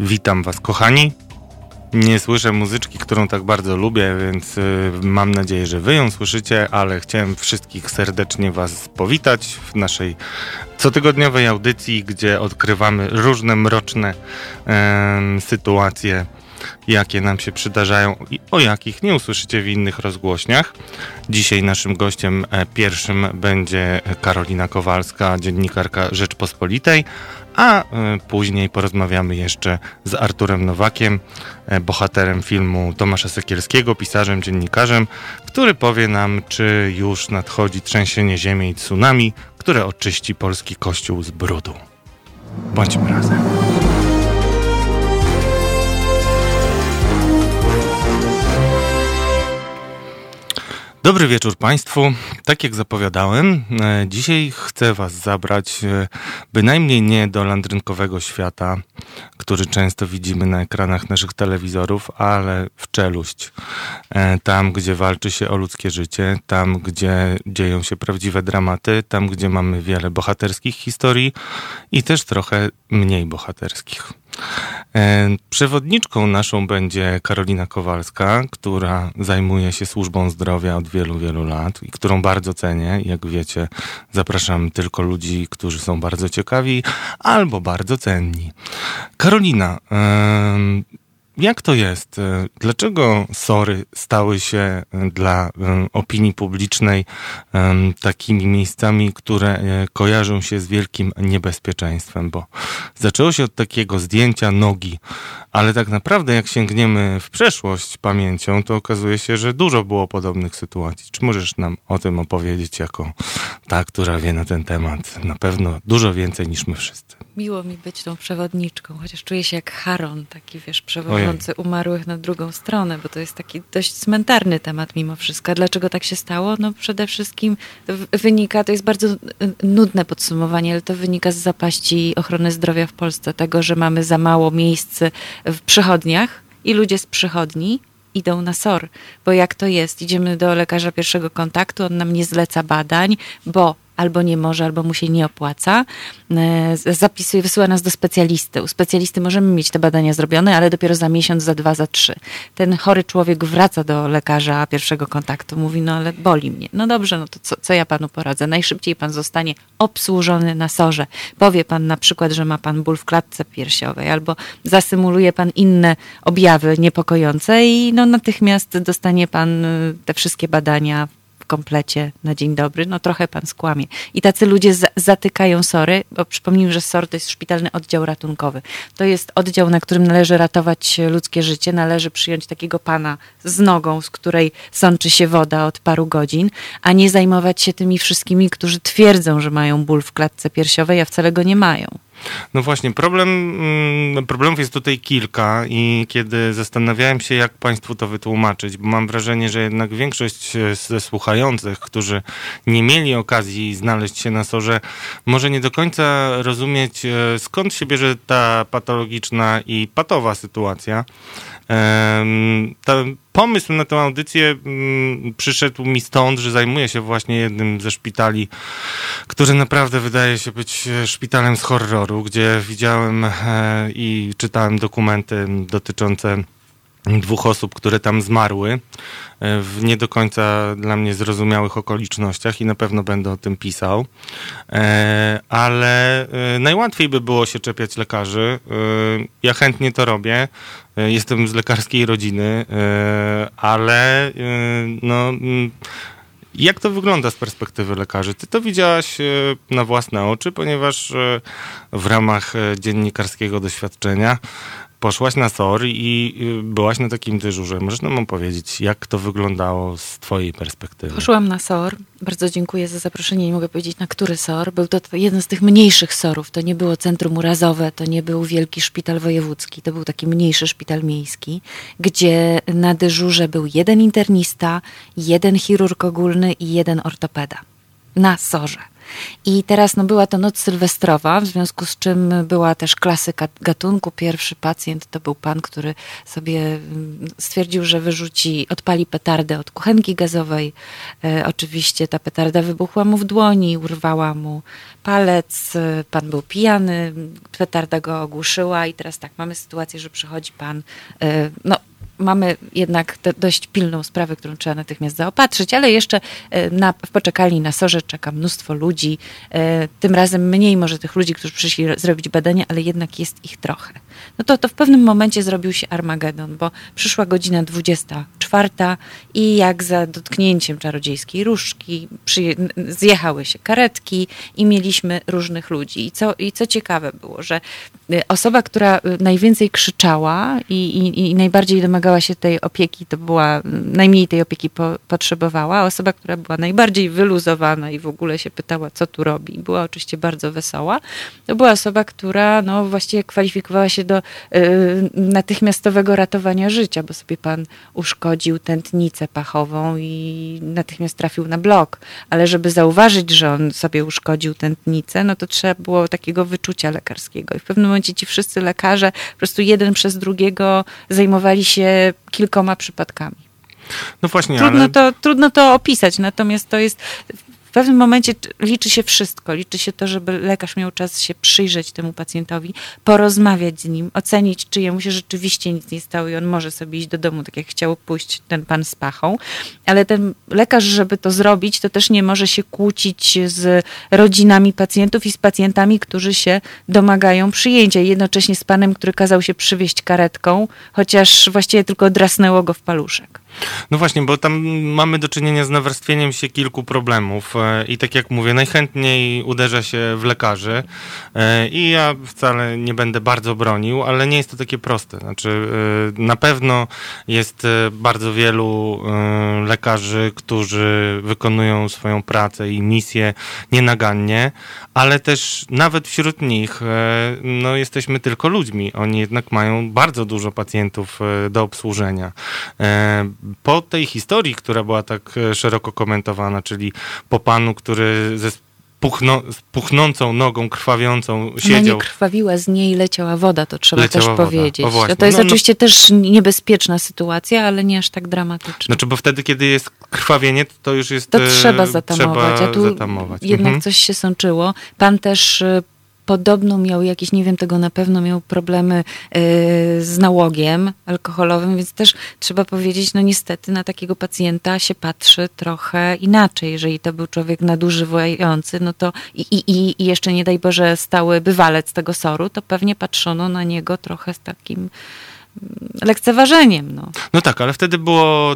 Witam Was, kochani. Nie słyszę muzyczki, którą tak bardzo lubię, więc mam nadzieję, że Wy ją słyszycie, ale chciałem wszystkich serdecznie Was powitać w naszej cotygodniowej audycji, gdzie odkrywamy różne mroczne sytuacje, jakie nam się przydarzają i o jakich nie usłyszycie w innych rozgłośniach. Dzisiaj naszym gościem pierwszym będzie Karolina Kowalska, dziennikarka Rzeczpospolitej, a później porozmawiamy jeszcze z Arturem Nowakiem, bohaterem filmu Tomasza Sekielskiego, pisarzem, dziennikarzem, który powie nam, czy już nadchodzi trzęsienie ziemi i tsunami, które oczyści polski kościół z brudu. Bądźmy razem. Dobry wieczór Państwu. Tak jak zapowiadałem, dzisiaj chcę Was zabrać bynajmniej nie do landrynkowego świata, który często widzimy na ekranach naszych telewizorów, ale w czeluść. Tam, gdzie walczy się o ludzkie życie, tam, gdzie dzieją się prawdziwe dramaty, tam, gdzie mamy wiele bohaterskich historii i też trochę mniej bohaterskich. Przewodniczką naszą będzie Karolina Kowalska, która zajmuje się służbą zdrowia od wielu, wielu lat i którą bardzo cenię. Jak wiecie, zapraszam tylko ludzi, którzy są bardzo ciekawi albo bardzo cenni. Karolina, jak to jest? Dlaczego SOR-y stały się dla opinii publicznej takimi miejscami, które kojarzą się z wielkim niebezpieczeństwem? Bo zaczęło się od takiego zdjęcia nogi, ale tak naprawdę jak sięgniemy w przeszłość pamięcią, to okazuje się, że dużo było podobnych sytuacji. Czy możesz nam o tym opowiedzieć jako ta, która wie na ten temat na pewno dużo więcej niż my wszyscy? Miło mi być tą przewodniczką, chociaż czuję się jak Charon, taki przewodzący umarłych na drugą stronę, bo to jest taki dość cmentarny temat mimo wszystko. A dlaczego tak się stało? No przede wszystkim wynika, to jest bardzo nudne podsumowanie, ale to wynika z zapaści ochrony zdrowia w Polsce, tego, że mamy za mało miejsc w przychodniach i ludzie z przychodni idą na SOR, bo jak to jest? Idziemy do lekarza pierwszego kontaktu, on nam nie zleca badań, bo albo nie może, albo mu się nie opłaca. Zapisuje, wysyła nas do specjalisty. U specjalisty możemy mieć te badania zrobione, ale dopiero za miesiąc, za 2, za 3. Ten chory człowiek wraca do lekarza pierwszego kontaktu. Mówi, no ale boli mnie. No dobrze, no to co ja panu poradzę? Najszybciej pan zostanie obsłużony na SOR-ze. Powie pan na przykład, że ma pan ból w klatce piersiowej, albo zasymuluje pan inne objawy niepokojące i no natychmiast dostanie pan te wszystkie badania w komplecie na dzień dobry, no trochę pan skłamie. I tacy ludzie zatykają SOR-y, bo przypomnijmy, że SOR to jest szpitalny oddział ratunkowy. To jest oddział, na którym należy ratować ludzkie życie, należy przyjąć takiego pana z nogą, z której sączy się woda od paru godzin, a nie zajmować się tymi wszystkimi, którzy twierdzą, że mają ból w klatce piersiowej, a wcale go nie mają. No właśnie, problemów jest tutaj kilka i kiedy zastanawiałem się, jak Państwu to wytłumaczyć, bo mam wrażenie, że jednak większość ze słuchających, którzy nie mieli okazji znaleźć się na SOR-ze, może nie do końca rozumieć, skąd się bierze ta patologiczna i patowa sytuacja. Pomysł na tę audycję przyszedł mi stąd, że zajmuję się właśnie jednym ze szpitali, który naprawdę wydaje się być szpitalem z horroru, gdzie widziałem i czytałem dokumenty dotyczące 2 osób, które tam zmarły w nie do końca dla mnie zrozumiałych okolicznościach i na pewno będę o tym pisał. Ale najłatwiej by było się czepiać lekarzy. Ja chętnie to robię. Jestem z lekarskiej rodziny, ale no... Jak to wygląda z perspektywy lekarzy? Ty to widziałaś na własne oczy, ponieważ w ramach dziennikarskiego doświadczenia poszłaś na SOR i byłaś na takim dyżurze. Możesz nam opowiedzieć, jak to wyglądało z twojej perspektywy? Poszłam na SOR. Bardzo dziękuję za zaproszenie. Nie mogę powiedzieć, na który SOR. Był to jeden z tych mniejszych SOR-ów. To nie było centrum urazowe, to nie był wielki szpital wojewódzki. To był taki mniejszy szpital miejski, gdzie na dyżurze był 1 internista, 1 chirurg ogólny i 1 ortopeda. Na SOR-ze. I teraz była to noc sylwestrowa, w związku z czym była też klasyka gatunku. Pierwszy pacjent to był pan, który sobie stwierdził, że odpali petardę od kuchenki gazowej. Oczywiście ta petarda wybuchła mu w dłoni, urwała mu palec, pan był pijany, petarda go ogłuszyła i teraz tak, mamy sytuację, że przychodzi pan, mamy jednak dość pilną sprawę, którą trzeba natychmiast zaopatrzyć, ale jeszcze w poczekalni na SOR-ze czeka mnóstwo ludzi. Tym razem mniej może tych ludzi, którzy przyszli zrobić badania, ale jednak jest ich trochę. No to w pewnym momencie zrobił się Armagedon, bo przyszła godzina 24 i jak za dotknięciem czarodziejskiej różdżki zjechały się karetki i mieliśmy różnych ludzi. I co ciekawe było, że osoba, która najwięcej krzyczała i najbardziej domagała się tej opieki, to była, najmniej tej opieki potrzebowała. Osoba, która była najbardziej wyluzowana i w ogóle się pytała, co tu robi, była oczywiście bardzo wesoła, to była osoba, która właściwie kwalifikowała się do natychmiastowego ratowania życia, bo sobie pan uszkodził tętnicę pachową i natychmiast trafił na blok. Ale żeby zauważyć, że on sobie uszkodził tętnicę, to trzeba było takiego wyczucia lekarskiego. I w pewnym momencie ci wszyscy lekarze po prostu jeden przez drugiego zajmowali się kilkoma przypadkami. No właśnie, Trudno to opisać, natomiast to jest... W pewnym momencie liczy się wszystko. Liczy się to, żeby lekarz miał czas się przyjrzeć temu pacjentowi, porozmawiać z nim, ocenić, czy jemu się rzeczywiście nic nie stało i on może sobie iść do domu, tak jak chciał pójść ten pan z pachą. Ale ten lekarz, żeby to zrobić, to też nie może się kłócić z rodzinami pacjentów i z pacjentami, którzy się domagają przyjęcia. I jednocześnie z panem, który kazał się przywieźć karetką, chociaż właściwie tylko drasnęło go w paluszek. No właśnie, bo tam mamy do czynienia z nawarstwieniem się kilku problemów i tak jak mówię, najchętniej uderza się w lekarzy i ja wcale nie będę bardzo bronił, ale nie jest to takie proste. Znaczy na pewno jest bardzo wielu lekarzy, którzy wykonują swoją pracę i misję nienagannie, ale też nawet wśród nich jesteśmy tylko ludźmi. Oni jednak mają bardzo dużo pacjentów do obsłużenia. Po tej historii, która była tak szeroko komentowana, czyli po panu, który ze puchnącą nogą, krwawiącą siedział. Nie krwawiła, z niej leciała woda, to trzeba też powiedzieć. Właśnie. To jest oczywiście też niebezpieczna sytuacja, ale nie aż tak dramatyczna. Znaczy, bo wtedy, kiedy jest krwawienie, to już jest... To trzeba zatamować, a tu zatamować. jednak coś się sączyło. Pan też... Podobno miał jakieś, nie wiem tego na pewno, miał problemy z nałogiem alkoholowym, więc też trzeba powiedzieć, niestety na takiego pacjenta się patrzy trochę inaczej. Jeżeli to był człowiek nadużywający, to i jeszcze nie daj Boże stały bywalec tego SOR-u, to pewnie patrzono na niego trochę z takim lekceważeniem. No tak, ale wtedy było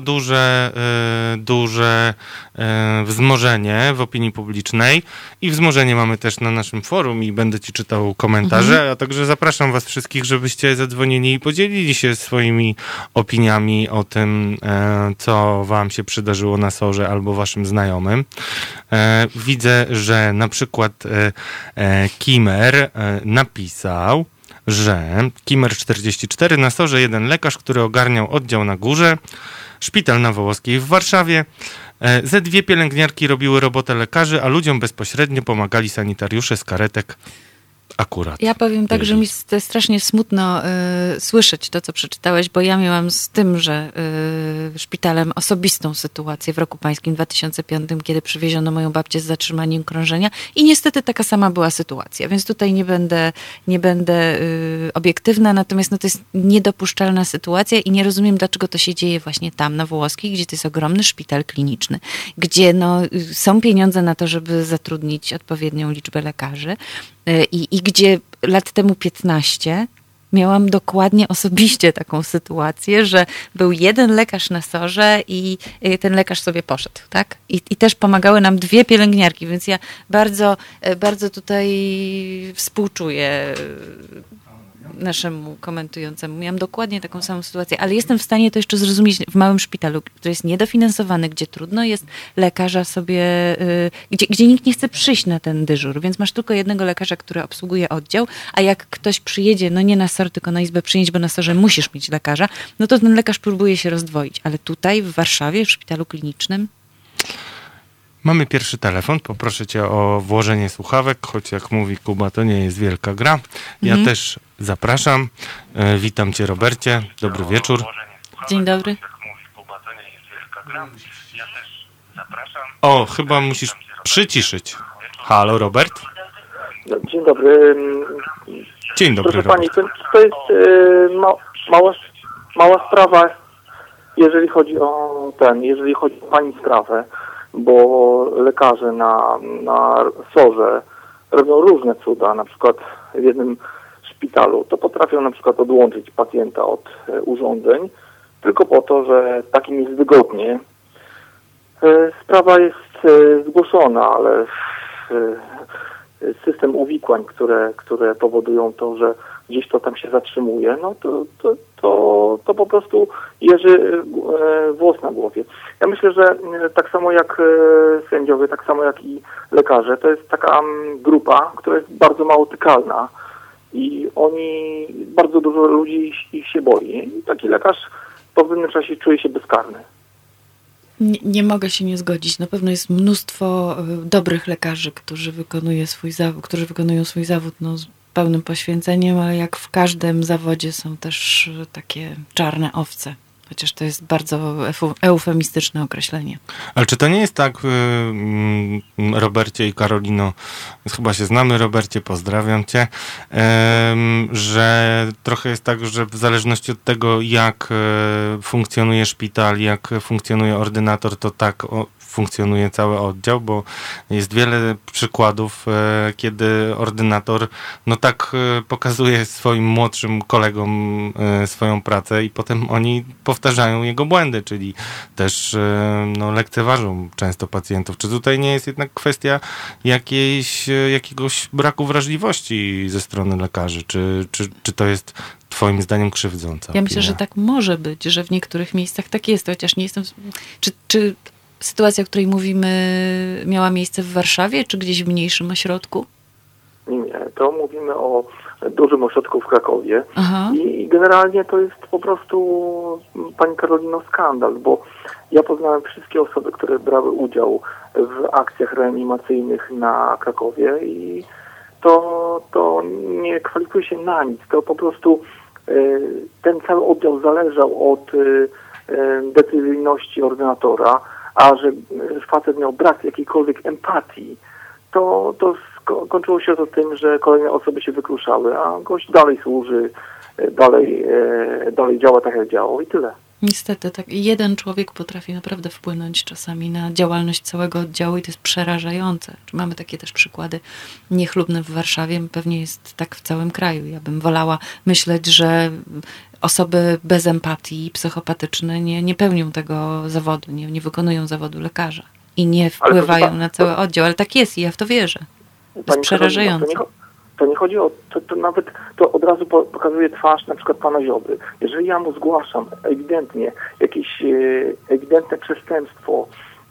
duże wzmożenie w opinii publicznej i wzmożenie mamy też na naszym forum i będę ci czytał komentarze, a także zapraszam was wszystkich, żebyście zadzwonili i podzielili się swoimi opiniami o tym, co wam się przydarzyło na SOR-ze albo waszym znajomym. Widzę, że na przykład Kimer napisał, że Kimer 44 na SOR-ze jeden lekarz, który ogarniał oddział na górze, szpital na Wołoskiej w Warszawie. Ze dwie pielęgniarki robiły robotę lekarzy, a ludziom bezpośrednio pomagali sanitariusze z karetek. Akurat. Ja powiem tak, że mi strasznie smutno słyszeć to, co przeczytałeś, bo ja miałam z tymże szpitalem osobistą sytuację w roku pańskim 2005, kiedy przywieziono moją babcię z zatrzymaniem krążenia i niestety taka sama była sytuacja, więc tutaj nie będę obiektywna, natomiast to jest niedopuszczalna sytuacja i nie rozumiem, dlaczego to się dzieje właśnie tam na Wołoskiej, gdzie to jest ogromny szpital kliniczny, gdzie są pieniądze na to, żeby zatrudnić odpowiednią liczbę lekarzy, i gdzie lat temu 15 miałam dokładnie osobiście taką sytuację, że był jeden lekarz na SOR-ze i ten lekarz sobie poszedł, tak? I też pomagały nam dwie pielęgniarki, więc ja bardzo, bardzo tutaj współczuję naszemu komentującemu. Miałam dokładnie taką samą sytuację, ale jestem w stanie to jeszcze zrozumieć w małym szpitalu, który jest niedofinansowany, gdzie trudno jest lekarza sobie, gdzie nikt nie chce przyjść na ten dyżur, więc masz tylko jednego lekarza, który obsługuje oddział, a jak ktoś przyjedzie, nie na SOR, tylko na izbę przyjęć, bo na SOR-ze musisz mieć lekarza, to ten lekarz próbuje się rozdwoić, ale tutaj w Warszawie, w szpitalu klinicznym Mamy pierwszy telefon. Poproszę cię o włożenie słuchawek, choć jak mówi Kuba, to nie jest wielka gra. Ja też zapraszam. Witam cię, Robercie. Dobry wieczór. Dzień dobry. O, chyba musisz przyciszyć. Halo, Robert? Dzień dobry. Dzień dobry, Proszę Robert. pani, to jest mała sprawa, jeżeli chodzi o pani sprawę, bo lekarze na SOR-ze robią różne cuda. Na przykład w jednym szpitalu to potrafią na przykład odłączyć pacjenta od urządzeń tylko po to, że takim jest wygodnie. Sprawa jest zgłoszona, ale system uwikłań, które powodują to, że gdzieś to tam się zatrzymuje, no to po prostu jeży włos na głowie. Ja myślę, że tak samo jak sędziowie, tak samo jak i lekarze, to jest taka grupa, która jest bardzo mało tykalna i bardzo dużo ludzi ich się boi. I taki lekarz po pewnym czasie czuje się bezkarny. Nie mogę się nie zgodzić. Na pewno jest mnóstwo dobrych lekarzy, którzy wykonują swój zawód z pełnym poświęceniem, ale jak w każdym zawodzie są też takie czarne owce. Chociaż to jest bardzo eufemistyczne określenie. Ale czy to nie jest tak, Robercie i Karolino, chyba się znamy, Robercie, pozdrawiam cię, że trochę jest tak, że w zależności od tego, jak funkcjonuje szpital, jak funkcjonuje ordynator, to tak funkcjonuje cały oddział, bo jest wiele przykładów, kiedy ordynator tak pokazuje swoim młodszym kolegom swoją pracę i potem oni powtarzają jego błędy, czyli też lekceważą często pacjentów. Czy tutaj nie jest jednak kwestia jakiegoś braku wrażliwości ze strony lekarzy? Czy to jest twoim zdaniem krzywdząca? Ja myślę, że tak może być, że w niektórych miejscach tak jest, chociaż nie jestem... Czy sytuacja, o której mówimy, miała miejsce w Warszawie, czy gdzieś w mniejszym ośrodku? Nie, to mówimy o dużym ośrodku w Krakowie. Aha. I generalnie to jest po prostu, pani Karolino, skandal, bo ja poznałem wszystkie osoby, które brały udział w akcjach reanimacyjnych na Krakowie i to nie kwalifikuje się na nic. To po prostu ten cały oddział zależał od decyzyjności ordynatora, a że facet miał brak jakiejkolwiek empatii, to kończyło się to tym, że kolejne osoby się wykluszały, a gość dalej służy, dalej działa tak, jak działał i tyle. Niestety, tak. Jeden człowiek potrafi naprawdę wpłynąć czasami na działalność całego oddziału i to jest przerażające. Mamy takie też przykłady niechlubne w Warszawie, pewnie jest tak w całym kraju. Ja bym wolała myśleć, że osoby bez empatii, psychopatyczne nie pełnią tego zawodu, nie wykonują zawodu lekarza i nie wpływają na cały oddział, ale tak jest i ja w to wierzę. To jest przerażające. To nie chodzi o to nawet to od razu pokazuje twarz na przykład pana Ziobry. Jeżeli ja mu zgłaszam ewidentnie jakieś ewidentne przestępstwo,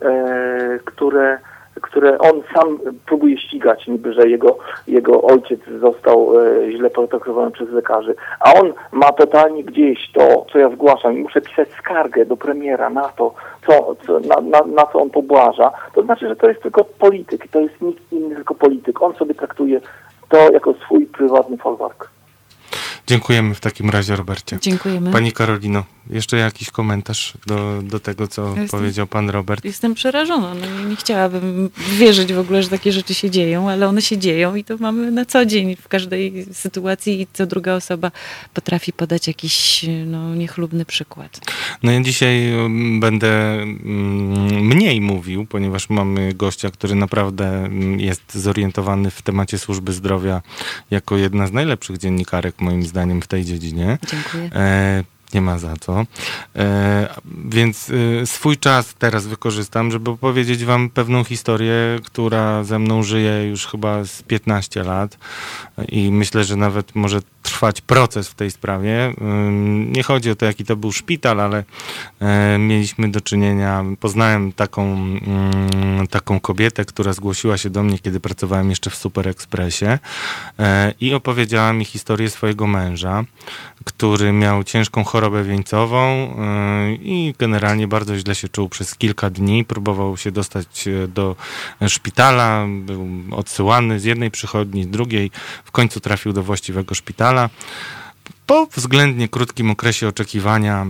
które on sam próbuje ścigać, niby, że jego ojciec został źle potraktowany przez lekarzy, a on ma totalnie gdzieś to, co ja zgłaszam i muszę pisać skargę do premiera na to, na co on pobłaża, to znaczy, że to jest tylko polityk. To jest nikt inny, tylko polityk. On sobie traktuje to jako swój prywatny folwark. Dziękujemy w takim razie, Robercie. Dziękujemy. Pani Karolino, jeszcze jakiś komentarz do tego, co powiedział pan Robert? Jestem przerażona. Nie chciałabym wierzyć w ogóle, że takie rzeczy się dzieją, ale one się dzieją i to mamy na co dzień w każdej sytuacji i co druga osoba potrafi podać jakiś niechlubny przykład. Ja dzisiaj będę mniej mówił, ponieważ mamy gościa, który naprawdę jest zorientowany w temacie służby zdrowia jako jedna z najlepszych dziennikarek, moim zdaniem, w tej dziedzinie. Dziękuję. Nie ma za co. Więc swój czas teraz wykorzystam, żeby opowiedzieć wam pewną historię, która ze mną żyje już chyba z 15 lat i myślę, że nawet może trwać proces w tej sprawie. Nie chodzi o to, jaki to był szpital, ale mieliśmy do czynienia, poznałem taką kobietę, która zgłosiła się do mnie, kiedy pracowałem jeszcze w Super Expressie i opowiedziała mi historię swojego męża, który miał ciężką chorobę chorobę wieńcową i generalnie bardzo źle się czuł przez kilka dni. Próbował się dostać do szpitala, był odsyłany z jednej przychodni, z drugiej. W końcu trafił do właściwego szpitala. Po względnie krótkim okresie oczekiwania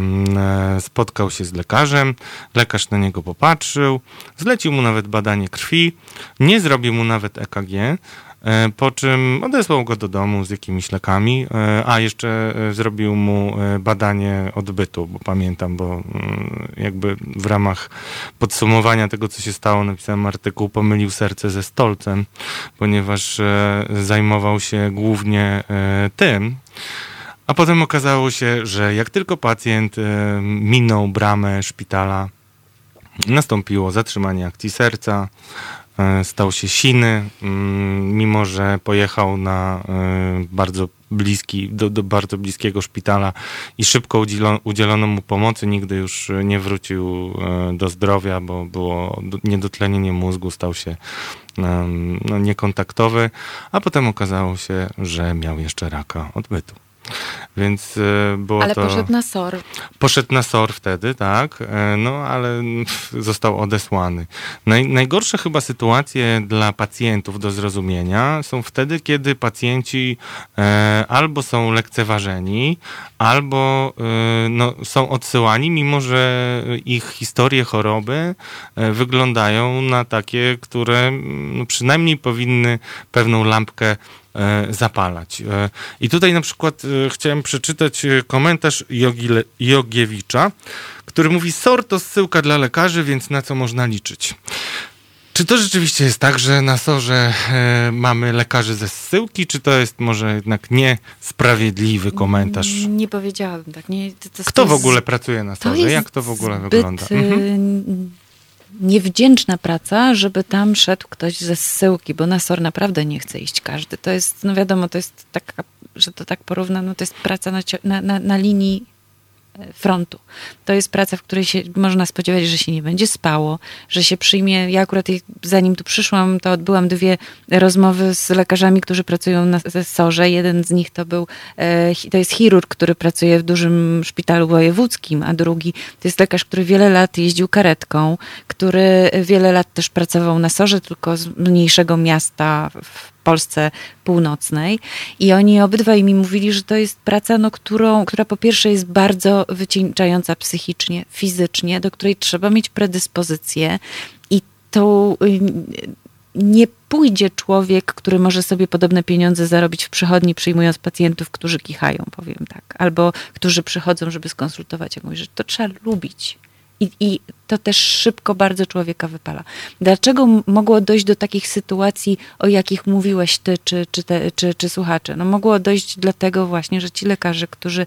spotkał się z lekarzem. Lekarz na niego popatrzył, zlecił mu nawet badanie krwi, nie zrobił mu nawet EKG, po czym odesłał go do domu z jakimiś lekami, a jeszcze zrobił mu badanie odbytu, bo pamiętam, bo jakby w ramach podsumowania tego, co się stało, napisałem artykuł "Pomylił serce ze stolcem", ponieważ zajmował się głównie tym. A potem okazało się, że jak tylko pacjent minął bramę szpitala, nastąpiło zatrzymanie akcji serca, stał się siny, mimo że pojechał na bardzo bliski, do bardzo bliskiego szpitala i szybko udzielono mu pomocy, nigdy już nie wrócił do zdrowia, bo było niedotlenienie mózgu, stał się niekontaktowy, a potem okazało się, że miał jeszcze raka odbytu. Więc było ale to... poszedł na SOR. Poszedł na SOR wtedy, tak, no ale został odesłany. Najgorsze chyba sytuacje dla pacjentów do zrozumienia są wtedy, kiedy pacjenci albo są lekceważeni, albo są odsyłani, mimo że ich historie choroby wyglądają na takie, które przynajmniej powinny pewną lampkę zapalać. I tutaj na przykład chciałem przeczytać komentarz Jogiewicza, który mówi: SOR to zsyłka dla lekarzy, więc na co można liczyć? Czy to rzeczywiście jest tak, że na SOR-ze mamy lekarzy ze zsyłki, czy to jest może jednak niesprawiedliwy komentarz? Nie powiedziałabym tak. Nie, Kto w ogóle pracuje na SOR-ze? Jak to w ogóle wygląda? Niewdzięczna praca, żeby tam szedł ktoś ze zsyłki, bo na SOR naprawdę nie chce iść każdy. To jest, no wiadomo, to jest taka, że to tak porówna, no to jest praca na linii frontu. To jest praca, w której się można spodziewać, że się nie będzie spało, że się przyjmie. Ja akurat zanim tu przyszłam, to odbyłam 2 rozmowy z lekarzami, którzy pracują na SOR-ze. Jeden z nich to jest chirurg, który pracuje w dużym szpitalu wojewódzkim, a drugi to jest lekarz, który wiele lat jeździł karetką, który wiele lat też pracował na SOR-ze, tylko z mniejszego miasta w Polsce północnej, i oni obydwaj mi mówili, że to jest praca, która po pierwsze jest bardzo wycieńczająca psychicznie, fizycznie, do której trzeba mieć predyspozycję, i to nie pójdzie człowiek, który może sobie podobne pieniądze zarobić w przychodni, przyjmując pacjentów, którzy kichają, powiem tak, albo którzy przychodzą, żeby skonsultować jakąś rzecz. To trzeba lubić. I to też szybko bardzo człowieka wypala. Dlaczego mogło dojść do takich sytuacji, o jakich mówiłeś ty, czy słuchacze? No mogło dojść dlatego właśnie, że ci lekarze, którzy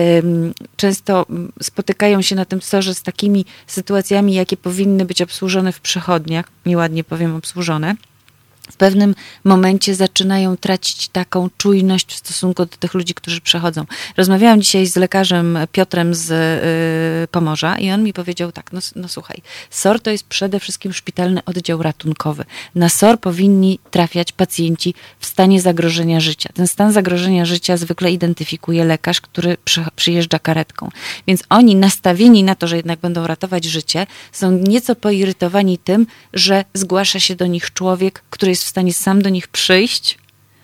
często spotykają się na tym SOR-ze z takimi sytuacjami, jakie powinny być obsłużone w przychodniach, nieładnie powiem obsłużone, w pewnym momencie zaczynają tracić taką czujność w stosunku do tych ludzi, którzy przechodzą. Rozmawiałam dzisiaj z lekarzem Piotrem z Pomorza i on mi powiedział tak, no słuchaj, SOR to jest przede wszystkim szpitalny oddział ratunkowy. Na SOR powinni trafiać pacjenci w stanie zagrożenia życia. Ten stan zagrożenia życia zwykle identyfikuje lekarz, który przyjeżdża karetką. Więc oni nastawieni na to, że jednak będą ratować życie, są nieco poirytowani tym, że zgłasza się do nich człowiek, który jest w stanie sam do nich przyjść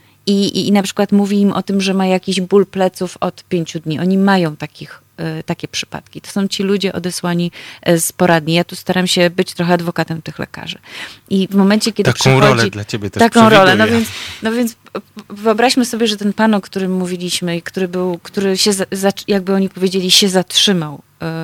i na przykład mówi im o tym, że ma jakiś ból pleców od 5 dni. Oni mają takie przypadki. To są ci ludzie odesłani z poradni. Ja tu staram się być trochę adwokatem tych lekarzy. I w momencie, kiedy taką rolę dla ciebie też taką rolę. No więc wyobraźmy sobie, że ten pan, o którym mówiliśmy i który się, jakby oni powiedzieli, się zatrzymał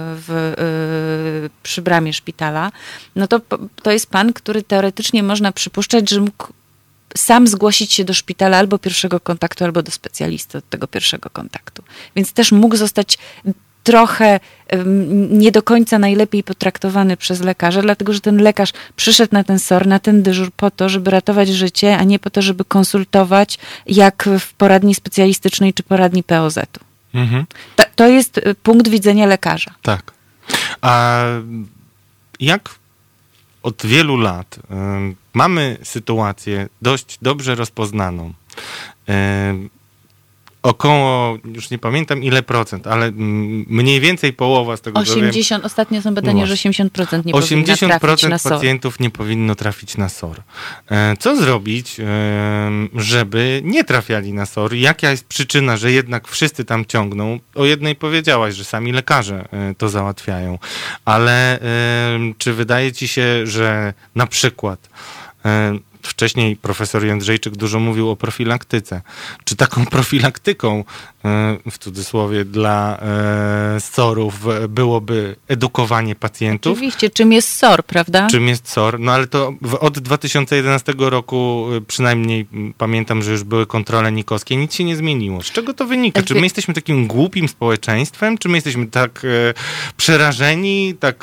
przy bramie szpitala, no to jest pan, który teoretycznie można przypuszczać, że mógł sam zgłosić się do szpitala albo pierwszego kontaktu, albo do specjalisty od tego pierwszego kontaktu. Więc też mógł zostać trochę nie do końca najlepiej potraktowany przez lekarza, dlatego że ten lekarz przyszedł na ten SOR, na ten dyżur po to, żeby ratować życie, a nie po to, żeby konsultować jak w poradni specjalistycznej czy poradni POZ-u. Mhm. To jest punkt widzenia lekarza. Tak. A jak od wielu lat mamy sytuację dość dobrze rozpoznaną, około, już nie pamiętam ile procent, ale mniej więcej połowa z tego, 80, ostatnio są badania, że 80% nie powinno trafić na 80% SOR. pacjentów nie powinno trafić na SOR. Co zrobić, żeby nie trafiali na SOR? Jaka jest przyczyna, że jednak wszyscy tam ciągną? O jednej powiedziałaś, że sami lekarze to załatwiają, ale czy wydaje ci się, że na przykład wcześniej profesor Jędrzejczyk dużo mówił o profilaktyce. Czy taką profilaktyką, w cudzysłowie, dla SOR-ów byłoby edukowanie pacjentów? Oczywiście, czym jest SOR, prawda? Czym jest SOR? No ale to od 2011 roku przynajmniej pamiętam, że już były kontrole nikowskie. Nic się nie zmieniło. Z czego to wynika? Czy my jesteśmy takim głupim społeczeństwem? Czy my jesteśmy tak przerażeni, tak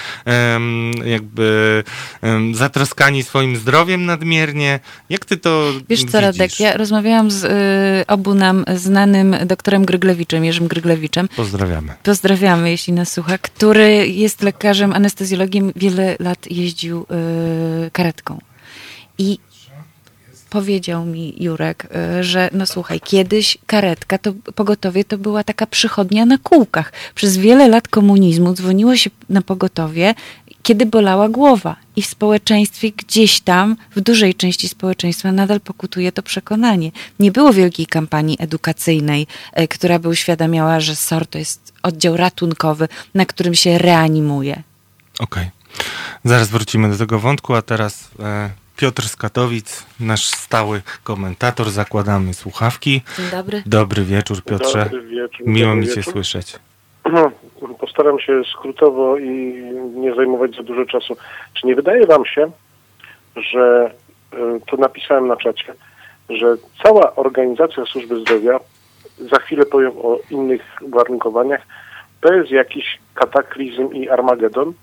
jakby zatroskani swoim zdrowiem nadmiernie? Jak ty to wiesz co, Radek, ja rozmawiałam z obu nam znanym doktorem Gryglewiczem, Jerzym Gryglewiczem. Pozdrawiamy, jeśli nas słucha, który jest lekarzem, anestezjologiem, wiele lat jeździł karetką. I powiedział mi Jurek, że no słuchaj, kiedyś karetka, to pogotowie to była taka przychodnia na kółkach. Przez wiele lat komunizmu dzwoniło się na pogotowie, kiedy bolała głowa. I w społeczeństwie gdzieś tam, w dużej części społeczeństwa nadal pokutuje to przekonanie. Nie było wielkiej kampanii edukacyjnej, która by uświadamiała, że SOR to jest oddział ratunkowy, na którym się reanimuje. Okej. Zaraz wrócimy do tego wątku, a teraz Piotr z Katowic, nasz stały komentator. Zakładamy słuchawki. Dzień dobry. Dobry wieczór, Piotrze. Dobry wieczór. Miło mi cię słyszeć. Postaram się skrótowo i nie zajmować za dużo czasu. Czy nie wydaje wam się, że, to napisałem na czacie, że cała organizacja służby zdrowia, za chwilę powiem o innych uwarunkowaniach, to jest jakiś kataklizm i Armagedon.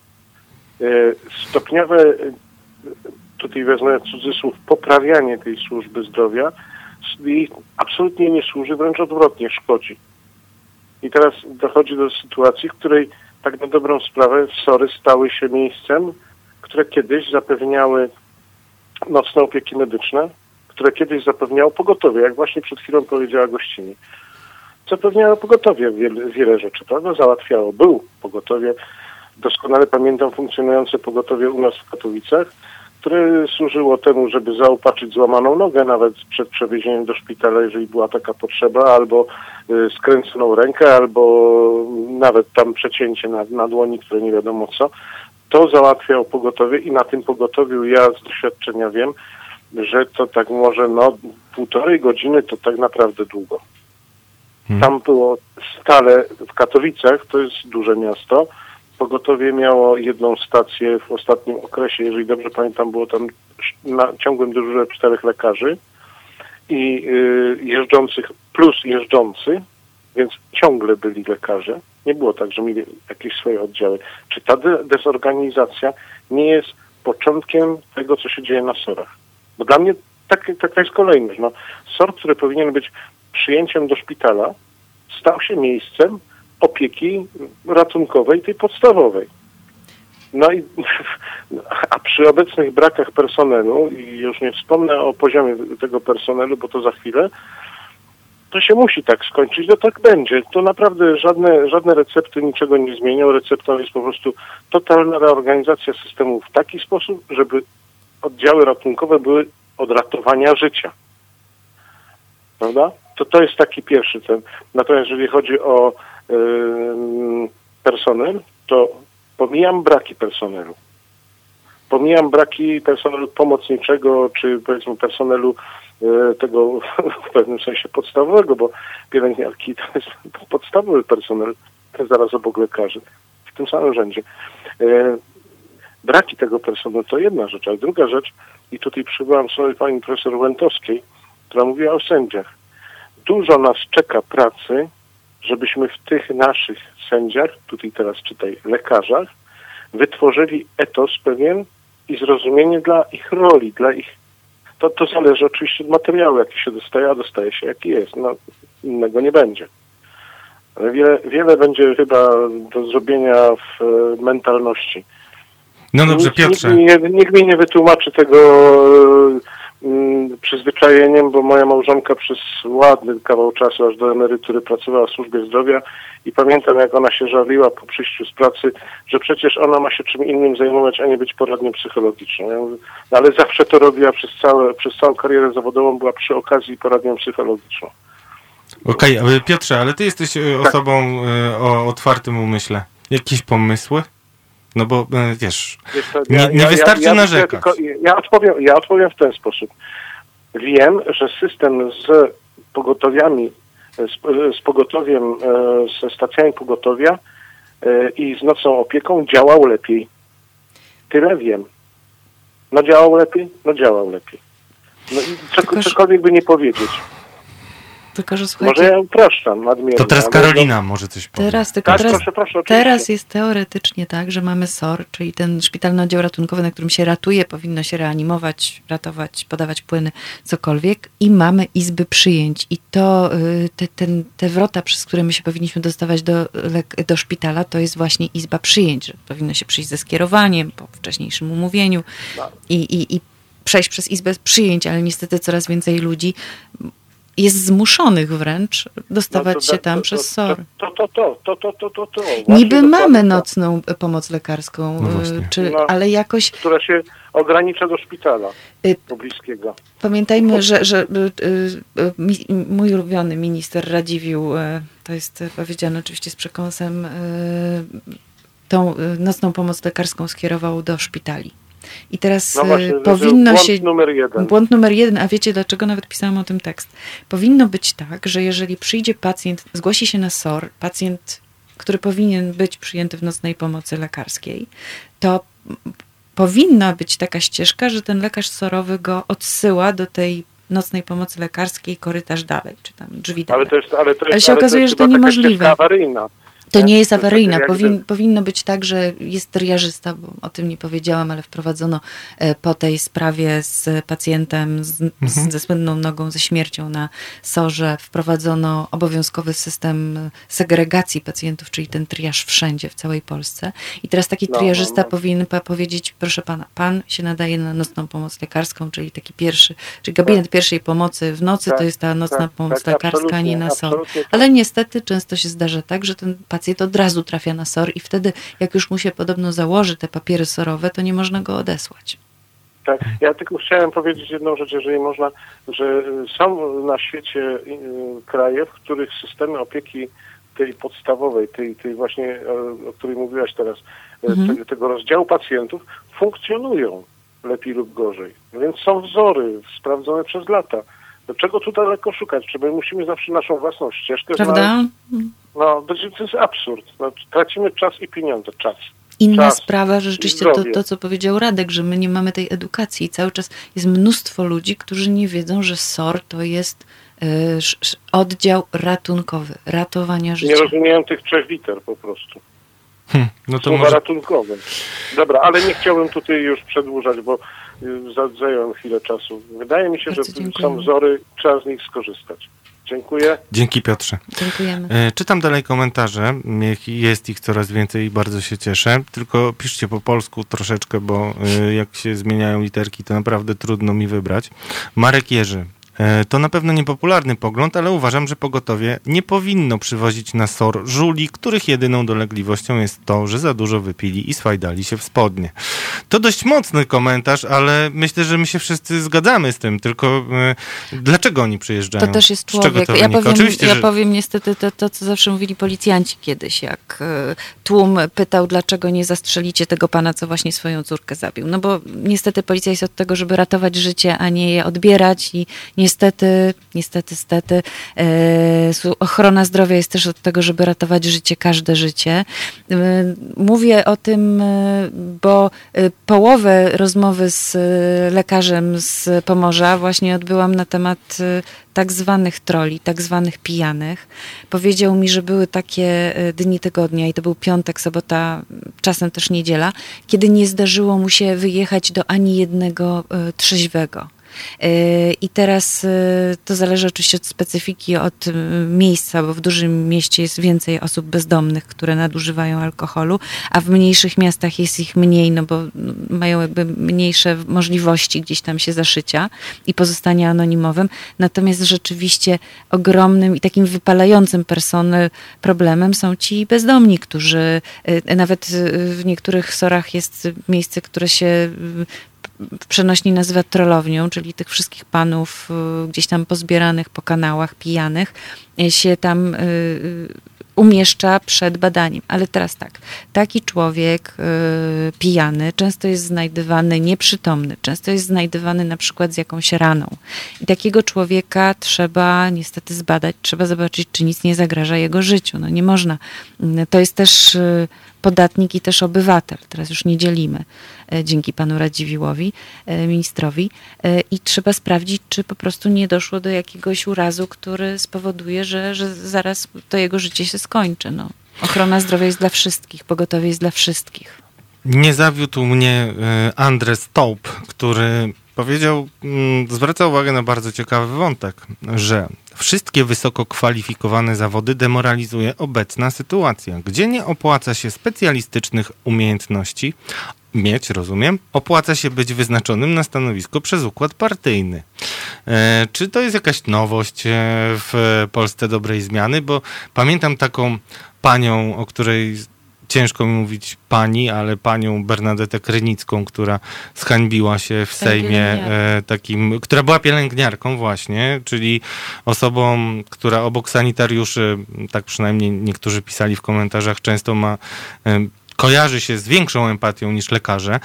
Stopniowe, tutaj wezmę cudzysłów, poprawianie tej służby zdrowia jej absolutnie nie służy, wręcz odwrotnie, szkodzi. I teraz dochodzi do sytuacji, w której tak na dobrą sprawę SOR-y stały się miejscem, które kiedyś zapewniały nocne opieki medyczne, które kiedyś zapewniało pogotowie, jak właśnie przed chwilą powiedziała gościni. Zapewniało pogotowie wiele rzeczy, prawda? Załatwiało. Był pogotowie. Doskonale pamiętam funkcjonujące pogotowie u nas w Katowicach, które służyło temu, żeby zaopatrzyć złamaną nogę nawet przed przewiezieniem do szpitala, jeżeli była taka potrzeba, albo skręconą rękę, albo nawet tam przecięcie na dłoni, które nie wiadomo co. To załatwiał pogotowie i na tym pogotowiu ja z doświadczenia wiem, że to tak może 1,5 godziny to tak naprawdę długo. Tam było stale w Katowicach, to jest duże miasto, pogotowie miało jedną stację w ostatnim okresie, jeżeli dobrze pamiętam, było tam na ciągłym dyżurze 4 lekarzy i jeżdżących plus jeżdżący, więc ciągle byli lekarze. Nie było tak, że mieli jakieś swoje oddziały. Czy ta dezorganizacja nie jest początkiem tego, co się dzieje na SOR-ach? Bo dla mnie taka jest kolejność. SOR, który powinien być przyjęciem do szpitala, stał się miejscem opieki ratunkowej, tej podstawowej. A przy obecnych brakach personelu, i już nie wspomnę o poziomie tego personelu, bo to za chwilę, to się musi tak skończyć, tak będzie. To naprawdę żadne recepty niczego nie zmienią. Receptą jest po prostu totalna reorganizacja systemu w taki sposób, żeby oddziały ratunkowe były od ratowania życia. Prawda? To jest taki pierwszy ten. Natomiast jeżeli chodzi o personel, to pomijam braki personelu. Pomijam braki personelu pomocniczego, czy powiedzmy personelu tego w pewnym sensie podstawowego, bo pielęgniarki to jest podstawowy personel, to jest zaraz obok lekarzy, w tym samym rzędzie. Braki tego personelu to jedna rzecz, a druga rzecz, i tutaj przywołam sobie pani profesor Łętowskiej, która mówiła o sędziach. Dużo nas czeka pracy, żebyśmy w tych naszych sędziach, tutaj teraz czytaj lekarzach, wytworzyli etos pewien i zrozumienie dla ich roli, dla ich... To zależy oczywiście od materiału, jaki się dostaje, a dostaje się jaki jest. Innego nie będzie. Ale wiele będzie chyba do zrobienia w mentalności. No dobrze, Piotrze. Nikt mi nie wytłumaczy tego przyzwyczajeniem, bo moja małżonka przez ładny kawał czasu, aż do emerytury, pracowała w służbie zdrowia i pamiętam, jak ona się żaliła po przyjściu z pracy, że przecież ona ma się czym innym zajmować, a nie być poradnią psychologiczną. Ja mówię, no ale zawsze to robiła przez całą karierę zawodową, była przy okazji poradnią psychologiczną. Okej, Piotrze, ale ty jesteś osobą o otwartym umyśle. Jakieś pomysły? No bo wiesz, nie wystarczy narzekać. Ja odpowiem w ten sposób. Wiem, że system z pogotowiami, z pogotowiem, ze stacjami pogotowia i z nocną opieką działał lepiej. Tyle wiem. No działał lepiej? No działał lepiej. No i cokolwiek by nie powiedzieć. Tylko, że słuchajcie... Może ja upraszczam nadmiernie. To teraz Karolina może coś powie. Teraz jest teoretycznie tak, że mamy SOR, czyli ten szpitalny oddział ratunkowy, na którym się ratuje, powinno się reanimować, ratować, podawać płyny, cokolwiek, i mamy izby przyjęć. I to te wrota, przez które my się powinniśmy dostawać do szpitala, to jest właśnie izba przyjęć, że powinno się przyjść ze skierowaniem po wcześniejszym umówieniu i przejść przez izbę przyjęć, ale niestety coraz więcej ludzi jest zmuszonych wręcz dostawać się tam przez SOR. Niby mamy nocną pomoc lekarską, ale jakoś... Która się ogranicza do szpitala pobliskiego. Pamiętajmy, że mój ulubiony minister Radziwiłł, to jest powiedziane oczywiście z przekąsem, tą nocną pomoc lekarską skierował do szpitali. I teraz powinno się... Błąd numer jeden. A wiecie, dlaczego nawet pisałam o tym tekst? Powinno być tak, że jeżeli przyjdzie pacjent, zgłosi się na SOR, pacjent, który powinien być przyjęty w nocnej pomocy lekarskiej, to powinna być taka ścieżka, że ten lekarz SOR-owy go odsyła do tej nocnej pomocy lekarskiej korytarz dalej, czy tam drzwi dalej. Ale się okazuje, że to niemożliwe. To nie jest awaryjna. Powinno być tak, że jest triażysta, bo o tym nie powiedziałam, ale wprowadzono po tej sprawie z pacjentem ze słynną nogą, ze śmiercią na SOR-ze, wprowadzono obowiązkowy system segregacji pacjentów, czyli ten triaż wszędzie, w całej Polsce. I teraz taki triażysta powinien powiedzieć, proszę pana, pan się nadaje na nocną pomoc lekarską, czyli taki pierwszy, czyli gabinet pierwszej pomocy w nocy, to jest ta nocna pomoc lekarska, a nie na SOR. Ale niestety często się zdarza tak, że ten pacjent od razu trafia na SOR i wtedy, jak już mu się podobno założy te papiery SOR-owe, to nie można go odesłać. Tak, ja tylko chciałem powiedzieć jedną rzecz, jeżeli można, że są na świecie kraje, w których systemy opieki tej podstawowej, tej właśnie, o której mówiłaś teraz, tego rozdziału pacjentów funkcjonują lepiej lub gorzej. Więc są wzory sprawdzone przez lata. Czego tu daleko szukać? Czy my musimy zawsze naszą własną ścieżkę znaleźć? No, to jest absurd. No, tracimy czas i pieniądze. Inna sprawa, że rzeczywiście to, co powiedział Radek, że my nie mamy tej edukacji i cały czas jest mnóstwo ludzi, którzy nie wiedzą, że SOR to jest oddział ratunkowy, ratowania życia. Nie rozumieją tych 3 liter po prostu. No to słowa ratunkowe. Dobra, ale nie chciałbym tutaj już przedłużać, bo zająłem chwilę czasu. Wydaje mi się, że są wzory, trzeba z nich skorzystać. Dziękuję. Dzięki, Piotrze. Dziękujemy. Czytam dalej komentarze. Jest ich coraz więcej i bardzo się cieszę. Tylko piszcie po polsku troszeczkę, bo jak się zmieniają literki, to naprawdę trudno mi wybrać. Marek Jerzy. To na pewno niepopularny pogląd, ale uważam, że pogotowie nie powinno przywozić na SOR żuli, których jedyną dolegliwością jest to, że za dużo wypili i swajdali się w spodnie. To dość mocny komentarz, ale myślę, że my się wszyscy zgadzamy z tym, tylko dlaczego oni przyjeżdżają? To też jest człowiek. Powiem niestety to, co zawsze mówili policjanci kiedyś, jak tłum pytał, dlaczego nie zastrzelicie tego pana, co właśnie swoją córkę zabił. No bo niestety policja jest od tego, żeby ratować życie, a nie je odbierać i niestety, ochrona zdrowia jest też od tego, żeby ratować życie, każde życie. Mówię o tym, bo połowę rozmowy z lekarzem z Pomorza właśnie odbyłam na temat tak zwanych troli, tak zwanych pijanych. Powiedział mi, że były takie dni tygodnia i to był piątek, sobota, czasem też niedziela, kiedy nie zdarzyło mu się wyjechać do ani jednego trzeźwego. I teraz to zależy oczywiście od specyfiki, od miejsca, bo w dużym mieście jest więcej osób bezdomnych, które nadużywają alkoholu, a w mniejszych miastach jest ich mniej, no bo mają jakby mniejsze możliwości gdzieś tam się zaszycia i pozostania anonimowym. Natomiast rzeczywiście ogromnym i takim wypalającym personel problemem są ci bezdomni, którzy nawet w niektórych sorach jest miejsce, które się przenośni nazywa trollownią, czyli tych wszystkich panów gdzieś tam pozbieranych po kanałach, pijanych, się tam umieszcza przed badaniem. Ale teraz tak, taki człowiek pijany często jest znajdywany nieprzytomny, często jest znajdywany na przykład z jakąś raną. I takiego człowieka trzeba niestety zbadać, trzeba zobaczyć, czy nic nie zagraża jego życiu. No nie można. To jest też podatnik i też obywatel. Teraz już nie dzielimy dzięki panu Radziwiłłowi, ministrowi. I trzeba sprawdzić, czy po prostu nie doszło do jakiegoś urazu, który spowoduje, że zaraz to jego życie się skończy. No. Ochrona zdrowia jest dla wszystkich, pogotowie jest dla wszystkich. Nie zawiódł mnie Andres Taub, który powiedział, zwraca uwagę na bardzo ciekawy wątek, że wszystkie wysoko kwalifikowane zawody demoralizuje obecna sytuacja, gdzie nie opłaca się specjalistycznych umiejętności mieć, rozumiem, opłaca się być wyznaczonym na stanowisko przez układ partyjny. Czy to jest jakaś nowość w Polsce dobrej zmiany? Bo pamiętam taką panią, o której ciężko mi mówić pani, ale panią Bernadetę Krynicką, która zhańbiła się w Sejmie takim, która była pielęgniarką właśnie, czyli osobą, która obok sanitariuszy, tak przynajmniej niektórzy pisali w komentarzach, często kojarzy się z większą empatią niż lekarze,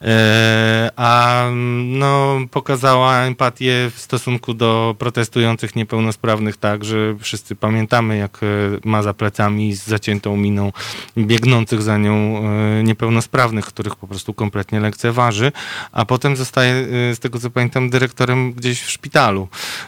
a no, pokazała empatię w stosunku do protestujących niepełnosprawnych tak, że wszyscy pamiętamy, jak ma za plecami z zaciętą miną biegnących za nią niepełnosprawnych, których po prostu kompletnie lekceważy, a potem zostaje, z tego co pamiętam, dyrektorem gdzieś w szpitalu.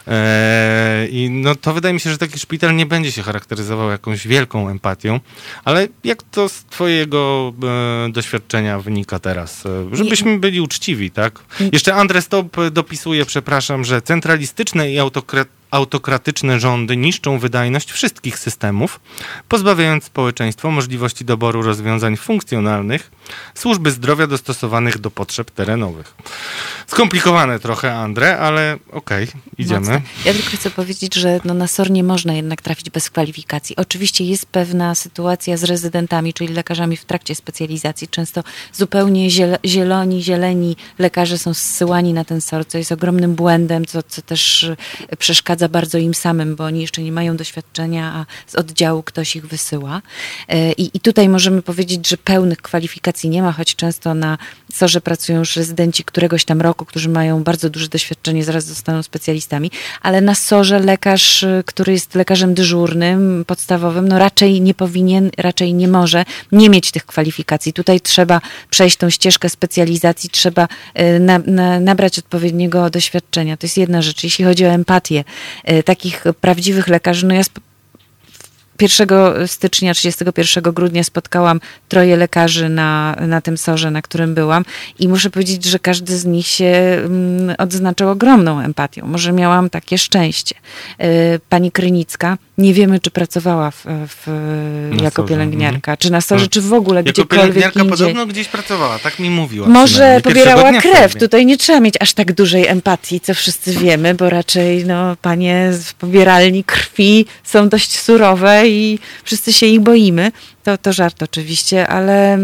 I no, to wydaje mi się, że taki szpital nie będzie się charakteryzował jakąś wielką empatią, ale jak to z twojego doświadczenia wynika teraz? Żebyśmy byli uczciwi, tak? Jeszcze Andres Taub dopisuje, przepraszam, że centralistyczne i autokratyczne rządy niszczą wydajność wszystkich systemów, pozbawiając społeczeństwo możliwości doboru rozwiązań funkcjonalnych, służby zdrowia dostosowanych do potrzeb terenowych. Skomplikowane trochę, Andre, ale okej, idziemy. Mocno. Ja tylko chcę powiedzieć, że na SOR nie można jednak trafić bez kwalifikacji. Oczywiście jest pewna sytuacja z rezydentami, czyli lekarzami w trakcie specjalizacji. Często zupełnie zieleni lekarze są zsyłani na ten SOR, co jest ogromnym błędem, co też przeszkadza bardzo im samym, bo oni jeszcze nie mają doświadczenia, a z oddziału ktoś ich wysyła. I tutaj możemy powiedzieć, że pełnych kwalifikacji nie ma, choć często na SOR-ze pracują już rezydenci któregoś tam roku, którzy mają bardzo duże doświadczenie, zaraz zostaną specjalistami, ale na SOR-ze lekarz, który jest lekarzem dyżurnym, podstawowym, no raczej nie powinien, raczej nie może nie mieć tych kwalifikacji. Tutaj trzeba przejść tą ścieżkę specjalizacji, trzeba nabrać odpowiedniego doświadczenia. To jest jedna rzecz. Jeśli chodzi o empatię, takich prawdziwych lekarzy, no ja 1 stycznia, 31 grudnia spotkałam 3 lekarzy na tym SOR-ze, na którym byłam i muszę powiedzieć, że każdy z nich się odznaczał ogromną empatią. Może miałam takie szczęście. Pani Krynicka, nie wiemy, czy pracowała jako pielęgniarka, czy na SOR-ze, czy w ogóle jako gdziekolwiek pielęgniarka indziej. Podobno gdzieś pracowała, tak mi mówiła. Może pobierała krew. Tutaj nie trzeba mieć aż tak dużej empatii, co wszyscy wiemy, bo raczej panie w pobieralni krwi są dość surowe i wszyscy się ich boimy. To żart oczywiście, ale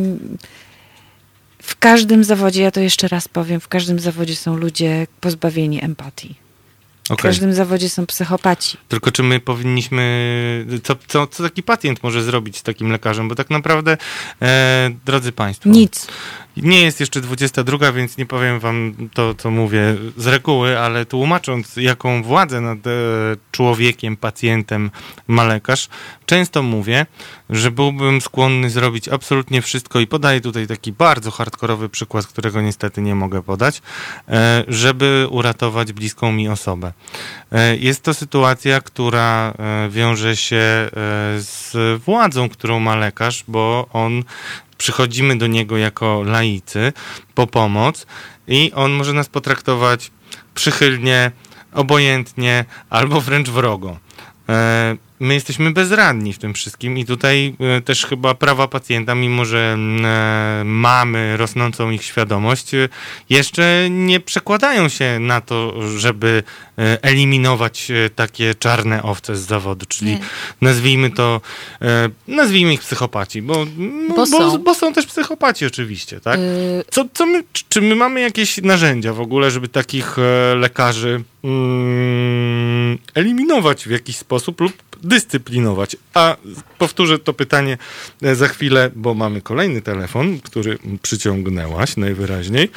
w każdym zawodzie, ja to jeszcze raz powiem, w każdym zawodzie są ludzie pozbawieni empatii. W każdym zawodzie są psychopaci. Tylko czy my powinniśmy, co taki pacjent może zrobić z takim lekarzem? Bo tak naprawdę, drodzy państwo, nic. Nie jest jeszcze 22, więc nie powiem wam to, co mówię z reguły, ale tłumacząc, jaką władzę nad człowiekiem, pacjentem ma lekarz, często mówię, że byłbym skłonny zrobić absolutnie wszystko i podaję tutaj taki bardzo hardkorowy przykład, którego niestety nie mogę podać, żeby uratować bliską mi osobę. Jest to sytuacja, która wiąże się z władzą, którą ma lekarz, bo on przychodzimy do niego jako laicy po pomoc i on może nas potraktować przychylnie, obojętnie albo wręcz wrogo. My jesteśmy bezradni w tym wszystkim i tutaj też chyba prawa pacjenta, mimo że mamy rosnącą ich świadomość, jeszcze nie przekładają się na to, żeby eliminować takie czarne owce z zawodu, czyli nazwijmy ich psychopaci, bo są też psychopaci oczywiście, tak? Czy my mamy jakieś narzędzia w ogóle, żeby takich lekarzy eliminować w jakiś sposób lub dyscyplinować? A powtórzę to pytanie za chwilę, bo mamy kolejny telefon, który przyciągnęłaś najwyraźniej.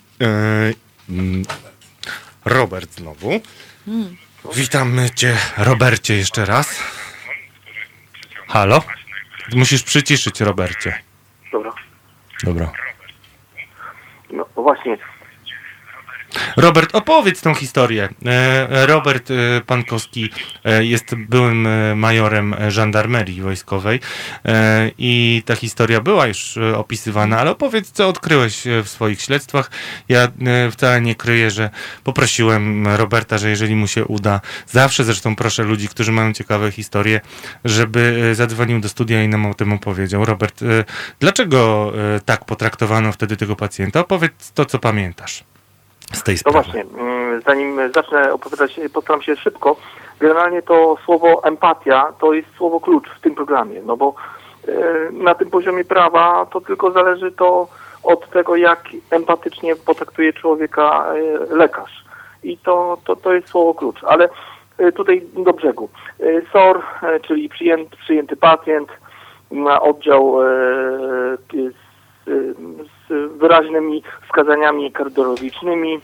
Robert znowu. Witamy cię, Robercie, jeszcze raz. Halo? Musisz przyciszyć, Robercie. Dobra. No właśnie. Robert, opowiedz tą historię. Robert Pankowski jest byłym majorem żandarmerii wojskowej i ta historia była już opisywana, ale opowiedz, co odkryłeś w swoich śledztwach. Ja wcale nie kryję, że poprosiłem Roberta, że jeżeli mu się uda, zawsze zresztą proszę ludzi, którzy mają ciekawe historie, żeby zadzwonił do studia i nam o tym opowiedział. Robert, dlaczego tak potraktowano wtedy tego pacjenta? Opowiedz to, co pamiętasz z tej sprawy. No właśnie, zanim zacznę opowiadać, postaram się szybko. Generalnie to słowo empatia to jest słowo klucz w tym programie, no bo na tym poziomie prawa to tylko zależy to od tego, jak empatycznie potraktuje człowieka lekarz. I to jest słowo klucz. Ale tutaj do brzegu. SOR, czyli przyjęty pacjent na oddział z wyraźnymi wskazaniami kardiologicznymi.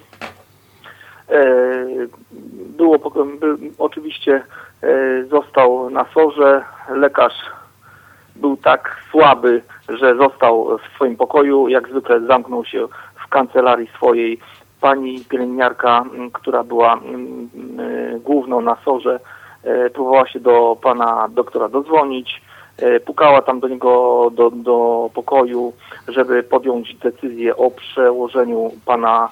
Oczywiście został na SOR-ze. Lekarz był tak słaby, że został w swoim pokoju. Jak zwykle zamknął się w kancelarii swojej. Pani pielęgniarka, która była główną na SOR-ze, próbowała się do pana doktora dodzwonić. Pukała tam do niego do pokoju, żeby podjąć decyzję o przełożeniu pana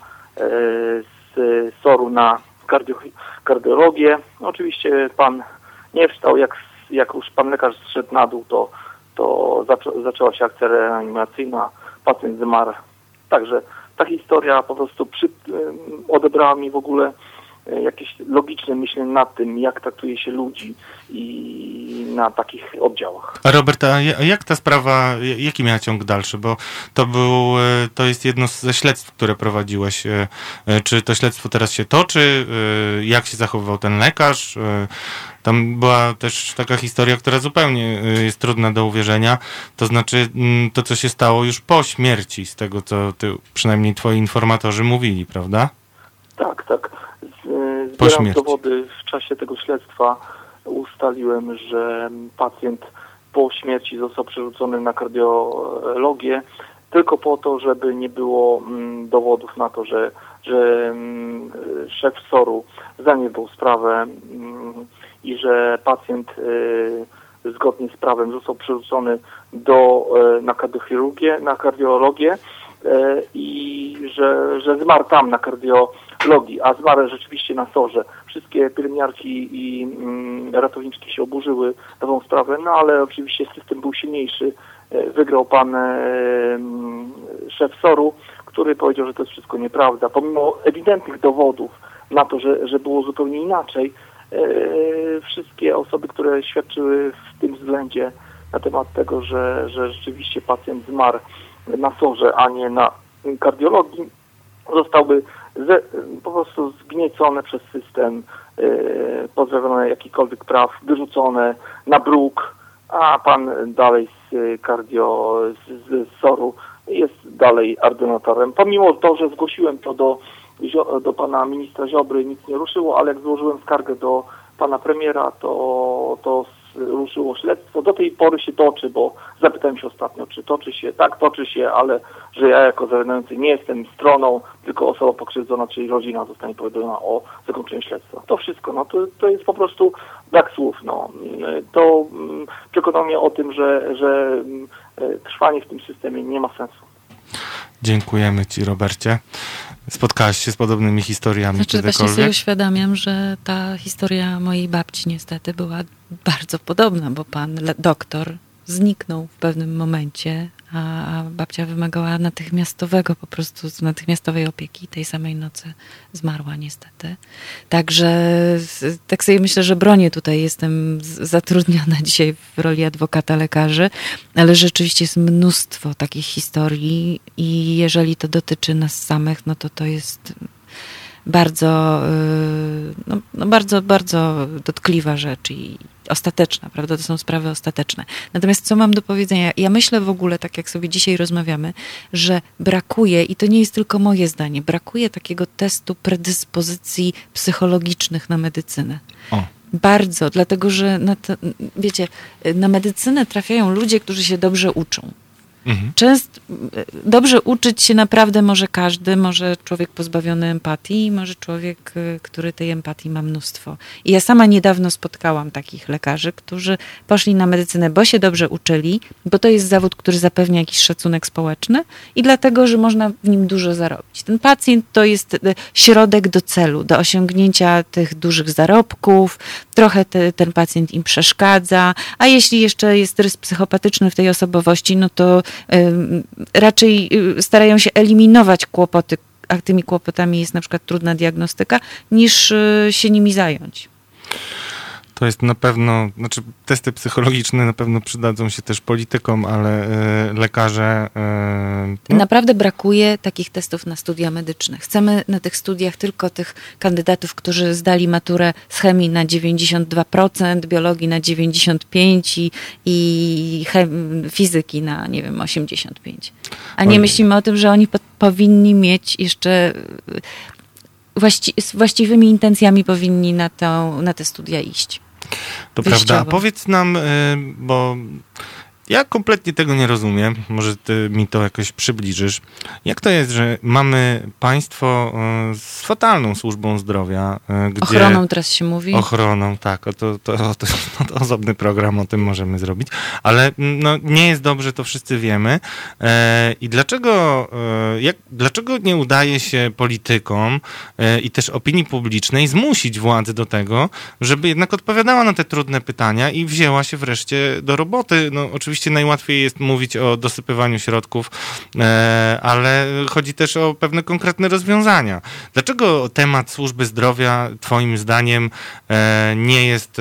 z SOR-u na kardiologię. Oczywiście pan nie wstał, jak już pan lekarz zszedł na dół, to zaczęła się akcja reanimacyjna, pacjent zmarł. Także ta historia po prostu odebrała mi w ogóle jakieś logiczne myślenie nad tym, jak traktuje się ludzi i na takich oddziałach. A Robert, a jak ta sprawa, jaki miała ciąg dalszy? Bo to jest jedno ze śledztw, które prowadziłeś. Czy to śledztwo teraz się toczy? Jak się zachowywał ten lekarz? Tam była też taka historia, która zupełnie jest trudna do uwierzenia. To znaczy to, co się stało już po śmierci, z tego, co przynajmniej twoi informatorzy mówili, prawda? Tak. Zbierając dowody w czasie tego śledztwa, ustaliłem, że pacjent po śmierci został przerzucony na kardiologię tylko po to, żeby nie było dowodów na to, że szef SOR-u zaniedbał sprawę i że pacjent zgodnie z prawem został przerzucony na kardiologię i że zmarł tam na kardiologii, a zmarł rzeczywiście na SOR-ze. Wszystkie pielęgniarki i ratowniczki się oburzyły na tą sprawę, no ale oczywiście system był silniejszy. Wygrał pan szef SOR-u, który powiedział, że to jest wszystko nieprawda. Pomimo ewidentnych dowodów na to, że było zupełnie inaczej, wszystkie osoby, które świadczyły w tym względzie na temat tego, że rzeczywiście pacjent zmarł na SOR-ze, a nie na kardiologii, zostałby po prostu zgniecone przez system, pozbawione jakichkolwiek praw, wyrzucone na bruk, a pan dalej z SOR-u jest dalej ordynatorem. Pomimo to, że zgłosiłem to do pana ministra Ziobry, nic nie ruszyło, ale jak złożyłem skargę do pana premiera, to ruszyło śledztwo. Do tej pory się toczy, bo zapytałem się ostatnio, czy toczy się. Tak, toczy się, ale że ja jako zewnętrzny nie jestem stroną, tylko osoba pokrzywdzona, czyli rodzina zostanie powiadomiona o zakończeniu śledztwa. To wszystko, no to jest po prostu brak słów. No. To przekona mnie o tym, że trwanie w tym systemie nie ma sensu. Dziękujemy Ci, Robercie. Spotkałaś się z podobnymi historiami kiedykolwiek? Właśnie sobie uświadamiam, że ta historia mojej babci niestety była bardzo podobna, bo pan doktor zniknął w pewnym momencie, a babcia wymagała natychmiastowej opieki. Tej samej nocy zmarła niestety. Także tak sobie myślę, że bronię tutaj. Jestem zatrudniona dzisiaj w roli adwokata lekarzy, ale rzeczywiście jest mnóstwo takich historii i jeżeli to dotyczy nas samych, no to jest bardzo, bardzo, bardzo dotkliwa rzecz i ostateczna, prawda? To są sprawy ostateczne. Natomiast co mam do powiedzenia? Ja myślę w ogóle, tak jak sobie dzisiaj rozmawiamy, że brakuje, i to nie jest tylko moje zdanie, brakuje takiego testu predyspozycji psychologicznych na medycynę. O. Bardzo, dlatego że na medycynę trafiają ludzie, którzy się dobrze uczą. Dobrze uczyć się naprawdę może każdy, może człowiek pozbawiony empatii, może człowiek, który tej empatii ma mnóstwo. I ja sama niedawno spotkałam takich lekarzy, którzy poszli na medycynę, bo się dobrze uczyli, bo to jest zawód, który zapewnia jakiś szacunek społeczny i dlatego, że można w nim dużo zarobić. Ten pacjent to jest środek do celu, do osiągnięcia tych dużych zarobków, trochę ten pacjent im przeszkadza, a jeśli jeszcze jest rys psychopatyczny w tej osobowości, no to raczej starają się eliminować kłopoty, a tymi kłopotami jest na przykład trudna diagnostyka, niż się nimi zająć. To jest na pewno, testy psychologiczne na pewno przydadzą się też politykom, ale lekarze... Naprawdę brakuje takich testów na studia medyczne. Chcemy na tych studiach tylko tych kandydatów, którzy zdali maturę z chemii na 92%, biologii na 95% i fizyki na, 85%. A nie myślimy o tym, że oni powinni mieć jeszcze... z właściwymi intencjami powinni na te studia iść. To prawda. A powiedz nam, bo ja kompletnie tego nie rozumiem, może ty mi to jakoś przybliżysz. Jak to jest, że mamy państwo z fatalną służbą zdrowia, gdzie... Ochroną teraz się mówi. Ochroną, tak. To osobny program, o tym możemy zrobić. Ale nie jest dobrze, to wszyscy wiemy. I dlaczego nie udaje się politykom i też opinii publicznej zmusić władzy do tego, żeby jednak odpowiadała na te trudne pytania i wzięła się wreszcie do roboty? Oczywiście najłatwiej jest mówić o dosypywaniu środków, ale chodzi też o pewne konkretne rozwiązania. Dlaczego temat służby zdrowia, twoim zdaniem, nie jest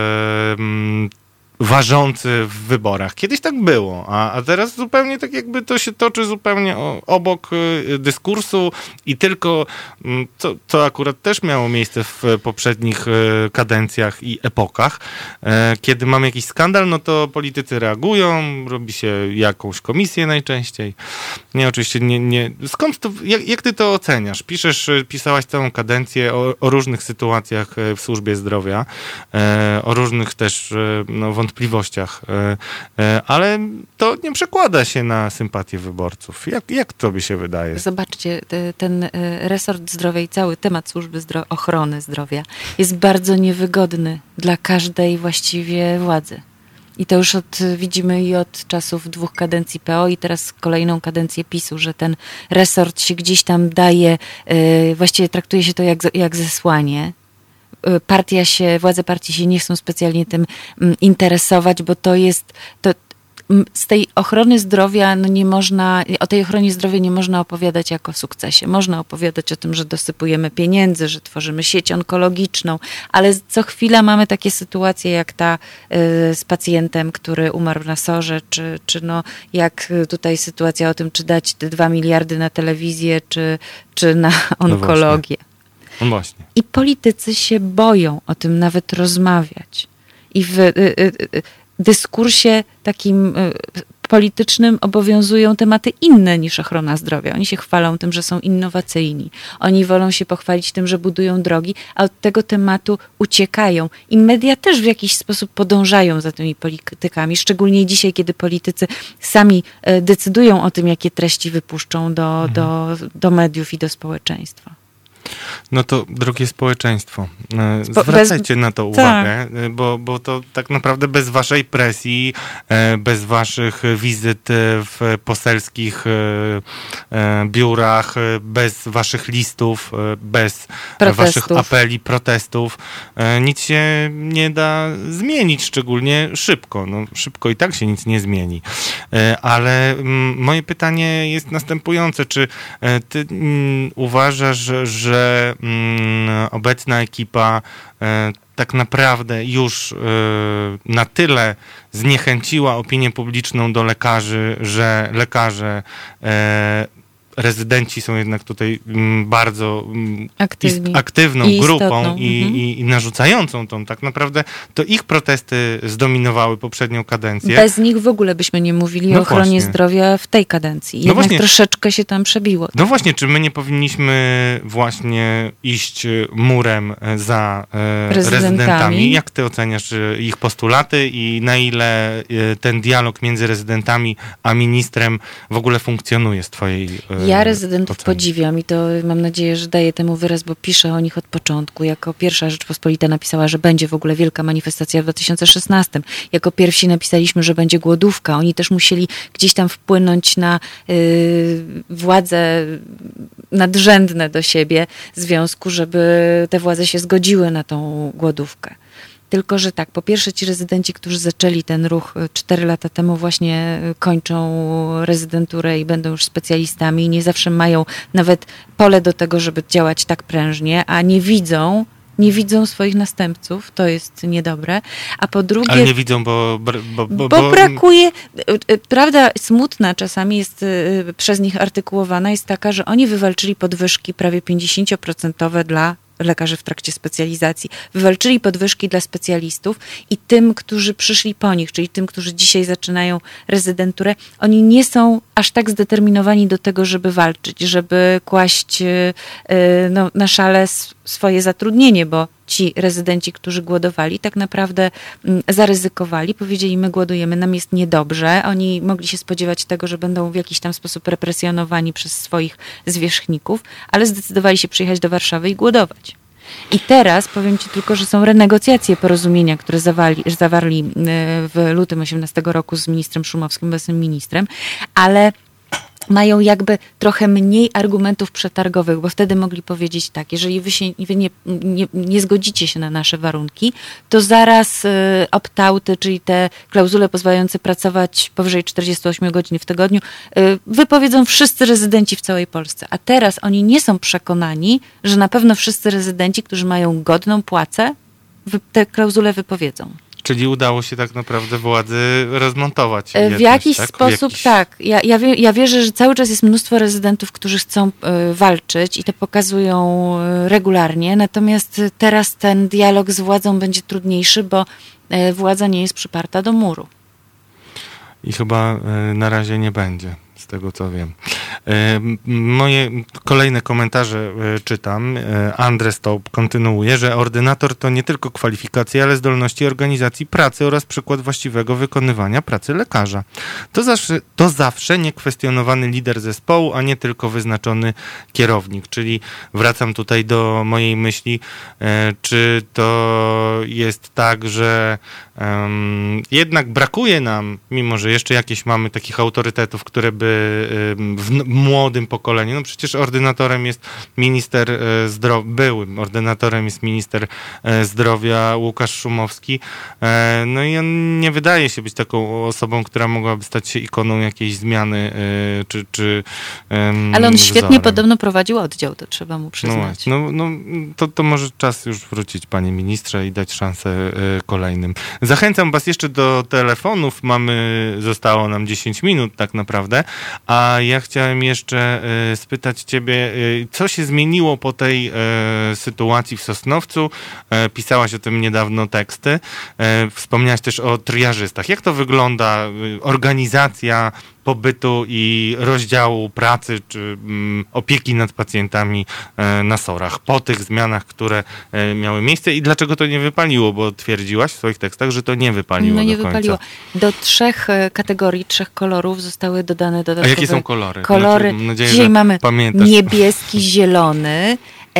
ważący w wyborach? Kiedyś tak było, a teraz zupełnie tak jakby to się toczy zupełnie obok dyskursu i tylko, co akurat też miało miejsce w poprzednich kadencjach i epokach, kiedy mamy jakiś skandal, no to politycy reagują, robi się jakąś komisję najczęściej. Nie, oczywiście nie. Skąd to, jak ty to oceniasz? Pisałaś całą kadencję o różnych sytuacjach w służbie zdrowia, o różnych też wątpliwościach, ale to nie przekłada się na sympatię wyborców. Jak tobie się wydaje? Zobaczcie, ten resort zdrowia i cały temat służby ochrony zdrowia jest bardzo niewygodny dla każdej właściwie władzy. I to już widzimy i od czasów 2 kadencji PO i teraz kolejną kadencję PiS-u, że ten resort się gdzieś tam daje, właściwie traktuje się to jak zesłanie. Władze partii się nie chcą specjalnie tym interesować, bo z tej ochrony zdrowia o tej ochronie zdrowia nie można opowiadać jako o sukcesie. Można opowiadać o tym, że dosypujemy pieniędzy, że tworzymy sieć onkologiczną, ale co chwila mamy takie sytuacje jak ta z pacjentem, który umarł na SOR-ze, czy jak tutaj sytuacja o tym, czy dać te 2 miliardy na telewizję, czy na onkologię. No właśnie. I politycy się boją o tym nawet rozmawiać. I w dyskursie takim politycznym obowiązują tematy inne niż ochrona zdrowia. Oni się chwalą tym, że są innowacyjni. Oni wolą się pochwalić tym, że budują drogi, a od tego tematu uciekają. I media też w jakiś sposób podążają za tymi politykami, szczególnie dzisiaj, kiedy politycy sami decydują o tym, jakie treści wypuszczą do mediów i do społeczeństwa. No to drogie społeczeństwo, zwracajcie na to uwagę, bo to tak naprawdę bez waszej presji, bez waszych wizyt w poselskich biurach, bez waszych listów, bez waszych apeli, protestów, nic się nie da zmienić, szczególnie szybko. No, szybko i tak się nic nie zmieni. Ale moje pytanie jest następujące. Czy ty uważasz, że obecna ekipa tak naprawdę już na tyle zniechęciła opinię publiczną do lekarzy, że lekarze, rezydenci są jednak tutaj bardzo aktywną grupą i narzucającą tą. Tak naprawdę to ich protesty zdominowały poprzednią kadencję. Bez nich w ogóle byśmy nie mówili o ochronie zdrowia w tej kadencji. Jednak troszeczkę się tam przebiło. No właśnie, czy my nie powinniśmy właśnie iść murem za rezydentami? Jak ty oceniasz ich postulaty i na ile ten dialog między rezydentami a ministrem w ogóle funkcjonuje z twojej Ja rezydentów podziwiam i to mam nadzieję, że daję temu wyraz, bo piszę o nich od początku. Jako pierwsza Rzeczpospolita napisała, że będzie w ogóle wielka manifestacja w 2016. Jako pierwsi napisaliśmy, że będzie głodówka. Oni też musieli gdzieś tam wpłynąć na władze nadrzędne do siebie związku, żeby te władze się zgodziły na tą głodówkę. Tylko że tak, po pierwsze ci rezydenci, którzy zaczęli ten ruch 4 lata temu, właśnie kończą rezydenturę i będą już specjalistami i nie zawsze mają nawet pole do tego, żeby działać tak prężnie, a nie widzą swoich następców, to jest niedobre. A po drugie... Ale nie widzą, bo brakuje... Prawda smutna czasami jest przez nich artykułowana, jest taka, że oni wywalczyli podwyżki prawie 50% dla lekarzy w trakcie specjalizacji. Wywalczyli podwyżki dla specjalistów i tym, którzy przyszli po nich, czyli tym, którzy dzisiaj zaczynają rezydenturę, oni nie są aż tak zdeterminowani do tego, żeby walczyć, żeby kłaść na szale swoje zatrudnienie, bo ci rezydenci, którzy głodowali, tak naprawdę zaryzykowali, powiedzieli, my głodujemy, nam jest niedobrze. Oni mogli się spodziewać tego, że będą w jakiś tam sposób represjonowani przez swoich zwierzchników, ale zdecydowali się przyjechać do Warszawy i głodować. I teraz powiem ci tylko, że są renegocjacje porozumienia, które zawarli w lutym 2018 roku z ministrem Szumowskim, obecnym ministrem, ale mają jakby trochę mniej argumentów przetargowych, bo wtedy mogli powiedzieć tak, jeżeli wy nie zgodzicie się na nasze warunki, to zaraz opt-outy, czyli te klauzule pozwalające pracować powyżej 48 godzin w tygodniu, wypowiedzą wszyscy rezydenci w całej Polsce. A teraz oni nie są przekonani, że na pewno wszyscy rezydenci, którzy mają godną płacę, te klauzule wypowiedzą. Czyli udało się tak naprawdę władzy rozmontować. W jakiś sposób tak. Ja wierzę, że cały czas jest mnóstwo rezydentów, którzy chcą walczyć i to pokazują regularnie. Natomiast teraz ten dialog z władzą będzie trudniejszy, bo władza nie jest przyparta do muru. I chyba na razie nie będzie, z tego co wiem. Moje kolejne komentarze czytam. Andres Taub kontynuuje, że ordynator to nie tylko kwalifikacje, ale zdolności organizacji pracy oraz przykład właściwego wykonywania pracy lekarza. To zawsze niekwestionowany lider zespołu, a nie tylko wyznaczony kierownik. Czyli wracam tutaj do mojej myśli, czy to jest tak, że jednak brakuje nam, mimo że jeszcze jakieś mamy takich autorytetów, które by w młodym pokoleniu, no przecież ordynatorem jest minister zdrowia, byłym ordynatorem jest minister zdrowia Łukasz Szumowski, no i on nie wydaje się być taką osobą, która mogłaby stać się ikoną jakiejś zmiany, czy ale on świetnie podobno prowadził oddział, to trzeba mu przyznać. To może czas już wrócić, panie ministrze, i dać szansę kolejnym. Zachęcam was jeszcze do telefonów. Zostało nam 10 minut tak naprawdę. A ja chciałem jeszcze spytać ciebie, co się zmieniło po tej sytuacji w Sosnowcu? Pisałaś o tym niedawno teksty. Wspomniałaś też o triażystach. Jak to wygląda organizacja pobytu i rozdziału pracy czy opieki nad pacjentami na SOR-ach po tych zmianach, które miały miejsce i dlaczego to nie wypaliło? Bo twierdziłaś w swoich tekstach, że to nie wypaliło No nie do końca. wypaliło. Do 3 kategorii, 3 kolorów zostały dodane dodatkowe... A jakie są kolory? Kolory. Mam nadzieję, Dzisiaj że mamy pamiętasz. niebieski, zielony,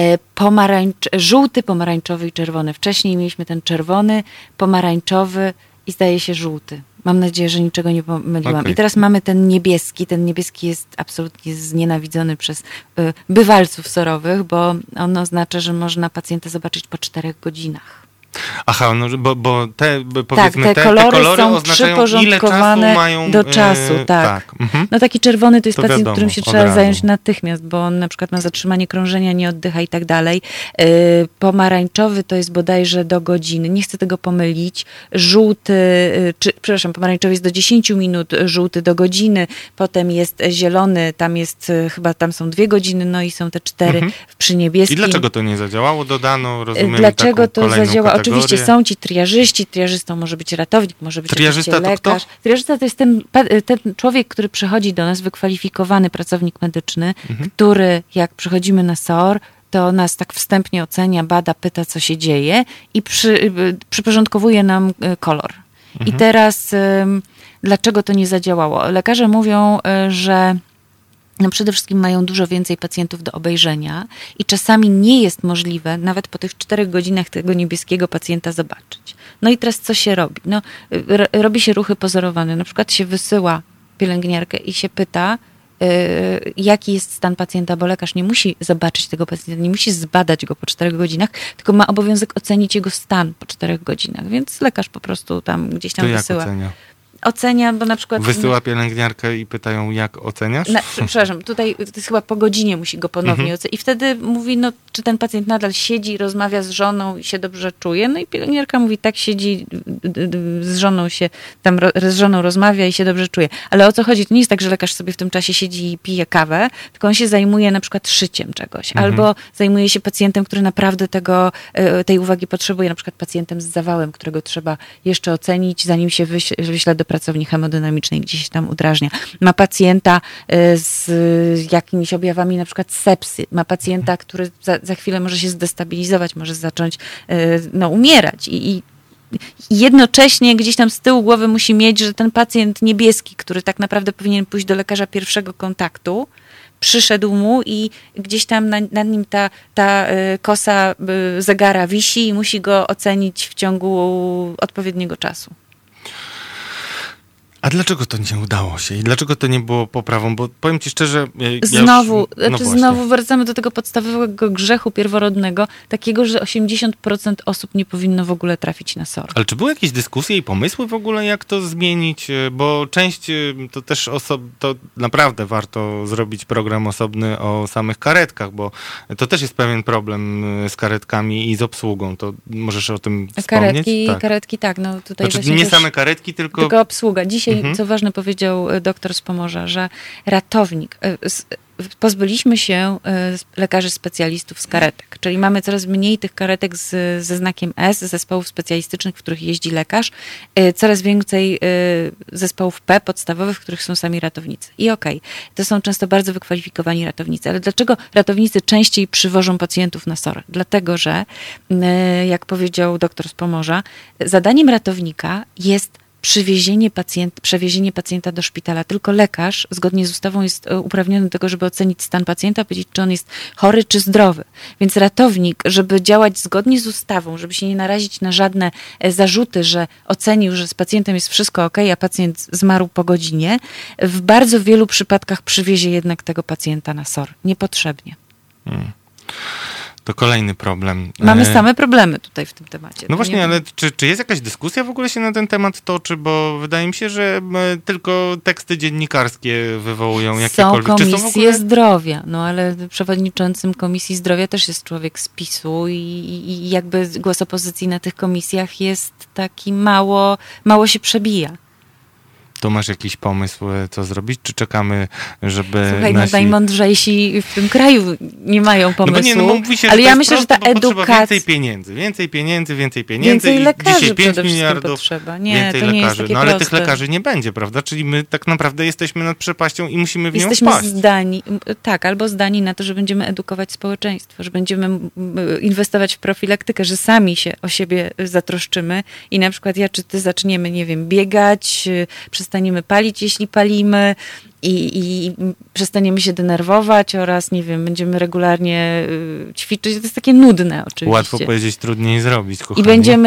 żółty, pomarańczowy i czerwony. Wcześniej mieliśmy ten czerwony, pomarańczowy i zdaje się żółty. Mam nadzieję, że niczego nie pomyliłam. Okay. I teraz mamy ten niebieski. Ten niebieski jest absolutnie znienawidzony przez bywalców SOR-owych, bo on oznacza, że można pacjenta zobaczyć po 4 godzinach. Aha, no bo powiedzmy tak, te kolory są oznaczają, ile czasu mają do czasu, tak. Mhm. No taki czerwony to jest To pacjent, wiadomo, którym się od trzeba razu. zająć natychmiast, bo on na przykład ma zatrzymanie krążenia, nie oddycha i tak dalej. Pomarańczowy to jest bodajże do godziny, nie chcę tego pomylić. Żółty, pomarańczowy jest do 10 minut, żółty do godziny, potem jest zielony, tam są 2 godziny, no i są te 4 przy niebieskim. I dlaczego to nie zadziałało? Dodano, rozumiem, Dlaczego taką to kolejną zadziała? kategorię. Oczywiście są ci triażyści, triażystą może być ratownik, może być Triażysta oczywiście to lekarz. kto? Triażysta to jest ten człowiek, który przychodzi do nas, wykwalifikowany pracownik medyczny, który jak przychodzimy na SOR, to nas tak wstępnie ocenia, bada, pyta, co się dzieje i przyporządkowuje nam kolor. I teraz dlaczego to nie zadziałało? Lekarze mówią, że no przede wszystkim mają dużo więcej pacjentów do obejrzenia i czasami nie jest możliwe nawet po tych 4 godzinach tego niebieskiego pacjenta zobaczyć. No i teraz co się robi? No, robi się ruchy pozorowane. Na przykład się wysyła pielęgniarkę i się pyta, jaki jest stan pacjenta, bo lekarz nie musi zobaczyć tego pacjenta, nie musi zbadać go po 4 godzinach, tylko ma obowiązek ocenić jego stan po 4 godzinach. Więc lekarz po prostu tam gdzieś tam to wysyła. Jak Ocenia, bo na przykład... Wysyła pielęgniarkę i pytają, jak oceniasz? Przepraszam, tutaj to jest chyba po godzinie musi go ponownie ocenić. I wtedy mówi, no czy ten pacjent nadal siedzi, rozmawia z żoną i się dobrze czuje. No i pielęgniarka mówi, tak siedzi, z żoną się tam, z żoną rozmawia i się dobrze czuje. Ale o co chodzi? To nie jest tak, że lekarz sobie w tym czasie siedzi i pije kawę, tylko on się zajmuje na przykład szyciem czegoś. Albo zajmuje się pacjentem, który naprawdę tej uwagi potrzebuje, na przykład pacjentem z zawałem, którego trzeba jeszcze ocenić, zanim się wyśle do pracowni hemodynamicznej, gdzie się tam udrażnia. Ma pacjenta z jakimiś objawami na przykład sepsy. Ma pacjenta, który za chwilę może się zdestabilizować, może zacząć umierać. I jednocześnie gdzieś tam z tyłu głowy musi mieć, że ten pacjent niebieski, który tak naprawdę powinien pójść do lekarza pierwszego kontaktu, przyszedł mu i gdzieś tam nad nim ta kosa zegara wisi i musi go ocenić w ciągu odpowiedniego czasu. A dlaczego to nie udało się? I dlaczego to nie było poprawą? Bo powiem ci szczerze... Znowu wracamy do tego podstawowego grzechu pierworodnego, takiego, że 80% osób nie powinno w ogóle trafić na SOR. Ale czy były jakieś dyskusje i pomysły w ogóle, jak to zmienić? Bo część to też to naprawdę warto zrobić program osobny o samych karetkach, bo to też jest pewien problem z karetkami i z obsługą. To możesz o tym wspomnieć? Karetki tak. No tutaj znaczy nie same karetki, tylko obsługa. Dzisiaj, co ważne, powiedział doktor z Pomorza, że ratownik... Pozbyliśmy się lekarzy specjalistów z karetek, czyli mamy coraz mniej tych karetek ze znakiem S, zespołów specjalistycznych, w których jeździ lekarz, coraz więcej zespołów P podstawowych, w których są sami ratownicy. I to są często bardzo wykwalifikowani ratownicy, ale dlaczego ratownicy częściej przywożą pacjentów na SOR? Dlatego, że jak powiedział doktor z Pomorza, zadaniem ratownika jest przewiezienie pacjenta do szpitala. Tylko lekarz, zgodnie z ustawą, jest uprawniony do tego, żeby ocenić stan pacjenta, powiedzieć, czy on jest chory, czy zdrowy. Więc ratownik, żeby działać zgodnie z ustawą, żeby się nie narazić na żadne zarzuty, że ocenił, że z pacjentem jest wszystko okej, a pacjent zmarł po godzinie, w bardzo wielu przypadkach przywiezie jednak tego pacjenta na SOR. Niepotrzebnie. To kolejny problem. Mamy same problemy tutaj w tym temacie. No właśnie, ale czy jest jakaś dyskusja w ogóle się na ten temat toczy? Bo wydaje mi się, że tylko teksty dziennikarskie wywołują jakiekolwiek... Są komisje zdrowia, no ale przewodniczącym Komisji Zdrowia też jest człowiek z PiS-u i jakby głos opozycji na tych komisjach jest taki mało się przebija. To masz jakiś pomysł, co zrobić? Czy czekamy, żeby Słuchaj, najmądrzejsi w tym kraju nie mają pomysłu. No mówi się, ale że ja myślę, że ta edukacja... Więcej pieniędzy. Więcej lekarzy 5 przede wszystkim miliardów, potrzeba. Nie, więcej to nie lekarzy. jest takie ale proste. tych lekarzy nie będzie, prawda? Czyli my tak naprawdę jesteśmy nad przepaścią i musimy w nią Jesteśmy wpaść. zdani, tak, albo zdani na to, że będziemy edukować społeczeństwo, że będziemy inwestować w profilaktykę, że sami się o siebie zatroszczymy i na przykład ja czy ty zaczniemy, nie wiem, biegać, przestaniemy palić, jeśli palimy i przestaniemy się denerwować oraz, nie wiem, będziemy regularnie ćwiczyć. To jest takie nudne oczywiście. Łatwo powiedzieć, trudniej zrobić, kochani.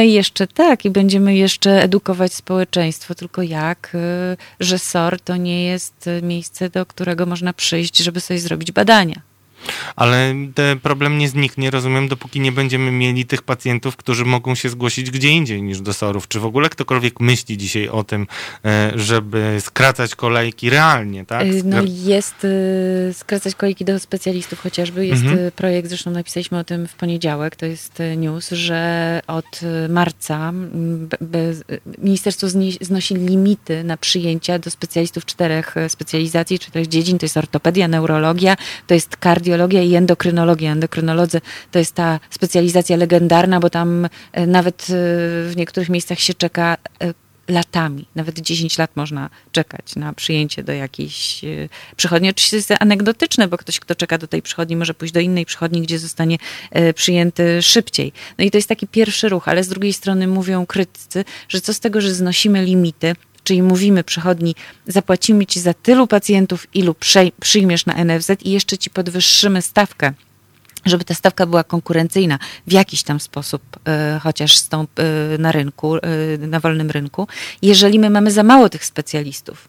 I będziemy jeszcze edukować społeczeństwo, tylko jak, że SOR to nie jest miejsce, do którego można przyjść, żeby sobie zrobić badania. Ale ten problem nie zniknie, rozumiem, dopóki nie będziemy mieli tych pacjentów, którzy mogą się zgłosić gdzie indziej niż do SOR-ów. Czy w ogóle ktokolwiek myśli dzisiaj o tym, żeby skracać kolejki realnie, tak? Jest skracać kolejki do specjalistów chociażby. Jest projekt, zresztą napisaliśmy o tym w poniedziałek, to jest news, że od marca ministerstwo znosi limity na przyjęcia do specjalistów 4 specjalizacji, 4 dziedzin. To jest ortopedia, neurologia, to jest kardiologia i endokrynologia. Endokrynolodzy to jest ta specjalizacja legendarna, bo tam nawet w niektórych miejscach się czeka latami. Nawet 10 lat można czekać na przyjęcie do jakiejś przychodni. Oczywiście jest to anegdotyczne, bo ktoś, kto czeka do tej przychodni, może pójść do innej przychodni, gdzie zostanie przyjęty szybciej. No i to jest taki pierwszy ruch, ale z drugiej strony mówią krytycy, że co z tego, że znosimy limity, czyli mówimy przychodni, zapłacimy ci za tylu pacjentów, ilu przyjmiesz na NFZ i jeszcze ci podwyższymy stawkę, żeby ta stawka była konkurencyjna w jakiś tam sposób, chociaż na rynku, na wolnym rynku, jeżeli my mamy za mało tych specjalistów.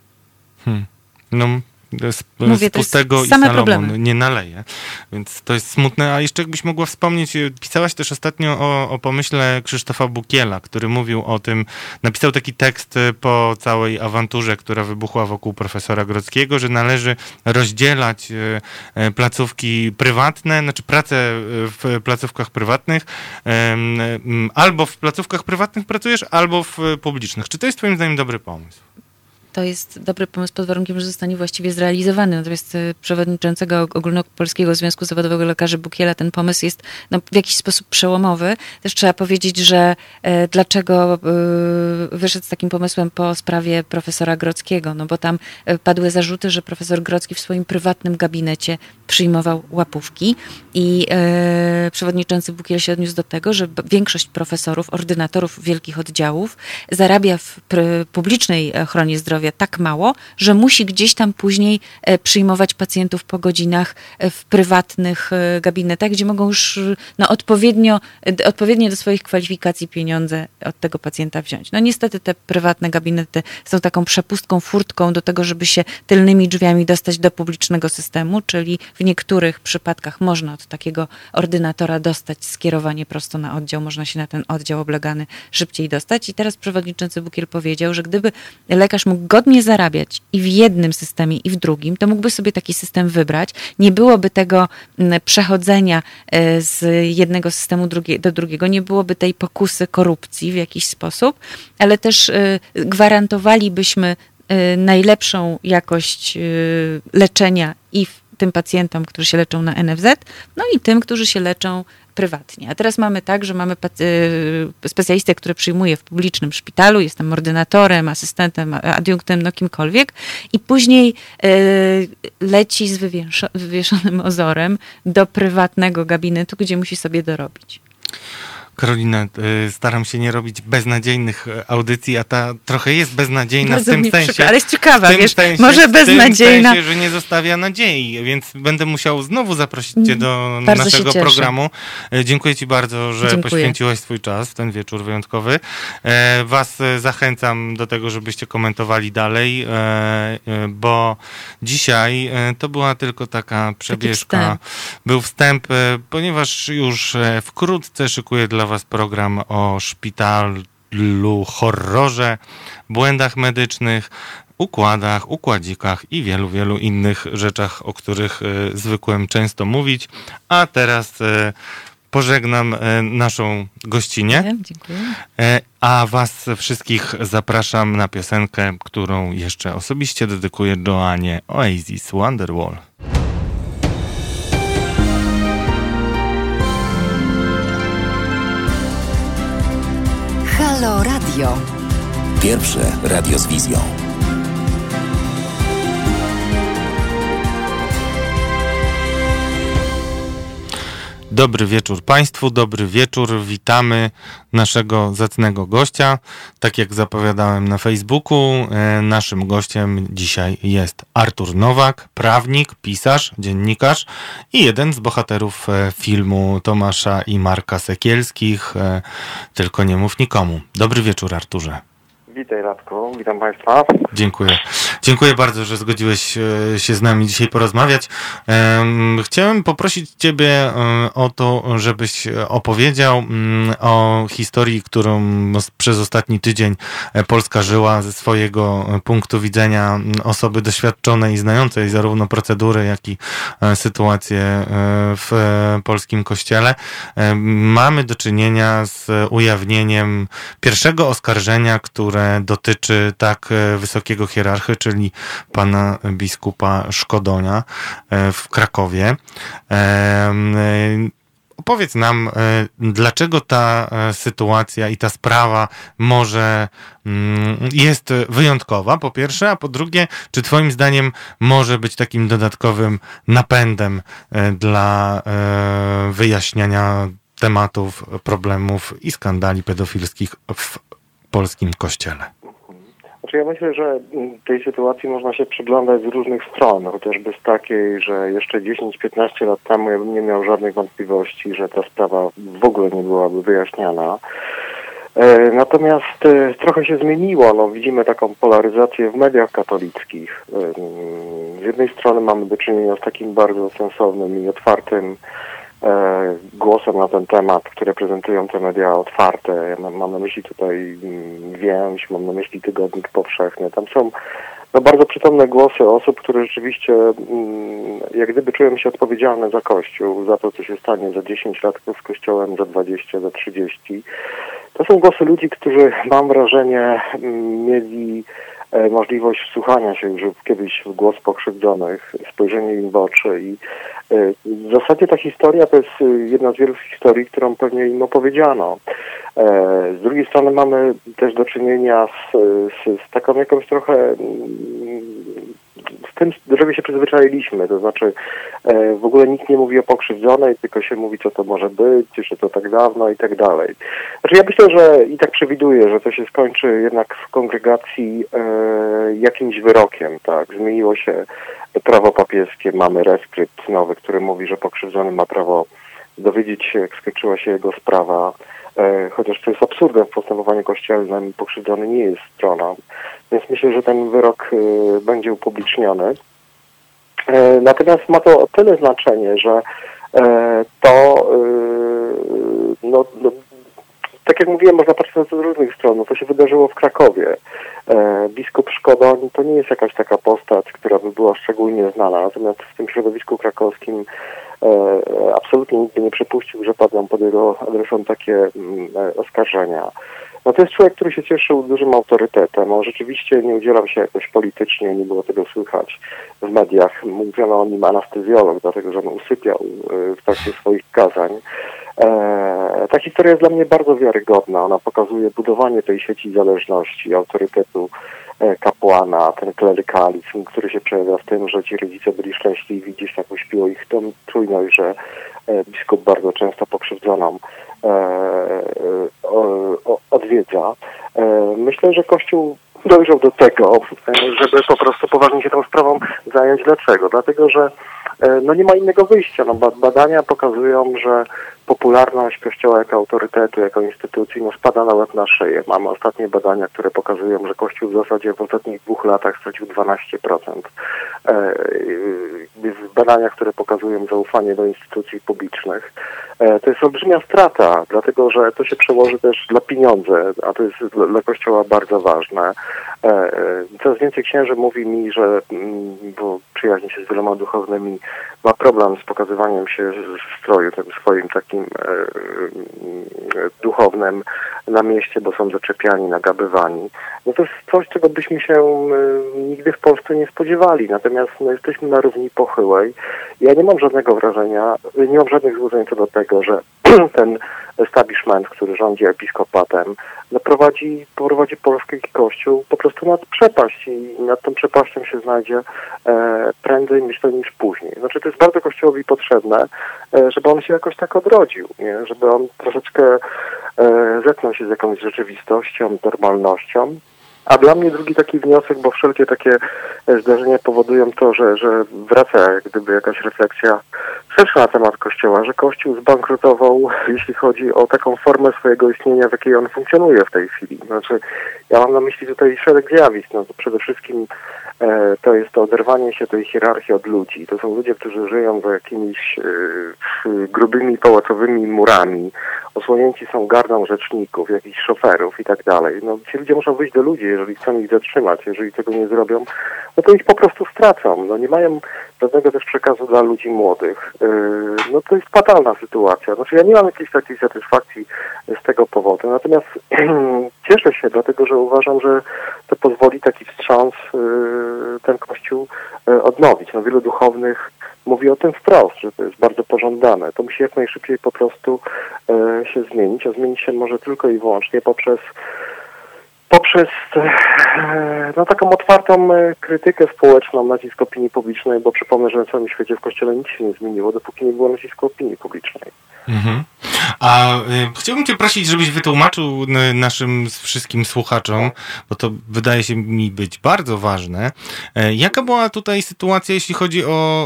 No, z pustego i Salomon nie naleje, więc to jest smutne. A jeszcze jakbyś mogła wspomnieć, pisałaś też ostatnio o pomyśle Krzysztofa Bukiela, który mówił o tym, napisał taki tekst po całej awanturze, która wybuchła wokół profesora Grodzkiego, że należy rozdzielać placówki prywatne, znaczy pracę w placówkach prywatnych, albo w placówkach prywatnych pracujesz, albo w publicznych. Czy to jest twoim zdaniem dobry pomysł? To jest dobry pomysł pod warunkiem, że zostanie właściwie zrealizowany. Natomiast przewodniczącego Ogólnopolskiego Związku Zawodowego Lekarzy Bukiela ten pomysł jest w jakiś sposób przełomowy. Też trzeba powiedzieć, że dlaczego wyszedł z takim pomysłem po sprawie profesora Grodzkiego, no bo tam padły zarzuty, że profesor Grodzki w swoim prywatnym gabinecie przyjmował łapówki i przewodniczący Bukiel się odniósł do tego, że większość profesorów, ordynatorów wielkich oddziałów zarabia w publicznej ochronie zdrowia tak mało, że musi gdzieś tam później przyjmować pacjentów po godzinach w prywatnych gabinetach, gdzie mogą już odpowiednio do swoich kwalifikacji pieniądze od tego pacjenta wziąć. No niestety te prywatne gabinety są taką przepustką, furtką do tego, żeby się tylnymi drzwiami dostać do publicznego systemu, czyli w niektórych przypadkach można od takiego ordynatora dostać skierowanie prosto na oddział, można się na ten oddział oblegany szybciej dostać. I teraz przewodniczący Bukiel powiedział, że gdyby lekarz mógł godnie zarabiać i w jednym systemie, i w drugim, to mógłby sobie taki system wybrać. Nie byłoby tego przechodzenia z jednego systemu do drugiego, nie byłoby tej pokusy korupcji w jakiś sposób, ale też gwarantowalibyśmy najlepszą jakość leczenia i tym pacjentom, którzy się leczą na NFZ, no i tym, którzy się leczą prywatnie. A teraz mamy tak, że mamy specjalistę, który przyjmuje w publicznym szpitalu, jest tam ordynatorem, asystentem, adiunktem, no kimkolwiek i później leci z wywieszonym ozorem do prywatnego gabinetu, gdzie musi sobie dorobić. Karolina, staram się nie robić beznadziejnych audycji, a ta trochę jest beznadziejna bardzo w tym sensie. Ale jest ciekawa, wiesz, sensie, może beznadziejna. W tym sensie, że nie zostawia nadziei, więc będę musiał znowu zaprosić cię do bardzo naszego programu. Dziękuję ci bardzo, że poświęciłaś swój czas w ten wieczór wyjątkowy. Was zachęcam do tego, żebyście komentowali dalej, bo dzisiaj to była tylko taka przebieżka. Był wstęp, ponieważ już wkrótce szykuję dla was program o szpitalu, horrorze, błędach medycznych, układach, układzikach i wielu, wielu innych rzeczach, o których zwykłem często mówić. A teraz pożegnam naszą gościnię. Dziękuję. A was wszystkich zapraszam na piosenkę, którą jeszcze osobiście dedykuję Joannie, Oasis Wonderwall. Halo Radio. Pierwsze radio z wizją. Dobry wieczór Państwu, dobry wieczór. Witamy naszego zacnego gościa. Tak jak zapowiadałem na Facebooku, naszym gościem dzisiaj jest Artur Nowak, prawnik, pisarz, dziennikarz i jeden z bohaterów filmu Tomasza i Marka Sekielskich, Tylko nie mów nikomu. Dobry wieczór, Arturze. Witaj, Radku, witam Państwa. Dziękuję. Dziękuję bardzo, że zgodziłeś się z nami dzisiaj porozmawiać. Chciałem poprosić Ciebie o to, żebyś opowiedział o historii, którą przez ostatni tydzień Polska żyła ze swojego punktu widzenia osoby doświadczonej i znającej zarówno procedury, jak i sytuację w polskim kościele. Mamy do czynienia z ujawnieniem pierwszego oskarżenia, które dotyczy tak wysokiego hierarchy, czyli pana biskupa Szkodonia w Krakowie. Opowiedz nam, dlaczego ta sytuacja i ta sprawa może jest wyjątkowa, po pierwsze, a po drugie, czy twoim zdaniem może być takim dodatkowym napędem dla wyjaśniania tematów, problemów i skandali pedofilskich w polskim kościele? Znaczy ja myślę, że tej sytuacji można się przyglądać z różnych stron, chociażby z takiej, że jeszcze 10-15 lat temu ja bym nie miał żadnych wątpliwości, że ta sprawa w ogóle nie byłaby wyjaśniana. Natomiast trochę się zmieniło. No, widzimy taką polaryzację w mediach katolickich. Z jednej strony mamy do czynienia z takim bardzo sensownym i otwartym głosem na ten temat, które prezentują te media otwarte. Ja mam na myśli tutaj Więź, mam na myśli Tygodnik Powszechny. Tam są bardzo przytomne głosy osób, które rzeczywiście jak gdyby czują się odpowiedzialne za Kościół, za to, co się stanie za 10 lat z Kościołem, za 20, za 30. To są głosy ludzi, którzy, mam wrażenie, mieli możliwość wsłuchania się już kiedyś w głos pokrzywdzonych, spojrzenie im w oczy i w zasadzie ta historia to jest jedna z wielu historii, którą pewnie im opowiedziano. Z drugiej strony mamy też do czynienia z taką jakąś trochę z tym, do czego się przyzwyczailiśmy, to znaczy w ogóle nikt nie mówi o pokrzywdzonej, tylko się mówi, co to może być, że to tak dawno i tak dalej. Znaczy ja myślę, że i tak przewiduję, że to się skończy jednak w kongregacji jakimś wyrokiem, tak? Zmieniło się prawo papieskie, mamy reskrypt nowy, który mówi, że pokrzywdzony ma prawo dowiedzieć się, jak skończyła się jego sprawa, chociaż to jest absurdem w postępowaniu kościelnym, pokrzywdzony nie jest stroną. Więc myślę, że ten wyrok będzie upubliczniony. Natomiast ma to o tyle znaczenie, że tak jak mówiłem, można patrzeć na to z różnych stron. To się wydarzyło w Krakowie. Biskup Szkodoń to nie jest jakaś taka postać, która by była szczególnie znana. Natomiast w tym środowisku krakowskim absolutnie nikt by nie przypuścił, że padną pod jego adresem takie oskarżenia. No to jest człowiek, który się cieszył dużym autorytetem. On rzeczywiście nie udzielał się jakoś politycznie, nie było tego słychać w mediach. Mówiono o nim anestezjolog, dlatego że on usypiał w trakcie swoich kazań. Ta historia jest dla mnie bardzo wiarygodna. Ona pokazuje budowanie tej sieci zależności, autorytetu kapłana, ten klerykalizm, który się przejawia w tym, że ci rodzice byli szczęśliwi, gdzieś tak uśpiło ich tą czujność, że biskup bardzo często pokrzywdzoną odwiedza. Myślę, że Kościół dojrzał do tego, żeby po prostu poważnie się tą sprawą zająć. Dlaczego? Dlatego, że nie ma innego wyjścia. Badania pokazują, że popularność Kościoła jako autorytetu, jako instytucji spada na łeb na szyję. Mamy ostatnie badania, które pokazują, że Kościół w zasadzie w ostatnich 2 latach stracił 12%. Badania, które pokazują zaufanie do instytucji publicznych. To jest olbrzymia strata, dlatego że to się przełoży też na pieniądze, a to jest dla Kościoła bardzo ważne. Coraz więcej księży mówi mi, że bo przyjaźni się z wieloma duchownymi, ma problem z pokazywaniem się w stroju tym swoim takim takim duchownym na mieście, bo są zaczepiani, nagabywani. No to jest coś, czego byśmy się nigdy w Polsce nie spodziewali. Natomiast jesteśmy na równi pochyłej. Ja nie mam żadnego wrażenia, nie mam żadnych złudzeń co do tego, że ten establishment, który rządzi episkopatem, prowadzi polski Kościół po prostu nad przepaść i nad tą przepaścią się znajdzie prędzej, myślę, niż później. Znaczy to jest bardzo Kościołowi potrzebne, żeby on się jakoś tak odrodził, nie? Żeby on troszeczkę zetknął się z jakąś rzeczywistością, normalnością. A dla mnie drugi taki wniosek, bo wszelkie takie zdarzenia powodują to, że wraca jak gdyby jakaś refleksja szersza na temat Kościoła, że Kościół zbankrutował, jeśli chodzi o taką formę swojego istnienia, w jakiej on funkcjonuje w tej chwili. Znaczy, ja mam na myśli tutaj szereg zjawisk. No to przede wszystkim to jest to oderwanie się tej hierarchii od ludzi. To są ludzie, którzy żyją za jakimiś grubymi pałacowymi murami, osłonięci są gardą rzeczników, jakichś szoferów i tak dalej. No, ci ludzie muszą wyjść do ludzi, jeżeli chcą ich zatrzymać. Jeżeli tego nie zrobią, no to ich po prostu stracą. No, nie mają żadnego też przekazu dla ludzi młodych. No to jest fatalna sytuacja. Znaczy ja nie mam jakiejś takiej satysfakcji z tego powodu. Natomiast cieszę się, dlatego że uważam, że to pozwoli taki wstrząs ten Kościół odnowić. No, wielu duchownych mówi o tym wprost, że to jest bardzo pożądane. To musi jak najszybciej po prostu się zmienić, a zmienić się może tylko i wyłącznie poprzez no, taką otwartą krytykę społeczną, nacisk opinii publicznej, bo przypomnę, że na całym świecie w Kościele nic się nie zmieniło, dopóki nie było nacisku opinii publicznej. Mhm. A chciałbym Cię prosić, żebyś wytłumaczył naszym wszystkim słuchaczom, bo to wydaje się mi być bardzo ważne, jaka była tutaj sytuacja, jeśli chodzi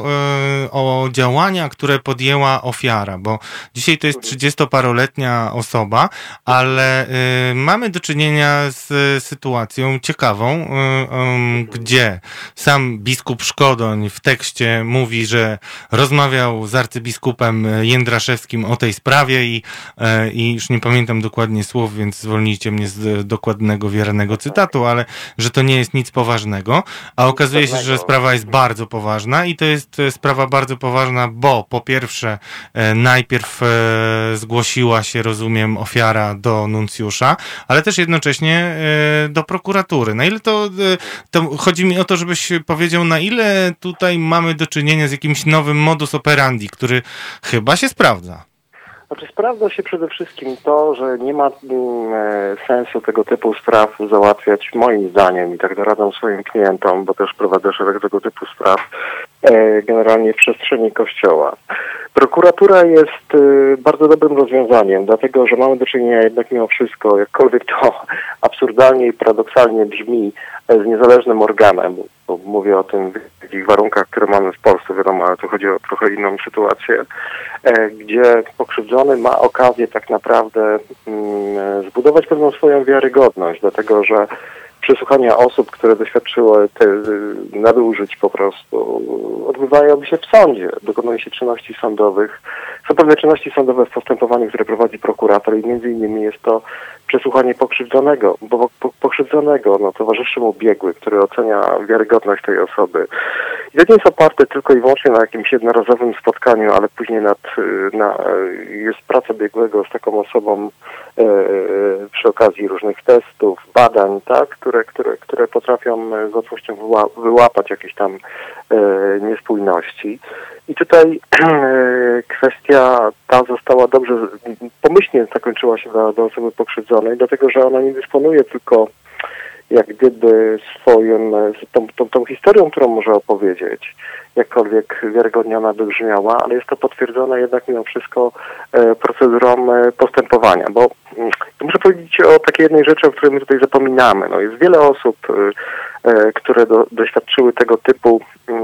o działania, które podjęła ofiara, bo dzisiaj to jest 30-paroletnia osoba, ale mamy do czynienia z sytuacją ciekawą, gdzie sam biskup Szkodoń w tekście mówi, że rozmawiał z arcybiskupem Jędraszewskim o tej sprawie i już nie pamiętam dokładnie słów, więc zwolnijcie mnie z dokładnego, wiernego cytatu, ale że to nie jest nic poważnego, a okazuje się, że sprawa jest bardzo poważna i to jest sprawa bardzo poważna, bo po pierwsze najpierw zgłosiła się, rozumiem, ofiara do nuncjusza, ale też jednocześnie do prokuratury. Na ile to chodzi mi o to, żebyś powiedział, na ile tutaj mamy do czynienia z jakimś nowym modus operandi, który chyba się sprawdza. Znaczy sprawdza się przede wszystkim to, że nie ma sensu tego typu spraw załatwiać moim zdaniem i tak doradzam swoim klientom, bo też prowadzę szereg tego typu spraw generalnie w przestrzeni Kościoła. Prokuratura jest bardzo dobrym rozwiązaniem, dlatego że mamy do czynienia jednak mimo wszystko, jakkolwiek to absurdalnie i paradoksalnie brzmi, z niezależnym organem, bo mówię o tym w takich warunkach, które mamy w Polsce, wiadomo, ale tu chodzi o trochę inną sytuację, gdzie pokrzywdzony ma okazję tak naprawdę zbudować pewną swoją wiarygodność, dlatego że przesłuchania osób, które doświadczyły nadużyć po prostu, odbywają się w sądzie. Dokonuje się czynności sądowych. Są pewne czynności sądowe w postępowaniu, które prowadzi prokurator i między innymi jest to przesłuchanie pokrzywdzonego, bo pokrzywdzonego towarzyszy mu biegły, który ocenia wiarygodność tej osoby. I to nie jest oparte tylko i wyłącznie na jakimś jednorazowym spotkaniu, ale później jest praca biegłego z taką osobą przy okazji różnych testów, badań, tak, które potrafią z łatwością wyłapać jakieś tam niespójności. I tutaj kwestia ta została dobrze, pomyślnie zakończyła się dla osoby pokrzywdzonej, dlatego że ona nie dysponuje tylko jak gdyby tą historią, którą może opowiedzieć, jakkolwiek wiarygodnie ona by brzmiała, ale jest to potwierdzone jednak mimo wszystko procedurą postępowania, bo muszę powiedzieć o takiej jednej rzeczy, o której my tutaj zapominamy. No, jest wiele osób, które doświadczyły tego typu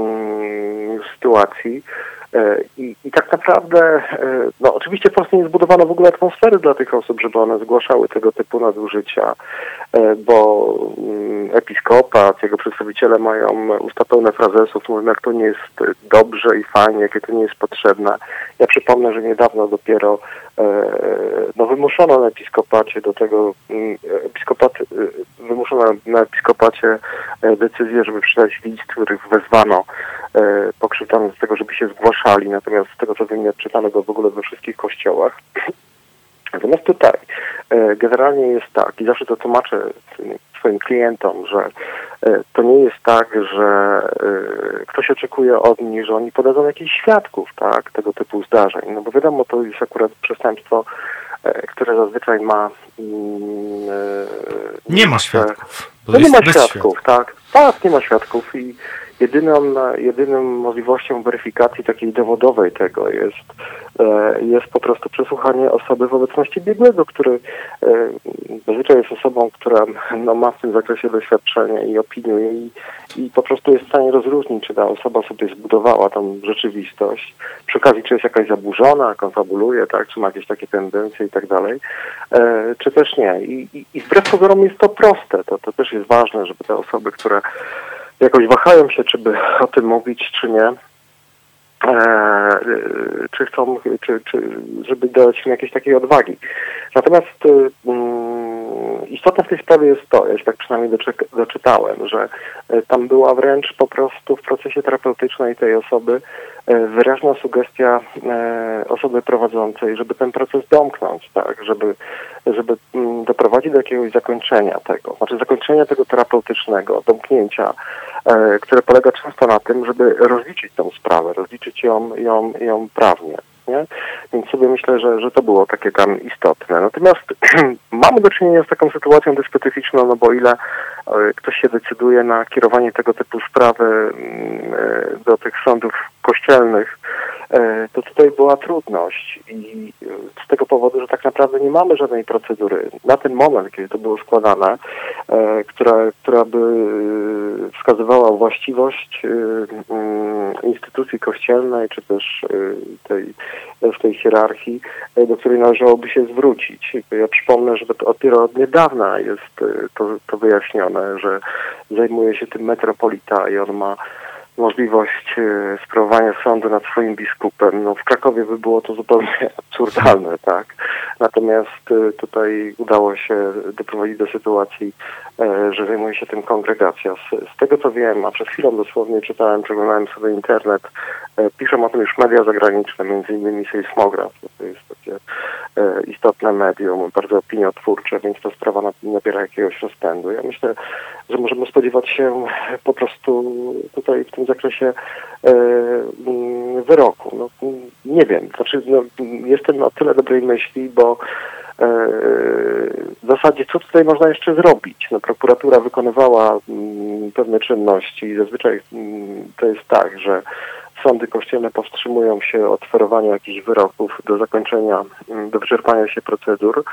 sytuacji, i tak naprawdę, no oczywiście w Polsce nie zbudowano w ogóle atmosfery dla tych osób, żeby one zgłaszały tego typu nadużycia, bo episkopat, jego przedstawiciele mają usta pełne frazesów, mówią, jak to nie jest dobrze i fajnie, jakie to nie jest potrzebne. Ja przypomnę, że niedawno dopiero wymuszono na episkopacie do tego, wymuszono na episkopacie decyzję, żeby przeczytać list, w których wezwano pokrzywdzonych z tego, żeby się zgłaszali, natomiast z tego co wiem, nie czytamy go w ogóle we wszystkich kościołach. Natomiast tutaj generalnie jest tak i zawsze to tłumaczę swoim klientom, że to nie jest tak, że ktoś oczekuje od nich, że oni podadzą jakichś świadków, tak, tego typu zdarzeń. No bo wiadomo, to jest akurat przestępstwo, które zazwyczaj ma... nie ma świadków. No nie ma świadków, tak. Tak, nie ma świadków i jedyną możliwością weryfikacji takiej dowodowej tego jest po prostu przesłuchanie osoby w obecności biegłego, który zazwyczaj jest osobą, która ma w tym zakresie doświadczenie i opiniuje i po prostu jest w stanie rozróżnić, czy ta osoba sobie zbudowała tam rzeczywistość, przy okazji czy jest jakaś zaburzona, konfabuluje, tak, czy ma jakieś takie tendencje i tak dalej, czy też nie. I wbrew pozorom jest to proste, to też jest ważne, żeby te osoby, które jakoś wahają się, czy by o tym mówić, czy nie, czy chcą, czy żeby dać im jakiejś takiej odwagi. Natomiast istotne w tej sprawie jest to, ja się tak przynajmniej doczytałem, że tam była wręcz po prostu w procesie terapeutycznej tej osoby wyraźna sugestia osoby prowadzącej, żeby ten proces domknąć, tak, żeby doprowadzić do jakiegoś zakończenia tego terapeutycznego, domknięcia, które polega często na tym, żeby rozliczyć tę sprawę, rozliczyć ją prawnie. Nie? Więc sobie myślę, że to było takie tam istotne. Natomiast mamy do czynienia z taką sytuacją dość specyficzną, no bo o ile ktoś się decyduje na kierowanie tego typu sprawy do tych sądów kościelnych, to tutaj była trudność i z tego powodu, że tak naprawdę nie mamy żadnej procedury na ten moment, kiedy to było składane, która by wskazywała właściwość instytucji kościelnej, czy też w tej hierarchii, do której należałoby się zwrócić. Ja przypomnę, że dopiero od niedawna jest to wyjaśnione, że zajmuje się tym metropolita i on ma możliwość sprawowania sądu nad swoim biskupem. No w Krakowie by było to zupełnie absurdalne, tak? Natomiast tutaj udało się doprowadzić do sytuacji, że zajmuje się tym kongregacja. Z tego co wiem, a przed chwilą dosłownie czytałem, przeglądałem sobie internet, piszą o tym już media zagraniczne, między innymi Sejsmograf. To jest takie istotne medium, bardzo opiniotwórcze, więc ta sprawa nabiera jakiegoś rozpędu. Ja myślę, że możemy spodziewać się po prostu tutaj w tym zakresie wyroku. No, nie wiem, jestem o tyle dobrej myśli, bo w zasadzie co tutaj można jeszcze zrobić? No, prokuratura wykonywała pewne czynności i zazwyczaj to jest tak, że sądy kościelne powstrzymują się od oferowania jakichś wyroków do zakończenia, do wyczerpania się procedur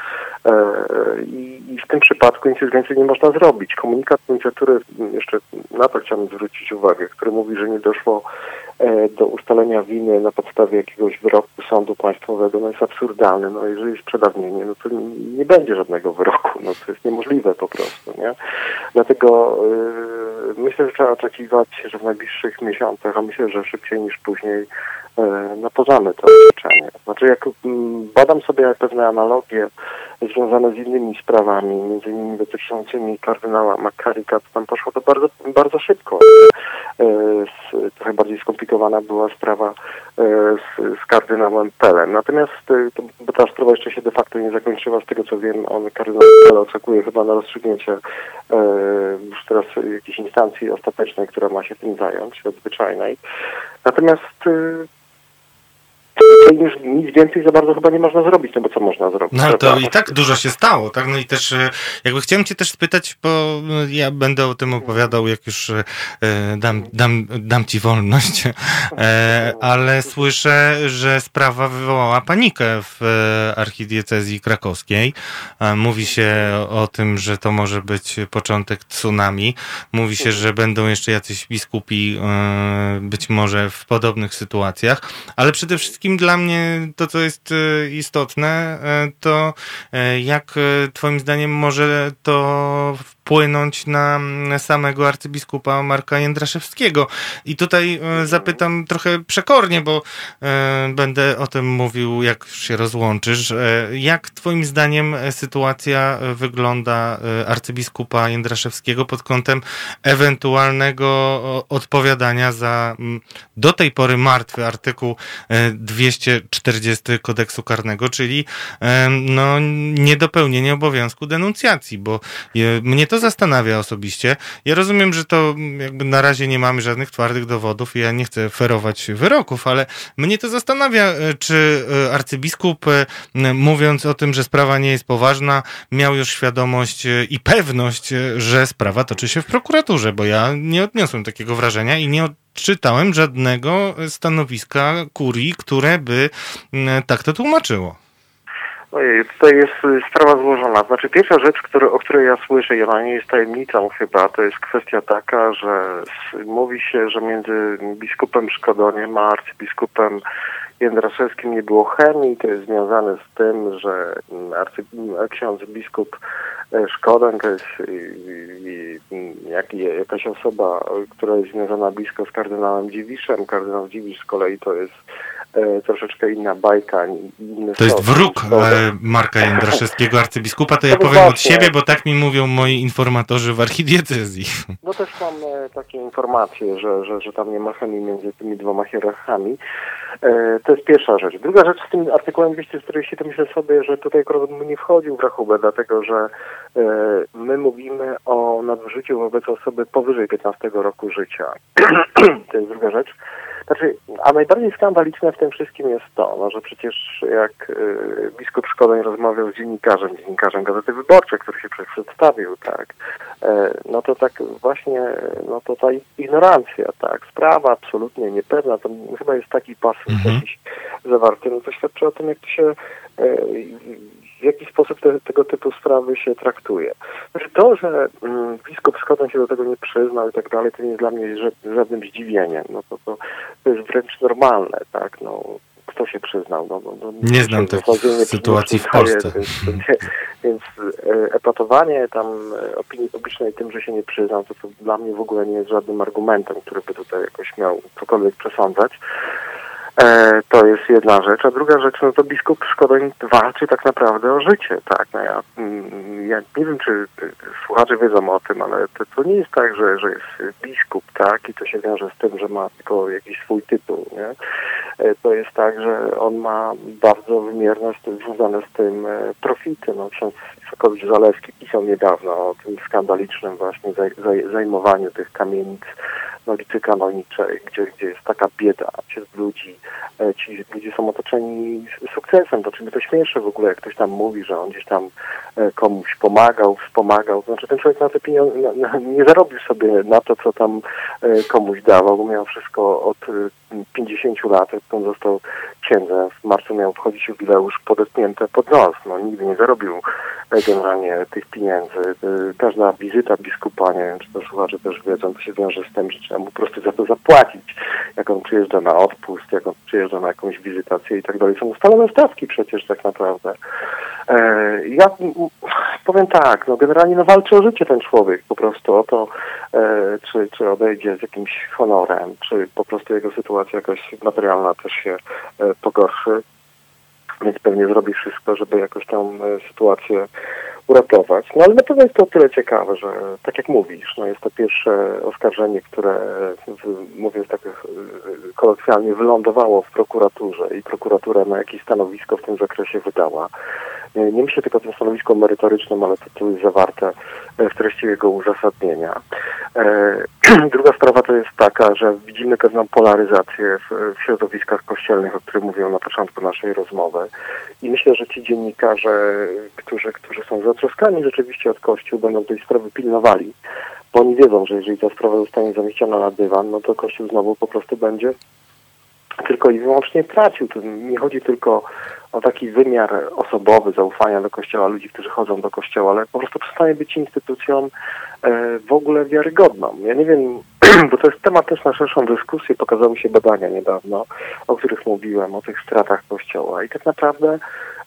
i w tym przypadku nic więcej nie można zrobić. Komunikat inicjatury, jeszcze na to chciałem zwrócić uwagę, który mówi, że nie doszło do ustalenia winy na podstawie jakiegoś wyroku sądu państwowego, no jest absurdalny. No jeżeli jest przedawnienie, no to nie będzie żadnego wyroku. No to jest niemożliwe po prostu, nie? Dlatego myślę, że trzeba oczekiwać, że w najbliższych miesiącach, a myślę, że szybciej niż później poznamy to orzeczenie. Znaczy jak badam sobie pewne analogie związane z innymi sprawami, między innymi dotyczącymi kardynała McCarricka, to tam poszło to bardzo, bardzo szybko. Trochę bardziej skomplikowana była sprawa z kardynałem Pelem. Natomiast bo ta sprawa jeszcze się de facto nie zakończyła, z tego co wiem, kardynał Pele oczekuje chyba na rozstrzygnięcie już teraz jakiejś instancji ostatecznej, która ma się tym zająć, odzwyczajnej. Natomiast już nic więcej za bardzo chyba nie można zrobić, no bo co można zrobić? No to i tak dużo się stało, tak? No i też jakby chciałem cię też spytać, bo ja będę o tym opowiadał, jak już dam ci wolność, ale słyszę, że sprawa wywołała panikę w archidiecezji krakowskiej. Mówi się o tym, że to może być początek tsunami. Mówi się, że będą jeszcze jacyś biskupi być może w podobnych sytuacjach, ale przede wszystkim dla mnie to, co jest istotne, to jak twoim zdaniem może to wpłynąć na samego arcybiskupa Marka Jędraszewskiego. I tutaj zapytam trochę przekornie, bo będę o tym mówił, jak już się rozłączysz. Jak twoim zdaniem sytuacja wygląda arcybiskupa Jędraszewskiego pod kątem ewentualnego odpowiadania za do tej pory martwy artykuł 240 Kodeksu Karnego, czyli niedopełnienie obowiązku denuncjacji, bo mnie to zastanawia osobiście. Ja rozumiem, że to jakby na razie nie mamy żadnych twardych dowodów i ja nie chcę ferować wyroków, ale mnie to zastanawia, czy arcybiskup, mówiąc o tym, że sprawa nie jest poważna, miał już świadomość i pewność, że sprawa toczy się w prokuraturze, bo ja nie odniosłem takiego wrażenia i nie odczytałem żadnego stanowiska kurii, które by tak to tłumaczyło. Ojej, tutaj jest sprawa złożona. Znaczy pierwsza rzecz, o której ja słyszę i ona nie jest tajemnicą chyba, to jest kwestia taka, że mówi się, że między biskupem Szkodoniem a arcybiskupem Jędraszewskim nie było chemii. To jest związane z tym, że ksiądz biskup Szkodoń to jest jakaś osoba, która jest związana blisko z kardynałem Dziwiszem. Kardynał Dziwisz z kolei to jest troszeczkę inna bajka. To jest wróg Marka Jędraszewskiego, arcybiskupa, to ja powiem od siebie, bo tak mi mówią moi informatorzy w archidiecezji. No też mam takie informacje, że tam nie ma chemii między tymi dwoma hierarchami. To jest pierwsza rzecz. Druga rzecz z tym artykułem 240 to myślę sobie, że tutaj akurat bym nie wchodził w rachubę, dlatego że my mówimy o nadużyciu wobec osoby powyżej 15 roku życia. To jest druga rzecz. Znaczy, a najbardziej skandaliczne w tym wszystkim jest to, że przecież jak biskup Szkodoń rozmawiał z dziennikarzem Gazety Wyborczej, który się przedstawił, tak, no to tak właśnie, no to ta ignorancja, tak, sprawa absolutnie niepewna, to chyba jest taki pasus jakiś zawarty, no to świadczy o tym, jak to się w jaki sposób tego typu sprawy się traktuje. Znaczy to, że biskup Szkodoń się do tego nie przyznał i tak dalej, to nie jest dla mnie żadnym zdziwieniem. No to jest wręcz normalne, tak? No, kto się przyznał? Nie znam tej sytuacji w Polsce. Więc epatowanie tam opinii publicznej tym, że się nie przyznał, to dla mnie w ogóle nie jest żadnym argumentem, który by tutaj jakoś miał cokolwiek przesądzać. To jest jedna rzecz, a druga rzecz, no to biskup Szkodoń walczy tak naprawdę o życie, tak. No ja nie wiem, czy słuchacze wiedzą o tym, ale to nie jest tak, że jest biskup, tak, i to się wiąże z tym, że ma tylko jakiś swój tytuł, nie. To jest tak, że on ma bardzo wymierne, związane z tym profity. No, ksiądz Sokołowicz-Zalewski pisał niedawno o tym skandalicznym właśnie zajmowaniu tych kamienic ulicy Kanoniczej, gdzie jest taka bieda wśród ludzi. Ci ludzie są otoczeni sukcesem. To czym to śmieszy w ogóle, jak ktoś tam mówi, że on gdzieś tam komuś pomagał, wspomagał. To znaczy ten człowiek na te pieniądze nie zarobił sobie na to, co tam komuś dawał, bo miał wszystko od 50 lat, jak on został księdzem. W marcu miał wchodzić jubileusz podepnięte pod nos. No, nigdy nie zarobił generalnie tych pieniędzy. Każda wizyta biskupa, nie wiem, czy to słuchacze też wiedzą, to się wiąże z tym, że trzeba mu po prostu za to zapłacić. Jak on przyjeżdża na odpust, jak on przyjeżdża na jakąś wizytację i tak dalej. Są ustalone stawki przecież tak naprawdę. Ja powiem tak, no generalnie walczy o życie ten człowiek po prostu o to, czy odejdzie z jakimś honorem, czy po prostu jego sytuacja jakaś materialna też się pogorszy. Więc pewnie zrobi wszystko, żeby jakoś tam sytuację uratować. No ale na pewno jest to o tyle ciekawe, że tak jak mówisz, no jest to pierwsze oskarżenie, które, mówiąc tak kolokwialnie, wylądowało w prokuraturze i prokuratura na jakieś stanowisko w tym zakresie wydała. Nie myślę tylko o tym stanowisku merytorycznym, ale to jest zawarte w treści jego uzasadnienia. Druga sprawa to jest taka, że widzimy pewną polaryzację w środowiskach kościelnych, o których mówiłem na początku naszej rozmowy. I myślę, że ci dziennikarze, którzy są zatroskani rzeczywiście od Kościół, będą tej sprawy pilnowali, bo oni wiedzą, że jeżeli ta sprawa zostanie zamieciona na dywan, no to Kościół znowu po prostu będzie tylko i wyłącznie tracił. To nie chodzi tylko o taki wymiar osobowy zaufania do Kościoła, ludzi, którzy chodzą do Kościoła, ale po prostu przestanie być instytucją w ogóle wiarygodną. Ja nie wiem, bo to jest temat też na szerszą dyskusję, pokazały się badania niedawno, o których mówiłem, o tych stratach Kościoła i tak naprawdę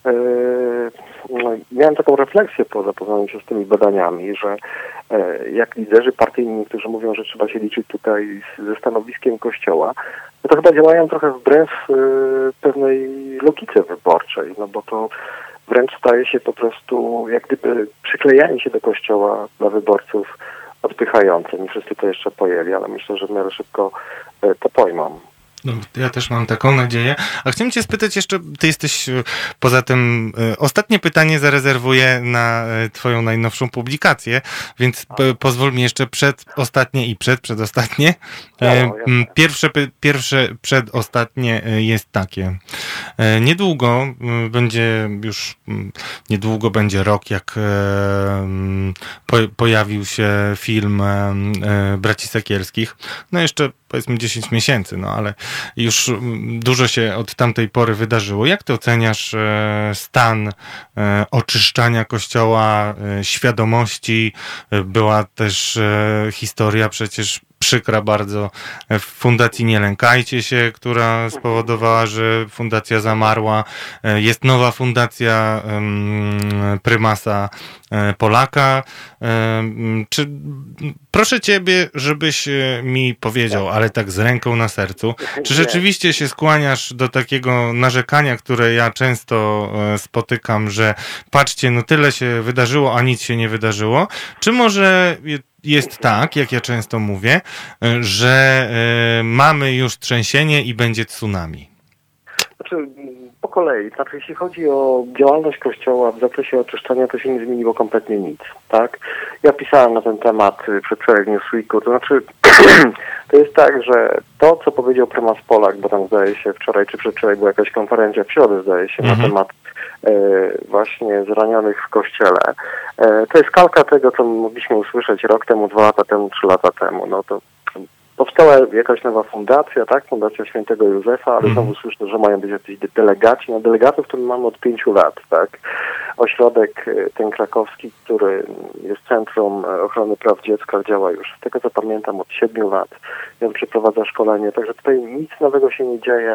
miałem taką refleksję po zapoznaniu się z tymi badaniami, że jak liderzy partyjni, niektórzy mówią, że trzeba się liczyć tutaj ze stanowiskiem Kościoła, no to chyba działają trochę wbrew pewnej logice wyborczej, no bo to wręcz staje się po prostu jak gdyby przyklejanie się do Kościoła dla wyborców odpychające. Nie wszyscy to jeszcze pojęli, ale myślę, że w miarę szybko to pojmą. No, ja też mam taką nadzieję. A chciałem cię spytać jeszcze, ty jesteś poza tym, ostatnie pytanie zarezerwuję na twoją najnowszą publikację, więc pozwól mi jeszcze przedostatnie i przedostatnie. Pierwsze przedostatnie jest takie. Niedługo będzie rok, jak pojawił się film Braci Sekielskich. No jeszcze powiedzmy 10 miesięcy, no ale już dużo się od tamtej pory wydarzyło. Jak ty oceniasz stan oczyszczania Kościoła, świadomości? Była też historia przecież przykra bardzo w Fundacji Nie Lękajcie się, która spowodowała, że fundacja zamarła. Jest nowa fundacja prymasa Polaka. Proszę ciebie, żebyś mi powiedział, ale tak z ręką na sercu, czy rzeczywiście się skłaniasz do takiego narzekania, które ja często spotykam, że patrzcie, no tyle się wydarzyło, a nic się nie wydarzyło, czy może jest tak, jak ja często mówię, że mamy już trzęsienie i będzie tsunami? Znaczy, po kolei. Znaczy, jeśli chodzi o działalność Kościoła w zakresie oczyszczania, to się nie zmieniło kompletnie nic, tak? Ja pisałem na ten temat przedwczoraj w Newsweeku, to znaczy to jest tak, że to, co powiedział prymas Polak, bo tam zdaje się wczoraj czy przedwczoraj była jakaś konferencja, w środę zdaje się, na temat właśnie zranionych w Kościele. To jest kalka tego, co mogliśmy usłyszeć rok temu, 2 lata temu, 3 lata temu. No to powstała jakaś nowa fundacja, tak? Fundacja Świętego Józefa, ale znowu słyszę, że mają być jacyś delegaci. No delegatów to my mamy od 5 lat, tak? Ośrodek ten krakowski, który jest Centrum Ochrony Praw Dziecka, działa już, z tego co pamiętam, od 7 lat. Więc przeprowadza szkolenie. Także tutaj nic nowego się nie dzieje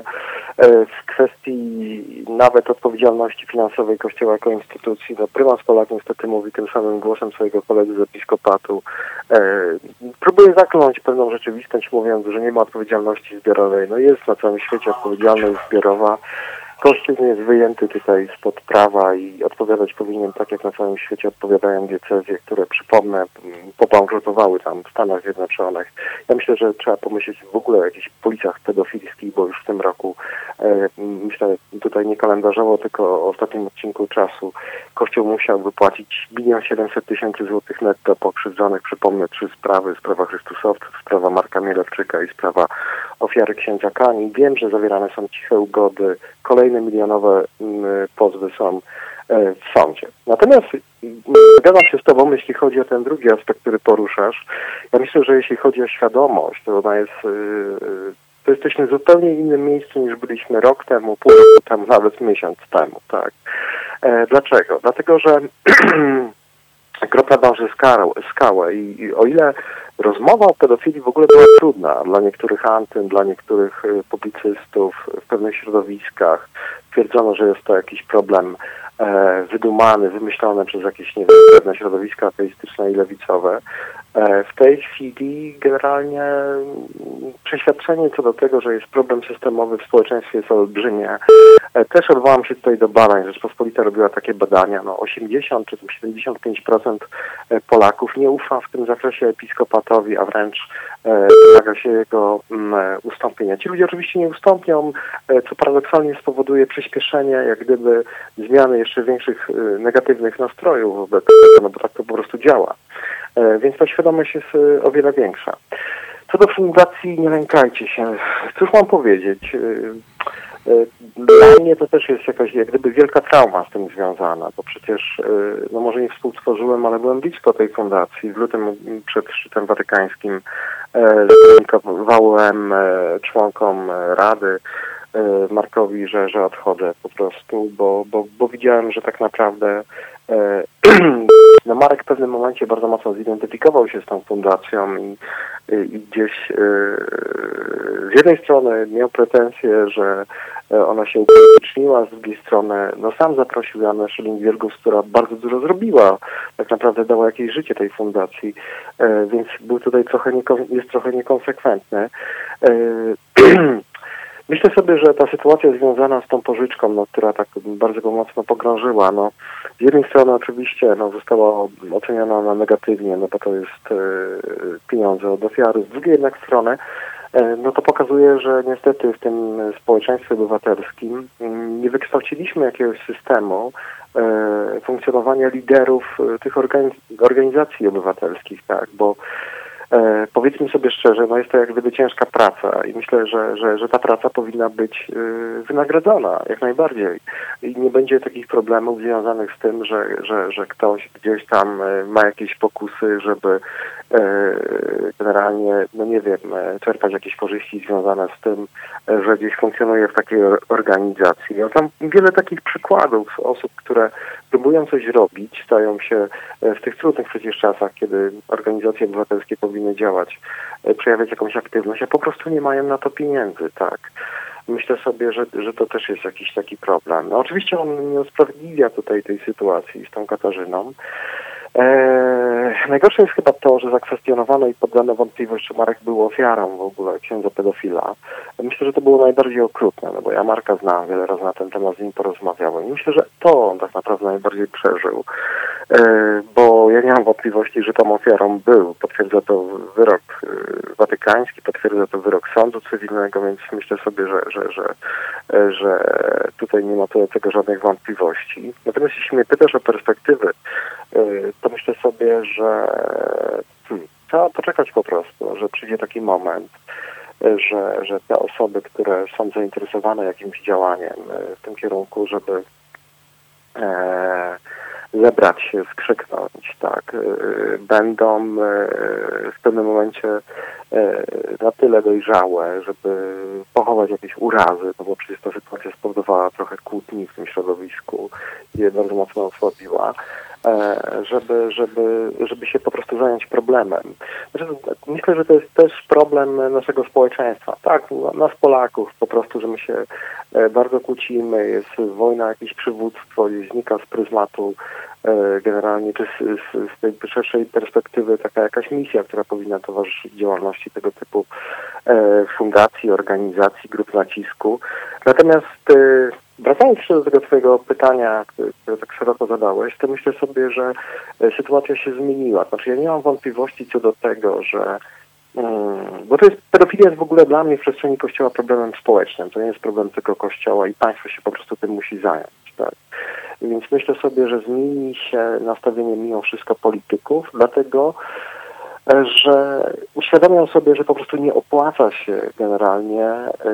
w kwestii nawet odpowiedzialności finansowej Kościoła jako instytucji. No, prymas Polak niestety mówi tym samym głosem swojego kolegi z episkopatu. Próbuje zakląć pewną rzeczywistość, mówiąc, że nie ma odpowiedzialności zbiorowej. No jest na całym świecie odpowiedzialność zbiorowa. Kościół nie jest wyjęty tutaj spod prawa i odpowiadać powinien tak, jak na całym świecie odpowiadają diecezje, które, przypomnę, pobankrutowały tam w Stanach Zjednoczonych. Ja myślę, że trzeba pomyśleć w ogóle o jakichś policjach pedofilskich, bo już w tym roku, myślę tutaj nie kalendarzowo, tylko o ostatnim odcinku czasu, Kościół musiał wypłacić 1 700 000 złotych netto pokrzywdzonych. Przypomnę 3 sprawy, sprawa Chrystusowców, sprawa Marka Mielewczyka i sprawa ofiary księdza Kani. Wiem, że zawierane są ciche ugody, kolejne milionowe pozwy są w sądzie. Natomiast zgadzam się z tobą, jeśli chodzi o ten drugi aspekt, który poruszasz. Ja myślę, że jeśli chodzi o świadomość, to ona jest, to jesteśmy w zupełnie innym miejscu niż byliśmy rok temu, pół roku temu, nawet miesiąc temu, tak. Dlaczego? Dlatego, że kropla dąży skałę i o ile rozmowa o pedofilii w ogóle była trudna dla niektórych antyn, dla niektórych publicystów w pewnych środowiskach, twierdzono, że jest to jakiś problem wydumany, wymyślony przez jakieś, nie wiem, pewne środowiska ateistyczne i lewicowe. W tej chwili generalnie przeświadczenie co do tego, że jest problem systemowy w społeczeństwie jest olbrzymie. Też odwołam się tutaj do badań. Rzeczpospolita robiła takie badania. No 80 czy 75% Polaków nie ufa w tym zakresie episkopatowi, a wręcz domaga się jego ustąpienia. Ci ludzie oczywiście nie ustąpią, co paradoksalnie spowoduje przyspieszenie, jak gdyby zmiany jeszcze większych negatywnych nastrojów wobec tego, no bo tak to po prostu działa. Więc ta świadomość jest o wiele większa. Co do fundacji Nie Lękajcie się, cóż mam powiedzieć? Dla mnie to też jest jakaś jak gdyby wielka trauma z tym związana, bo przecież, no może nie współtworzyłem, ale byłem blisko tej fundacji. W lutym przed szczytem watykańskim zakomunikowałem członkom Rady Markowi, że odchodzę po prostu, bo widziałem, że tak naprawdę no Marek w pewnym momencie bardzo mocno zidentyfikował się z tą fundacją i gdzieś z jednej strony miał pretensje, że ona się upolityczniła, z drugiej strony sam zaprosił Joannę Schilling-Wielgus, która bardzo dużo zrobiła, tak naprawdę dała jakieś życie tej fundacji, więc był tutaj jest trochę niekonsekwentny. Myślę sobie, że ta sytuacja związana z tą pożyczką, która tak bardzo go mocno pogrążyła, z jednej strony oczywiście została oceniona negatywnie, bo to jest pieniądze od ofiary, z drugiej jednak strony to pokazuje, że niestety w tym społeczeństwie obywatelskim nie wykształciliśmy jakiegoś systemu funkcjonowania liderów tych organizacji obywatelskich, tak, bo powiedzmy sobie szczerze, jest to jak gdyby ciężka praca i myślę, że ta praca powinna być wynagrodzona jak najbardziej i nie będzie takich problemów związanych z tym, że ktoś gdzieś tam ma jakieś pokusy, żeby generalnie, czerpać jakieś korzyści związane z tym, że gdzieś funkcjonuje w takiej organizacji. Ja mam wiele takich przykładów osób, które próbują coś robić, stają się w tych trudnych przecież czasach, kiedy organizacje obywatelskie powinny działać, przejawiać jakąś aktywność, a po prostu nie mają na to pieniędzy, tak. Myślę sobie, że to też jest jakiś taki problem. Oczywiście on nie usprawiedliwia tutaj tej sytuacji z tą Katarzyną. Najgorsze jest chyba to, że zakwestionowano i poddano wątpliwość, czy Marek był ofiarą w ogóle księdza pedofila. Myślę, że to było najbardziej okrutne, bo ja Marka znam, wiele razy na ten temat z nim porozmawiałem. I myślę, że to on tak naprawdę najbardziej przeżył, bo ja nie mam wątpliwości, że tą ofiarą był. Potwierdza to wyrok watykański, potwierdza to wyrok sądu cywilnego, więc myślę sobie, że tutaj nie ma co do tego żadnych wątpliwości. Natomiast jeśli mnie pytasz o perspektywy, to myślę sobie, że trzeba poczekać po prostu, że przyjdzie taki moment, że te osoby, które są zainteresowane jakimś działaniem w tym kierunku, żeby zebrać się, skrzyknąć, tak, będą w pewnym momencie na tyle dojrzałe, żeby pochować jakieś urazy, bo przecież ta sytuacja spowodowała trochę kłótni w tym środowisku i je bardzo mocno osłabiła, żeby się po prostu zająć problemem. Myślę, że to jest też problem naszego społeczeństwa. Tak, nas Polaków po prostu, że my się bardzo kłócimy, jest wojna, jakieś przywództwo i znika z pryzmatu generalnie, czy z tej szerszej perspektywy taka jakaś misja, która powinna towarzyszyć działalności tego typu fundacji, organizacji, grup nacisku. Natomiast wracając jeszcze do tego twojego pytania, które tak szeroko zadałeś, to myślę sobie, że sytuacja się zmieniła. Znaczy ja nie mam wątpliwości co do tego, że bo pedofilia jest w ogóle dla mnie w przestrzeni Kościoła problemem społecznym. To nie jest problem tylko Kościoła i państwo się po prostu tym musi zająć. Tak? Więc myślę sobie, że zmieni się nastawienie mimo wszystko polityków, dlatego że uświadamiam sobie, że po prostu nie opłaca się generalnie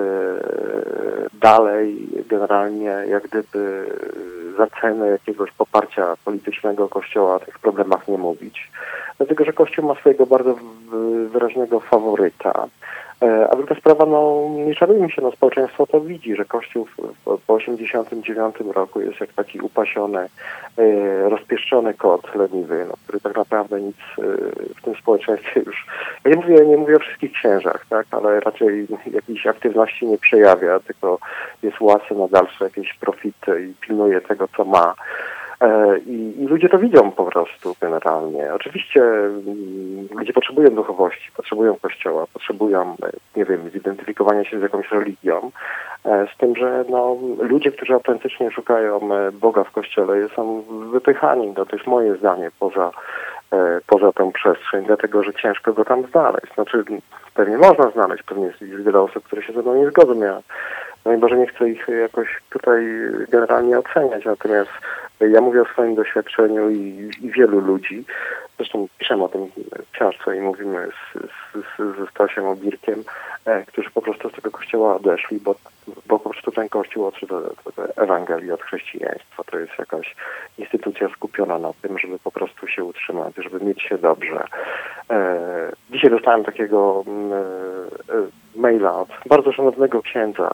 dalej, generalnie jak gdyby za cenę jakiegoś poparcia politycznego Kościoła o tych problemach nie mówić. Dlatego, że Kościół ma swojego bardzo wyraźnego faworyta. A druga sprawa, nie czarujmy się, społeczeństwo to widzi, że Kościół po 1989 roku jest jak taki upasiony, rozpieszczony kot leniwy, który tak naprawdę nic w tym społeczeństwie już... Ja nie mówię o wszystkich księżach, tak, ale raczej jakiejś aktywności nie przejawia, tylko jest łasy na dalsze jakieś profity i pilnuje tego, co ma. I ludzie to widzą po prostu generalnie. Oczywiście ludzie potrzebują duchowości, potrzebują Kościoła, potrzebują, zidentyfikowania się z jakąś religią, z tym, że ludzie, którzy autentycznie szukają Boga w Kościele, są wypychani, to jest moje zdanie, poza tą przestrzeń, dlatego, że ciężko go tam znaleźć. Znaczy, pewnie można znaleźć, pewnie jest wiele osób, które się ze mną nie zgodzą. Ja może nie chcę ich jakoś tutaj generalnie oceniać, natomiast ja mówię o swoim doświadczeniu i wielu ludzi, zresztą piszemy o tym w książce i mówimy ze Stasiem Obirkiem, którzy po prostu z tego kościoła odeszli, bo po prostu ten kościół odszedł od Ewangelii, od chrześcijaństwa. To jest jakaś instytucja skupiona na tym, żeby po prostu się utrzymać, żeby mieć się dobrze. Dzisiaj dostałem takiego maila od bardzo szanownego księdza,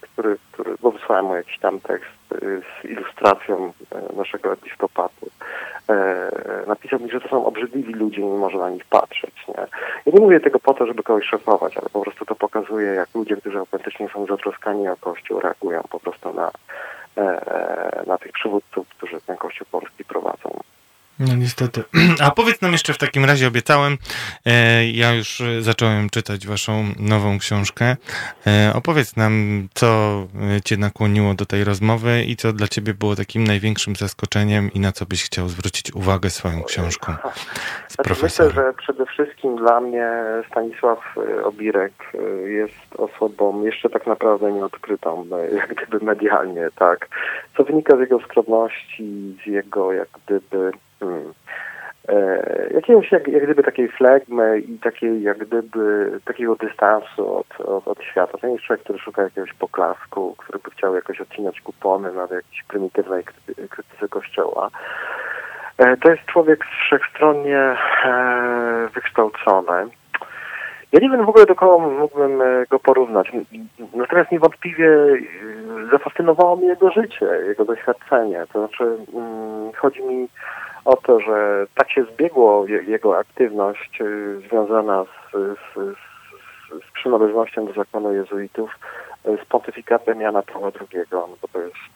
bo wysłałem mu jakiś tam tekst z ilustracją naszego episkopatu. napisał mi, że to są obrzydliwi ludzie, nie może na nich patrzeć. Nie? Ja nie mówię tego po to, żeby kogoś szokować, ale po prostu to pokazuje, jak ludzie, którzy autentycznie są zatroskani o Kościół, reagują po prostu na tych przywódców, którzy ten Kościół polski prowadzą. No niestety. A powiedz nam jeszcze w takim razie, obiecałem, ja już zacząłem czytać waszą nową książkę. Opowiedz nam, co cię nakłoniło do tej rozmowy i co dla ciebie było takim największym zaskoczeniem i na co byś chciał zwrócić uwagę swoją książką z profesorem. Myślę, że przede wszystkim dla mnie Stanisław Obirek jest osobą jeszcze tak naprawdę nieodkrytą, jak gdyby medialnie, tak. Co wynika z jego skromności, z jego jak gdyby jakiegoś jak gdyby takiej flegmy i takiej jak gdyby takiego dystansu od świata. To nie jest człowiek, który szuka jakiegoś poklasku, który by chciał jakoś odcinać kupony na jakiejś prymitywnej krytyce Kościoła. To jest człowiek wszechstronnie wykształcony. Ja nie wiem w ogóle, do kogo mógłbym go porównać. Natomiast niewątpliwie zafascynowało mnie jego życie, jego doświadczenie. To znaczy chodzi mi o to, że tak się zbiegło jego aktywność związana z przynależnością do zakonu jezuitów z pontyfikatem Jana Pawła II, no bo to jest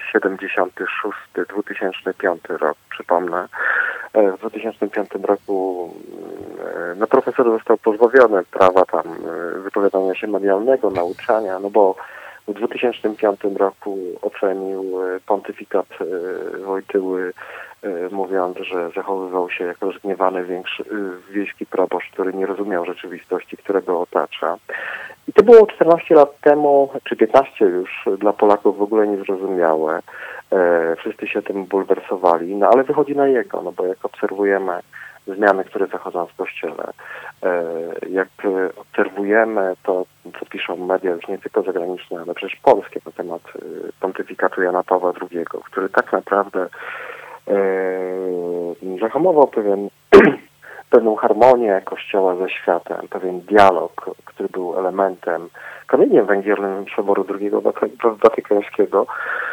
76-2005 rok, przypomnę. W 2005 roku no, profesor został pozbawiony prawa tam wypowiadania się medialnego, nauczania, no bo w 2005 roku ocenił pontyfikat Wojtyły, mówiąc, że zachowywał się jako rozgniewany wiejski proboszcz, który nie rozumiał rzeczywistości, która go otacza. I to było 14 lat temu, czy 15 już, dla Polaków w ogóle niezrozumiałe. Wszyscy się tym bulwersowali, no ale wychodzi na jego, no bo jak obserwujemy zmiany, które zachodzą w Kościele, jak obserwujemy to, co piszą media już nie tylko zagraniczne, ale przecież polskie na temat pontyfikatu Jana Pawła II, który tak naprawdę zahamował pewną harmonię Kościoła ze światem, pewien dialog, który był elementem, kamieniem węgielnym Soboru II Watykańskiego,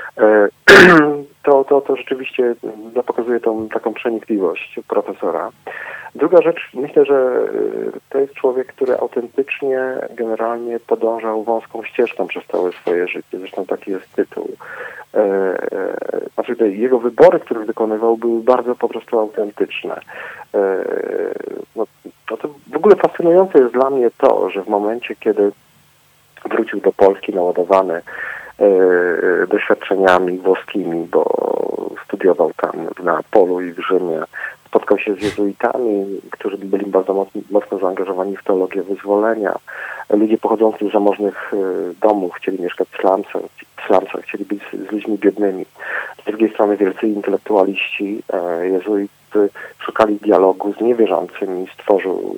to rzeczywiście pokazuje tą taką przenikliwość profesora. Druga rzecz, myślę, że to jest człowiek, który autentycznie, generalnie podążał wąską ścieżką przez całe swoje życie. Zresztą taki jest tytuł. Znaczy te jego wybory, których dokonywał, były bardzo po prostu autentyczne. No to w ogóle fascynujące jest dla mnie to, że w momencie, kiedy wrócił do Polski naładowany doświadczeniami włoskimi, bo studiował tam w Neapolu i w Rzymie, spotkał się z jezuitami, którzy byli bardzo mocno zaangażowani w teologię wyzwolenia. Ludzie pochodzący z zamożnych domów chcieli mieszkać w slumsach, chcieli być z ludźmi biednymi. Z drugiej strony wielcy intelektualiści, jezuicy szukali dialogu z niewierzącymi, stworzył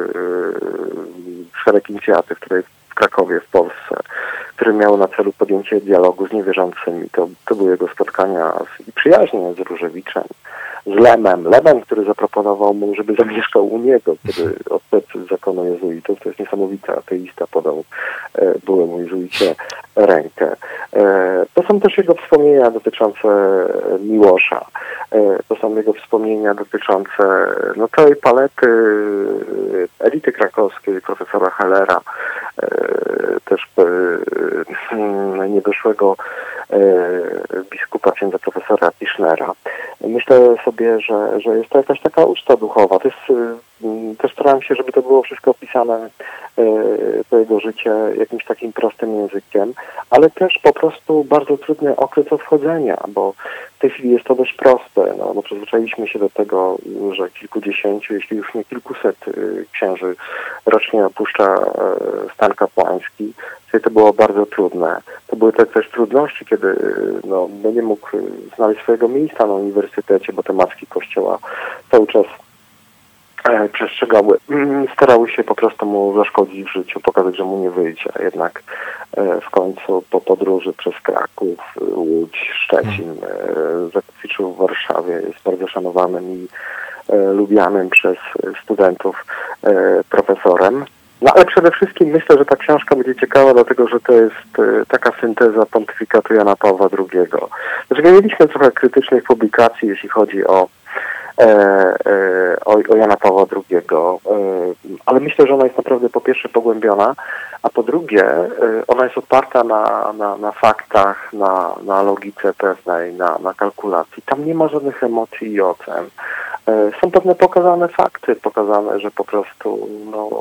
szereg inicjatyw, które w Krakowie, w Polsce, które miały na celu podjęcie dialogu z niewierzącymi. To były jego spotkania i przyjaźnie z Różewiczem, z Lemem, który zaproponował mu, żeby zamieszkał u niego, kiedy odszedł z zakonu jezuitów. To jest niesamowite, ateista podał byłemu jezuicie rękę. To są też jego wspomnienia dotyczące Miłosza. To są jego wspomnienia dotyczące całej palety elity krakowskiej, profesora Hellera, też niedoszłego biskupa księdza profesora Tischnera. Myślę sobie, że jest to jakaś taka uczta duchowa. Też starałem się, żeby to było wszystko opisane, to jego życie jakimś takim prostym językiem, ale też po prostu bardzo trudny okres odchodzenia, bo w tej chwili jest to dość proste, bo przyzwyczailiśmy się do tego, że kilkudziesięciu, jeśli już nie kilkuset księży rocznie opuszcza stan kapłański. To było bardzo trudne. To były też trudności, kiedy nie mógł znaleźć swojego miejsca na uniwersytecie, bo te macki Kościoła cały czas przestrzegały, starały się po prostu mu zaszkodzić w życiu, pokazać, że mu nie wyjdzie. Jednak w końcu po podróży przez Kraków, Łódź, Szczecin zakotwiczył w Warszawie. Jest bardzo szanowanym i lubianym przez studentów profesorem. No ale przede wszystkim myślę, że ta książka będzie ciekawa, dlatego że to jest taka synteza pontyfikatu Jana Pawła II. Znaczy, mieliśmy trochę krytycznych publikacji, jeśli chodzi o o Jana Pawła II, ale myślę, że ona jest naprawdę po pierwsze pogłębiona, a po drugie ona jest oparta na faktach, na logice pewnej, na kalkulacji. Tam nie ma żadnych emocji i ocen. Są pewne pokazane fakty, pokazane, że po prostu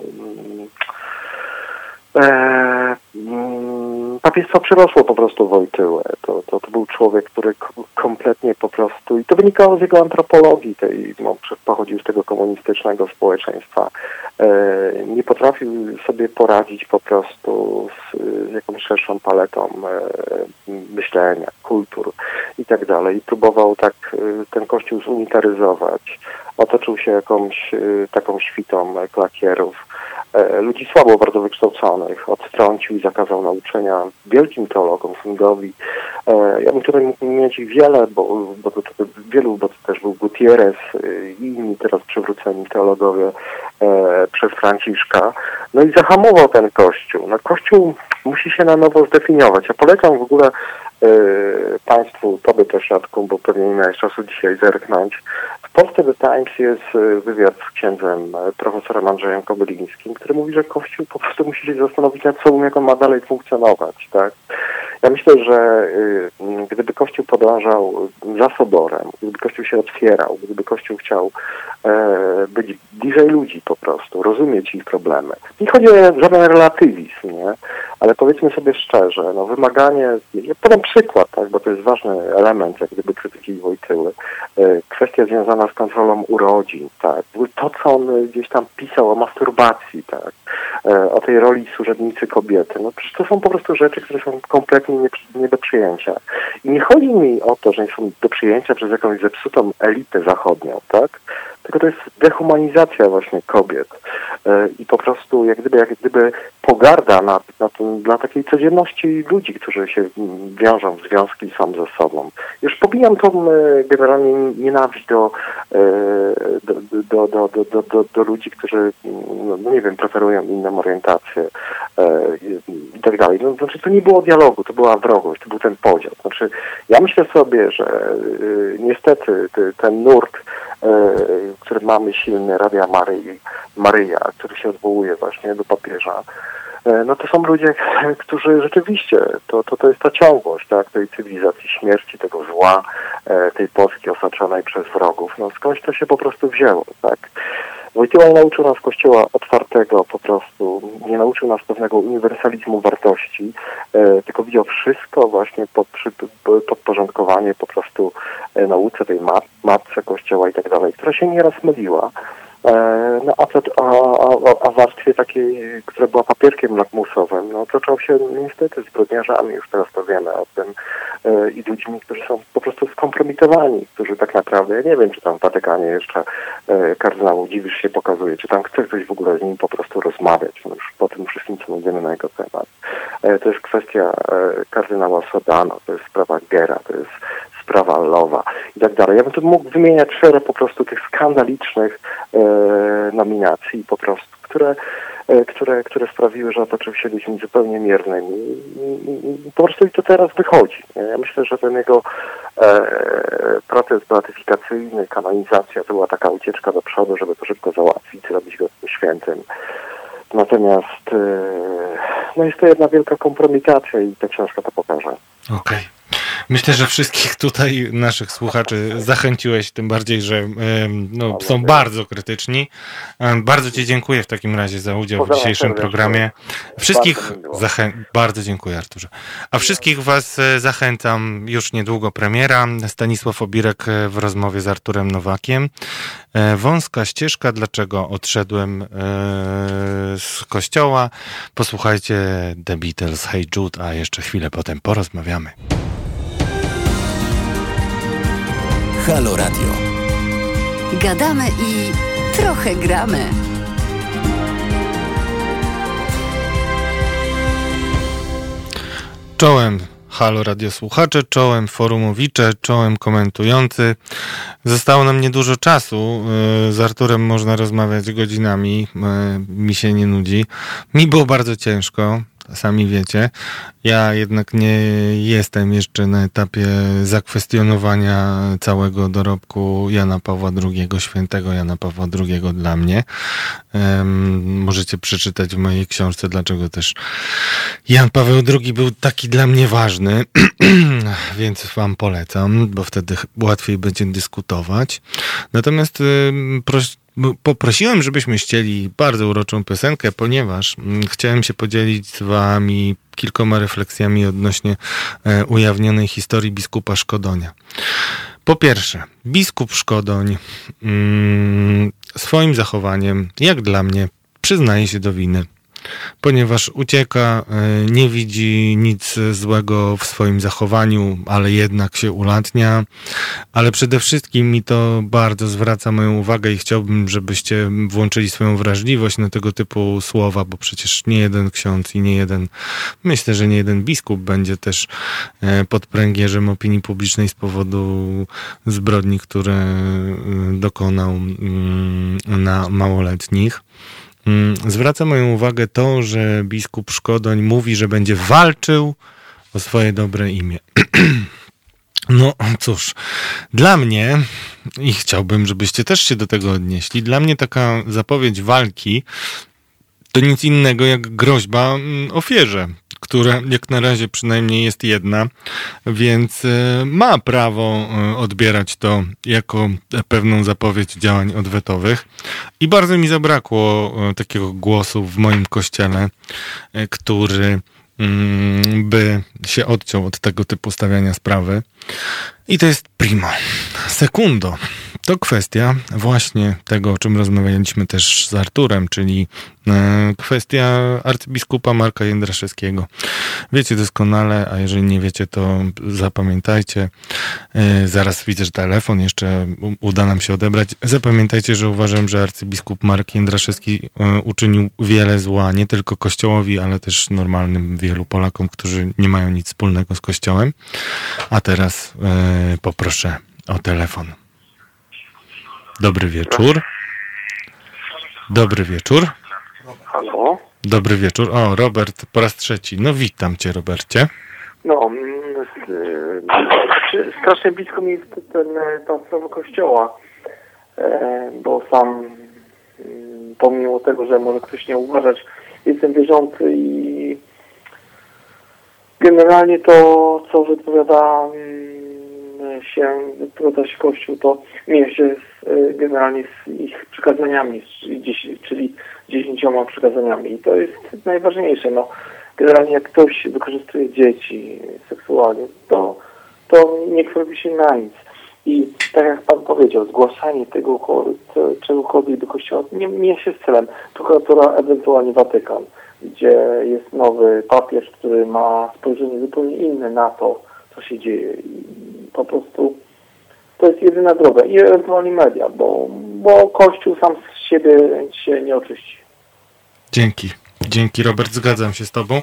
papiestwo przerosło po prostu Wojtyłę. To był człowiek, który kompletnie po prostu, i to wynikało z jego antropologii, pochodził z tego komunistycznego społeczeństwa, nie potrafił sobie poradzić po prostu z jakąś szerszą paletą myślenia, kultur i tak dalej. I próbował tak ten kościół zunitaryzować. Otoczył się jakąś taką świtą klakierów, ludzi słabo bardzo wykształconych, odtrącił i zakazał nauczenia wielkim teologom, Kingowi. Ja bym tutaj mógł mieć ich wiele, bo to też był Gutierrez i inni teraz przywróceni teologowie przez Franciszka. No i zahamował ten Kościół. No, Kościół musi się na nowo zdefiniować. Ja polecam w ogóle Państwu, tobie też, Radku, bo pewnie nie miałeś czasu dzisiaj zerknąć. W Polsce The Times jest wywiad z księdzem profesorem Andrzejem Kobylińskim, który mówi, że Kościół po prostu musi się zastanowić nad sobą, jak on ma dalej funkcjonować, tak? Ja myślę, że gdyby Kościół podążał za Soborem, gdyby Kościół się otwierał, gdyby Kościół chciał być bliżej ludzi po prostu, rozumieć ich problemy. Nie chodzi o żaden relatywizm, nie? Ale powiedzmy sobie szczerze, wymaganie, ja podam przykład, tak, bo to jest ważny element, jak gdyby krytyki Wojtyły, kwestia związana z kontrolą urodzin, tak, to, co on gdzieś tam pisał o masturbacji, tak, o tej roli służebnicy kobiety, przecież to są po prostu rzeczy, które są kompletnie nie do przyjęcia. I nie chodzi mi o to, że nie są do przyjęcia przez jakąś zepsutą elitę zachodnią, tak, tylko to jest dehumanizacja właśnie kobiet i po prostu jak gdyby pogarda dla takiej codzienności ludzi, którzy się wiążą w związki i są ze sobą. Już pomijam tą generalnie nienawiść do ludzi, którzy, nie wiem, preferują inną orientację i tak dalej. Znaczy, to nie było dialogu, to była wrogość, to był ten podział. Znaczy, ja myślę sobie, że niestety ten nurt, który mamy silny, Radia Maryja, który się odwołuje właśnie do papieża, to są ludzie, którzy rzeczywiście, to jest ta ciągłość, tak, tej cywilizacji śmierci, tego zła, tej Polski osaczonej przez wrogów. Skądś to się po prostu wzięło, tak. Wojtyła nie nauczył nas Kościoła otwartego po prostu, nie nauczył nas pewnego uniwersalizmu wartości, tylko widział wszystko właśnie podporządkowanie po prostu nauce tej matce Kościoła i tak dalej, która się nieraz myliła. A w warstwie takiej, która była papierkiem lakmusowym, zaczął się niestety zbrodniarzami, już teraz to wiemy o tym, i ludźmi, którzy są po prostu skompromitowani, którzy tak naprawdę, ja nie wiem, czy tam w Watykanie jeszcze kardynał Dziwisz się pokazuje, czy tam chce ktoś w ogóle z nim po prostu rozmawiać, już po tym wszystkim, co mówimy na jego temat. To jest kwestia kardynała Sodano, to jest sprawa Gera, to jest sprawa Lowa i tak dalej. Ja bym tu mógł wymieniać szereg po prostu tych skandalicznych nominacji po prostu, które sprawiły, że otoczył się ludźmi zupełnie miernymi i po prostu i to teraz wychodzi. Ja myślę, że ten jego proces beatyfikacyjny, kanonizacja to była taka ucieczka do przodu, żeby to szybko załatwić, zrobić go świętym. Natomiast jest to jedna wielka kompromitacja i ta książka to pokaże. Okej. Myślę, że wszystkich tutaj naszych słuchaczy zachęciłeś, tym bardziej, że są bardzo krytyczni. Bardzo Ci dziękuję w takim razie za udział w dzisiejszym programie. Wszystkich bardzo dziękuję, Arturze. A wszystkich Was zachęcam, już niedługo premiera. Stanisław Obirek w rozmowie z Arturem Nowakiem. Wąska ścieżka, dlaczego odszedłem z kościoła. Posłuchajcie The Beatles, Hey Jude, a jeszcze chwilę potem porozmawiamy. Halo Radio. Gadamy i trochę gramy. Czołem Halo Radio słuchacze, czołem forumowicze, czołem komentujący. Zostało nam niedużo czasu. Z Arturem można rozmawiać godzinami. Mi się nie nudzi. Mi było bardzo ciężko. sami wiecie. Ja jednak nie jestem jeszcze na etapie zakwestionowania całego dorobku Jana Pawła II, świętego Jana Pawła II dla mnie. Możecie przeczytać w mojej książce, dlaczego też Jan Paweł II był taki dla mnie ważny, więc wam polecam, bo wtedy łatwiej będzie dyskutować. Natomiast poprosiłem, żebyśmy ścieli bardzo uroczą piosenkę, ponieważ chciałem się podzielić z wami kilkoma refleksjami odnośnie ujawnionej historii biskupa Szkodonia. Po pierwsze, biskup Szkodoń swoim zachowaniem, jak dla mnie, przyznaje się do winy, ponieważ ucieka, nie widzi nic złego w swoim zachowaniu, ale jednak się ulatnia. Ale przede wszystkim mi to bardzo zwraca moją uwagę i chciałbym, żebyście włączyli swoją wrażliwość na tego typu słowa, bo przecież nie jeden ksiądz i nie jeden, myślę, że nie jeden biskup będzie też pod pręgierzem opinii publicznej z powodu zbrodni, które dokonał na małoletnich. Zwraca moją uwagę to, że biskup Szkodoń mówi, że będzie walczył o swoje dobre imię. No cóż, dla mnie, i chciałbym, żebyście też się do tego odnieśli, dla mnie taka zapowiedź walki to nic innego jak groźba ofierze, która jak na razie przynajmniej jest jedna, więc ma prawo odbierać to jako pewną zapowiedź działań odwetowych. I bardzo mi zabrakło takiego głosu w moim kościele, który by się odciął od tego typu stawiania sprawy. I to jest primo. Secundo. To kwestia właśnie tego, o czym rozmawialiśmy też z Arturem, czyli kwestia arcybiskupa Marka Jędraszewskiego. Wiecie doskonale, a jeżeli nie wiecie, to zapamiętajcie. Zaraz widzę, że telefon jeszcze uda nam się odebrać. Zapamiętajcie, że uważam, że arcybiskup Mark Jędraszewski uczynił wiele zła, nie tylko Kościołowi, ale też normalnym wielu Polakom, którzy nie mają nic wspólnego z Kościołem. A teraz poproszę o telefon. Dobry wieczór. Dobry wieczór. Halo? Dobry wieczór. O, Robert po raz trzeci. No witam cię, Robercie. No, strasznie blisko mi jest ta sprawa Kościoła, bo sam, pomimo tego, że może ktoś nie uważać, jestem wierzący i generalnie to, co wypowiada się Kościół, to mierzy się generalnie z ich przykazaniami, czyli 10 przykazaniami. I to jest najważniejsze. No, generalnie jak ktoś wykorzystuje dzieci seksualnie, to nie robi się na nic. I tak jak Pan powiedział, zgłaszanie czegokolwiek do Kościoła nie się z celem. Prokuratura, ewentualnie Watykan, gdzie jest nowy papież, który ma spojrzenie zupełnie inne na to, co się dzieje. I po prostu to jest jedyna droga. I ewentualnie media, bo Kościół sam z siebie się nie oczyści. Dzięki, Robert, zgadzam się z tobą,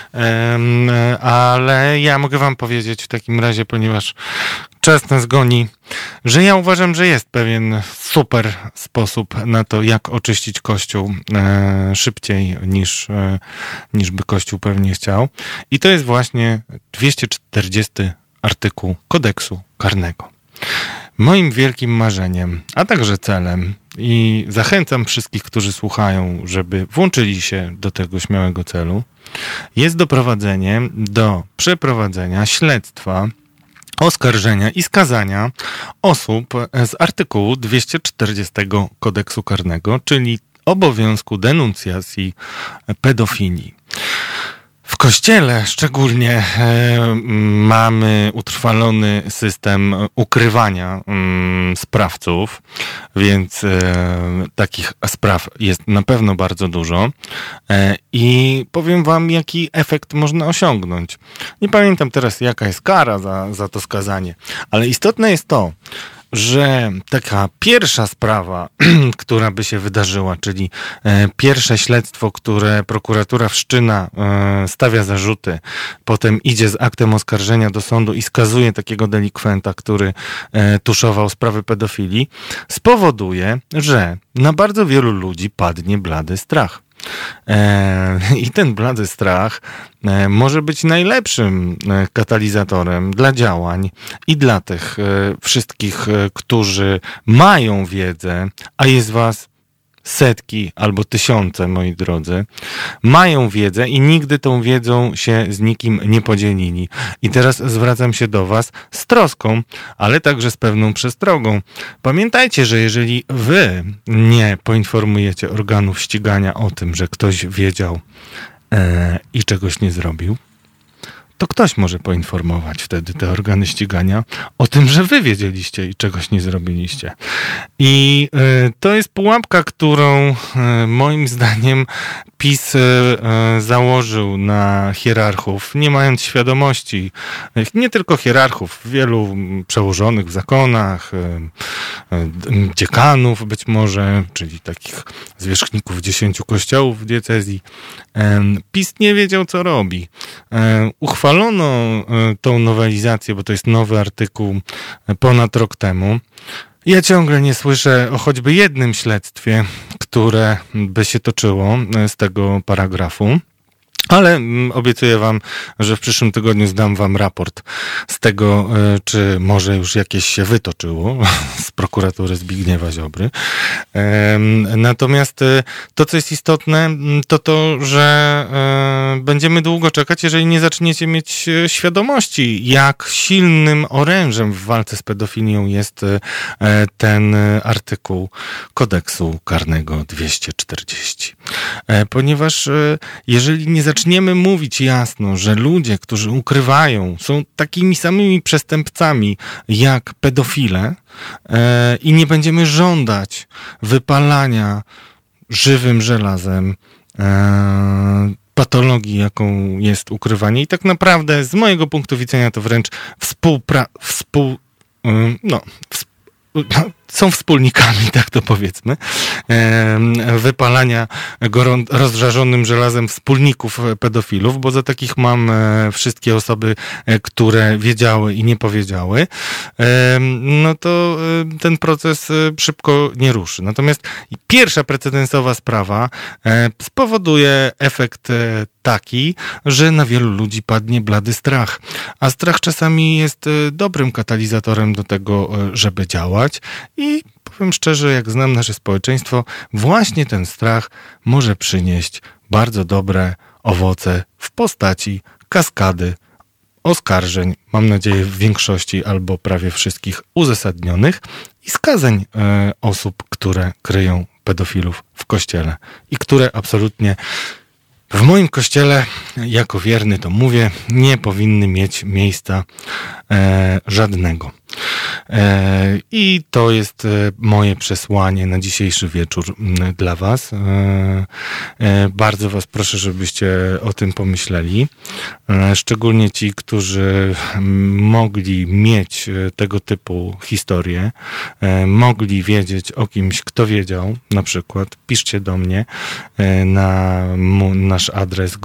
ale ja mogę wam powiedzieć w takim razie, ponieważ czas nas goni, że ja uważam, że jest pewien super sposób na to, jak oczyścić Kościół szybciej niż by Kościół pewnie chciał. I to jest właśnie 240 artykuł kodeksu karnego. Moim wielkim marzeniem, a także celem, i zachęcam wszystkich, którzy słuchają, żeby włączyli się do tego śmiałego celu, jest doprowadzenie do przeprowadzenia śledztwa, oskarżenia i skazania osób z artykułu 240 kodeksu karnego, czyli obowiązku denuncjacji pedofilii. W Kościele szczególnie mamy utrwalony system ukrywania sprawców, więc takich spraw jest na pewno bardzo dużo i powiem wam, jaki efekt można osiągnąć. Nie pamiętam teraz, jaka jest kara za to skazanie, ale istotne jest to, że taka pierwsza sprawa, która by się wydarzyła, czyli pierwsze śledztwo, które prokuratura wszczyna, stawia zarzuty, potem idzie z aktem oskarżenia do sądu i skazuje takiego delikwenta, który tuszował sprawy pedofilii, spowoduje, że na bardzo wielu ludzi padnie blady strach. I ten blady strach może być najlepszym katalizatorem dla działań i dla tych wszystkich, którzy mają wiedzę, a jest was setki albo tysiące, moi drodzy, mają wiedzę i nigdy tą wiedzą się z nikim nie podzielili. I teraz zwracam się do was z troską, ale także z pewną przestrogą. Pamiętajcie, że jeżeli wy nie poinformujecie organów ścigania o tym, że ktoś wiedział i czegoś nie zrobił, to ktoś może poinformować wtedy te organy ścigania o tym, że wy wiedzieliście i czegoś nie zrobiliście. I to jest pułapka, którą moim zdaniem PiS założył na hierarchów, nie mając świadomości, nie tylko hierarchów, wielu przełożonych w zakonach, dziekanów być może, czyli takich zwierzchników 10 kościołów w diecezji. PiS nie wiedział, co robi. Uchwalono tą nowelizację, bo to jest nowy artykuł, ponad rok temu. Ja ciągle nie słyszę o choćby jednym śledztwie, które by się toczyło z tego paragrafu. Ale obiecuję wam, że w przyszłym tygodniu zdam wam raport z tego, czy może już jakieś się wytoczyło z prokuratury Zbigniewa Ziobry. Natomiast to, co jest istotne, to to, że będziemy długo czekać, jeżeli nie zaczniecie mieć świadomości, jak silnym orężem w walce z pedofilią jest ten artykuł kodeksu karnego 240. Ponieważ jeżeli nie zaczniemy mówić jasno, że ludzie, którzy ukrywają, są takimi samymi przestępcami jak pedofile i nie będziemy żądać wypalania żywym żelazem patologii, jaką jest ukrywanie. I tak naprawdę z mojego punktu widzenia to wręcz są wspólnikami, tak to powiedzmy, wypalania rozżarzonym żelazem wspólników pedofilów, bo za takich mam wszystkie osoby, które wiedziały i nie powiedziały, no to ten proces szybko nie ruszy. Natomiast pierwsza precedensowa sprawa spowoduje efekt taki, że na wielu ludzi padnie blady strach. A strach czasami jest dobrym katalizatorem do tego, żeby działać. I powiem szczerze, jak znam nasze społeczeństwo, właśnie ten strach może przynieść bardzo dobre owoce w postaci kaskady oskarżeń, mam nadzieję w większości albo prawie wszystkich uzasadnionych i skazań osób, które kryją pedofilów w kościele i które absolutnie w moim kościele, jako wierny to mówię, nie powinny mieć miejsca żadnego. I to jest moje przesłanie na dzisiejszy wieczór dla was. Bardzo was proszę, żebyście o tym pomyśleli. Szczególnie ci, którzy mogli mieć tego typu historię, mogli wiedzieć o kimś, kto wiedział, na przykład piszcie do mnie na nasz adres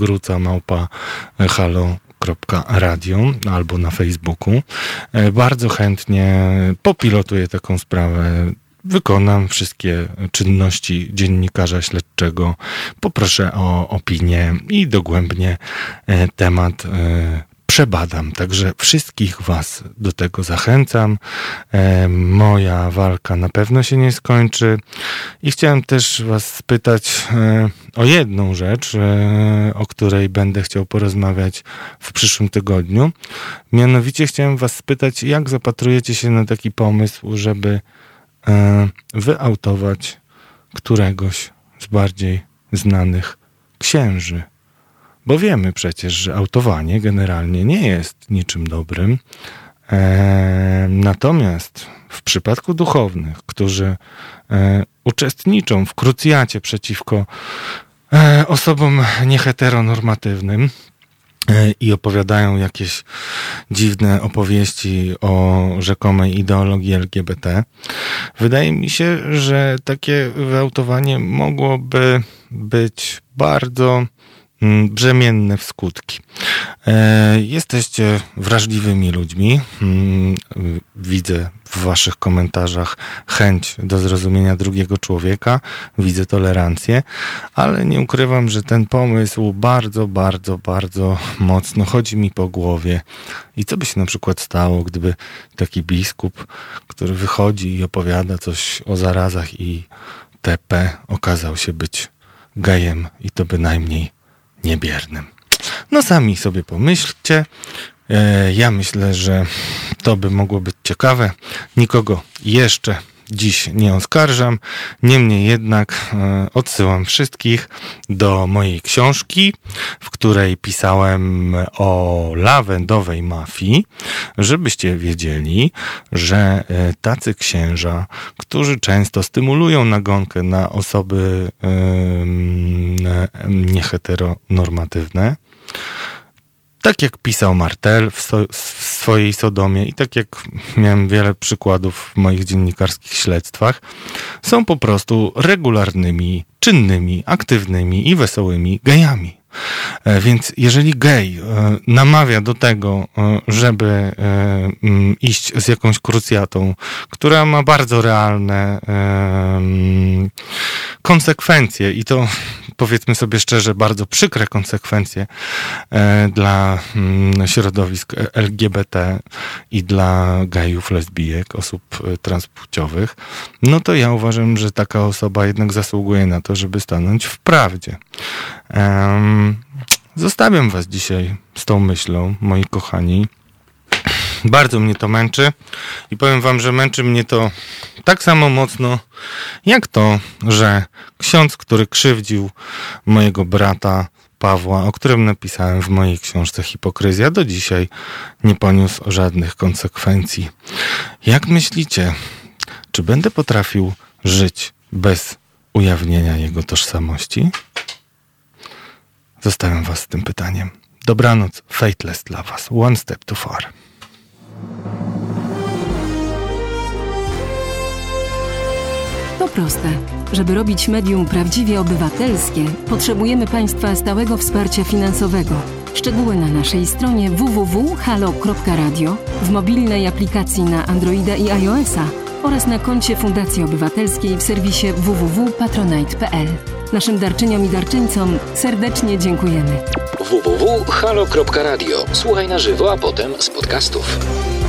gruca@halo.radio albo na Facebooku. Bardzo chętnie popilotuję taką sprawę. Wykonam wszystkie czynności dziennikarza śledczego. Poproszę o opinię i dogłębnie temat przebadam. Także wszystkich was do tego zachęcam. Moja walka na pewno się nie skończy. I chciałem też was spytać o jedną rzecz, o której będę chciał porozmawiać w przyszłym tygodniu. Mianowicie chciałem was spytać, jak zapatrujecie się na taki pomysł, żeby wyautować któregoś z bardziej znanych księży. Bo wiemy przecież, że autowanie generalnie nie jest niczym dobrym. Natomiast w przypadku duchownych, którzy uczestniczą w krucjacie przeciwko osobom nieheteronormatywnym i opowiadają jakieś dziwne opowieści o rzekomej ideologii LGBT, wydaje mi się, że takie wyautowanie mogłoby być bardzo brzemienne w skutki. Jesteście wrażliwymi ludźmi. Widzę w waszych komentarzach chęć do zrozumienia drugiego człowieka. Widzę tolerancję, ale nie ukrywam, że ten pomysł bardzo, bardzo, bardzo mocno chodzi mi po głowie. I co by się na przykład stało, gdyby taki biskup, który wychodzi i opowiada coś o zarazach i TP, okazał się być gejem i to bynajmniej niebiernym. No sami sobie pomyślcie. Ja myślę, że to by mogło być ciekawe. Nikogo jeszcze dziś nie oskarżam. Niemniej jednak odsyłam wszystkich do mojej książki, w której pisałem o lawendowej mafii, żebyście wiedzieli, że tacy księża, którzy często stymulują nagonkę na osoby nieheteronormatywne, tak jak pisał Martel w swojej Sodomie i tak jak miałem wiele przykładów w moich dziennikarskich śledztwach, są po prostu regularnymi, czynnymi, aktywnymi i wesołymi gejami. Więc jeżeli gej namawia do tego, żeby iść z jakąś krucjatą, która ma bardzo realne konsekwencje i to, powiedzmy sobie szczerze, bardzo przykre konsekwencje dla środowisk LGBT i dla gejów, lesbijek, osób transpłciowych, no to ja uważam, że taka osoba jednak zasługuje na to, żeby stanąć w prawdzie. Zostawiam was dzisiaj z tą myślą, moi kochani. Bardzo mnie to męczy i powiem wam, że męczy mnie to tak samo mocno jak to, że ksiądz, który krzywdził mojego brata Pawła, o którym napisałem w mojej książce Hipokryzja, do dzisiaj nie poniósł żadnych konsekwencji. Jak myślicie, czy będę potrafił żyć bez ujawnienia jego tożsamości? Zostawiam was z tym pytaniem. Dobranoc, Fateless dla was. One step too far. To proste. Żeby robić medium prawdziwie obywatelskie, potrzebujemy Państwa stałego wsparcia finansowego. Szczegóły na naszej stronie www.halo.radio, w mobilnej aplikacji na Androida i iOS-a oraz na koncie Fundacji Obywatelskiej w serwisie www.patronite.pl. Naszym darczyniom i darczyńcom serdecznie dziękujemy. www.halo.radio. Słuchaj na żywo, a potem z podcastów.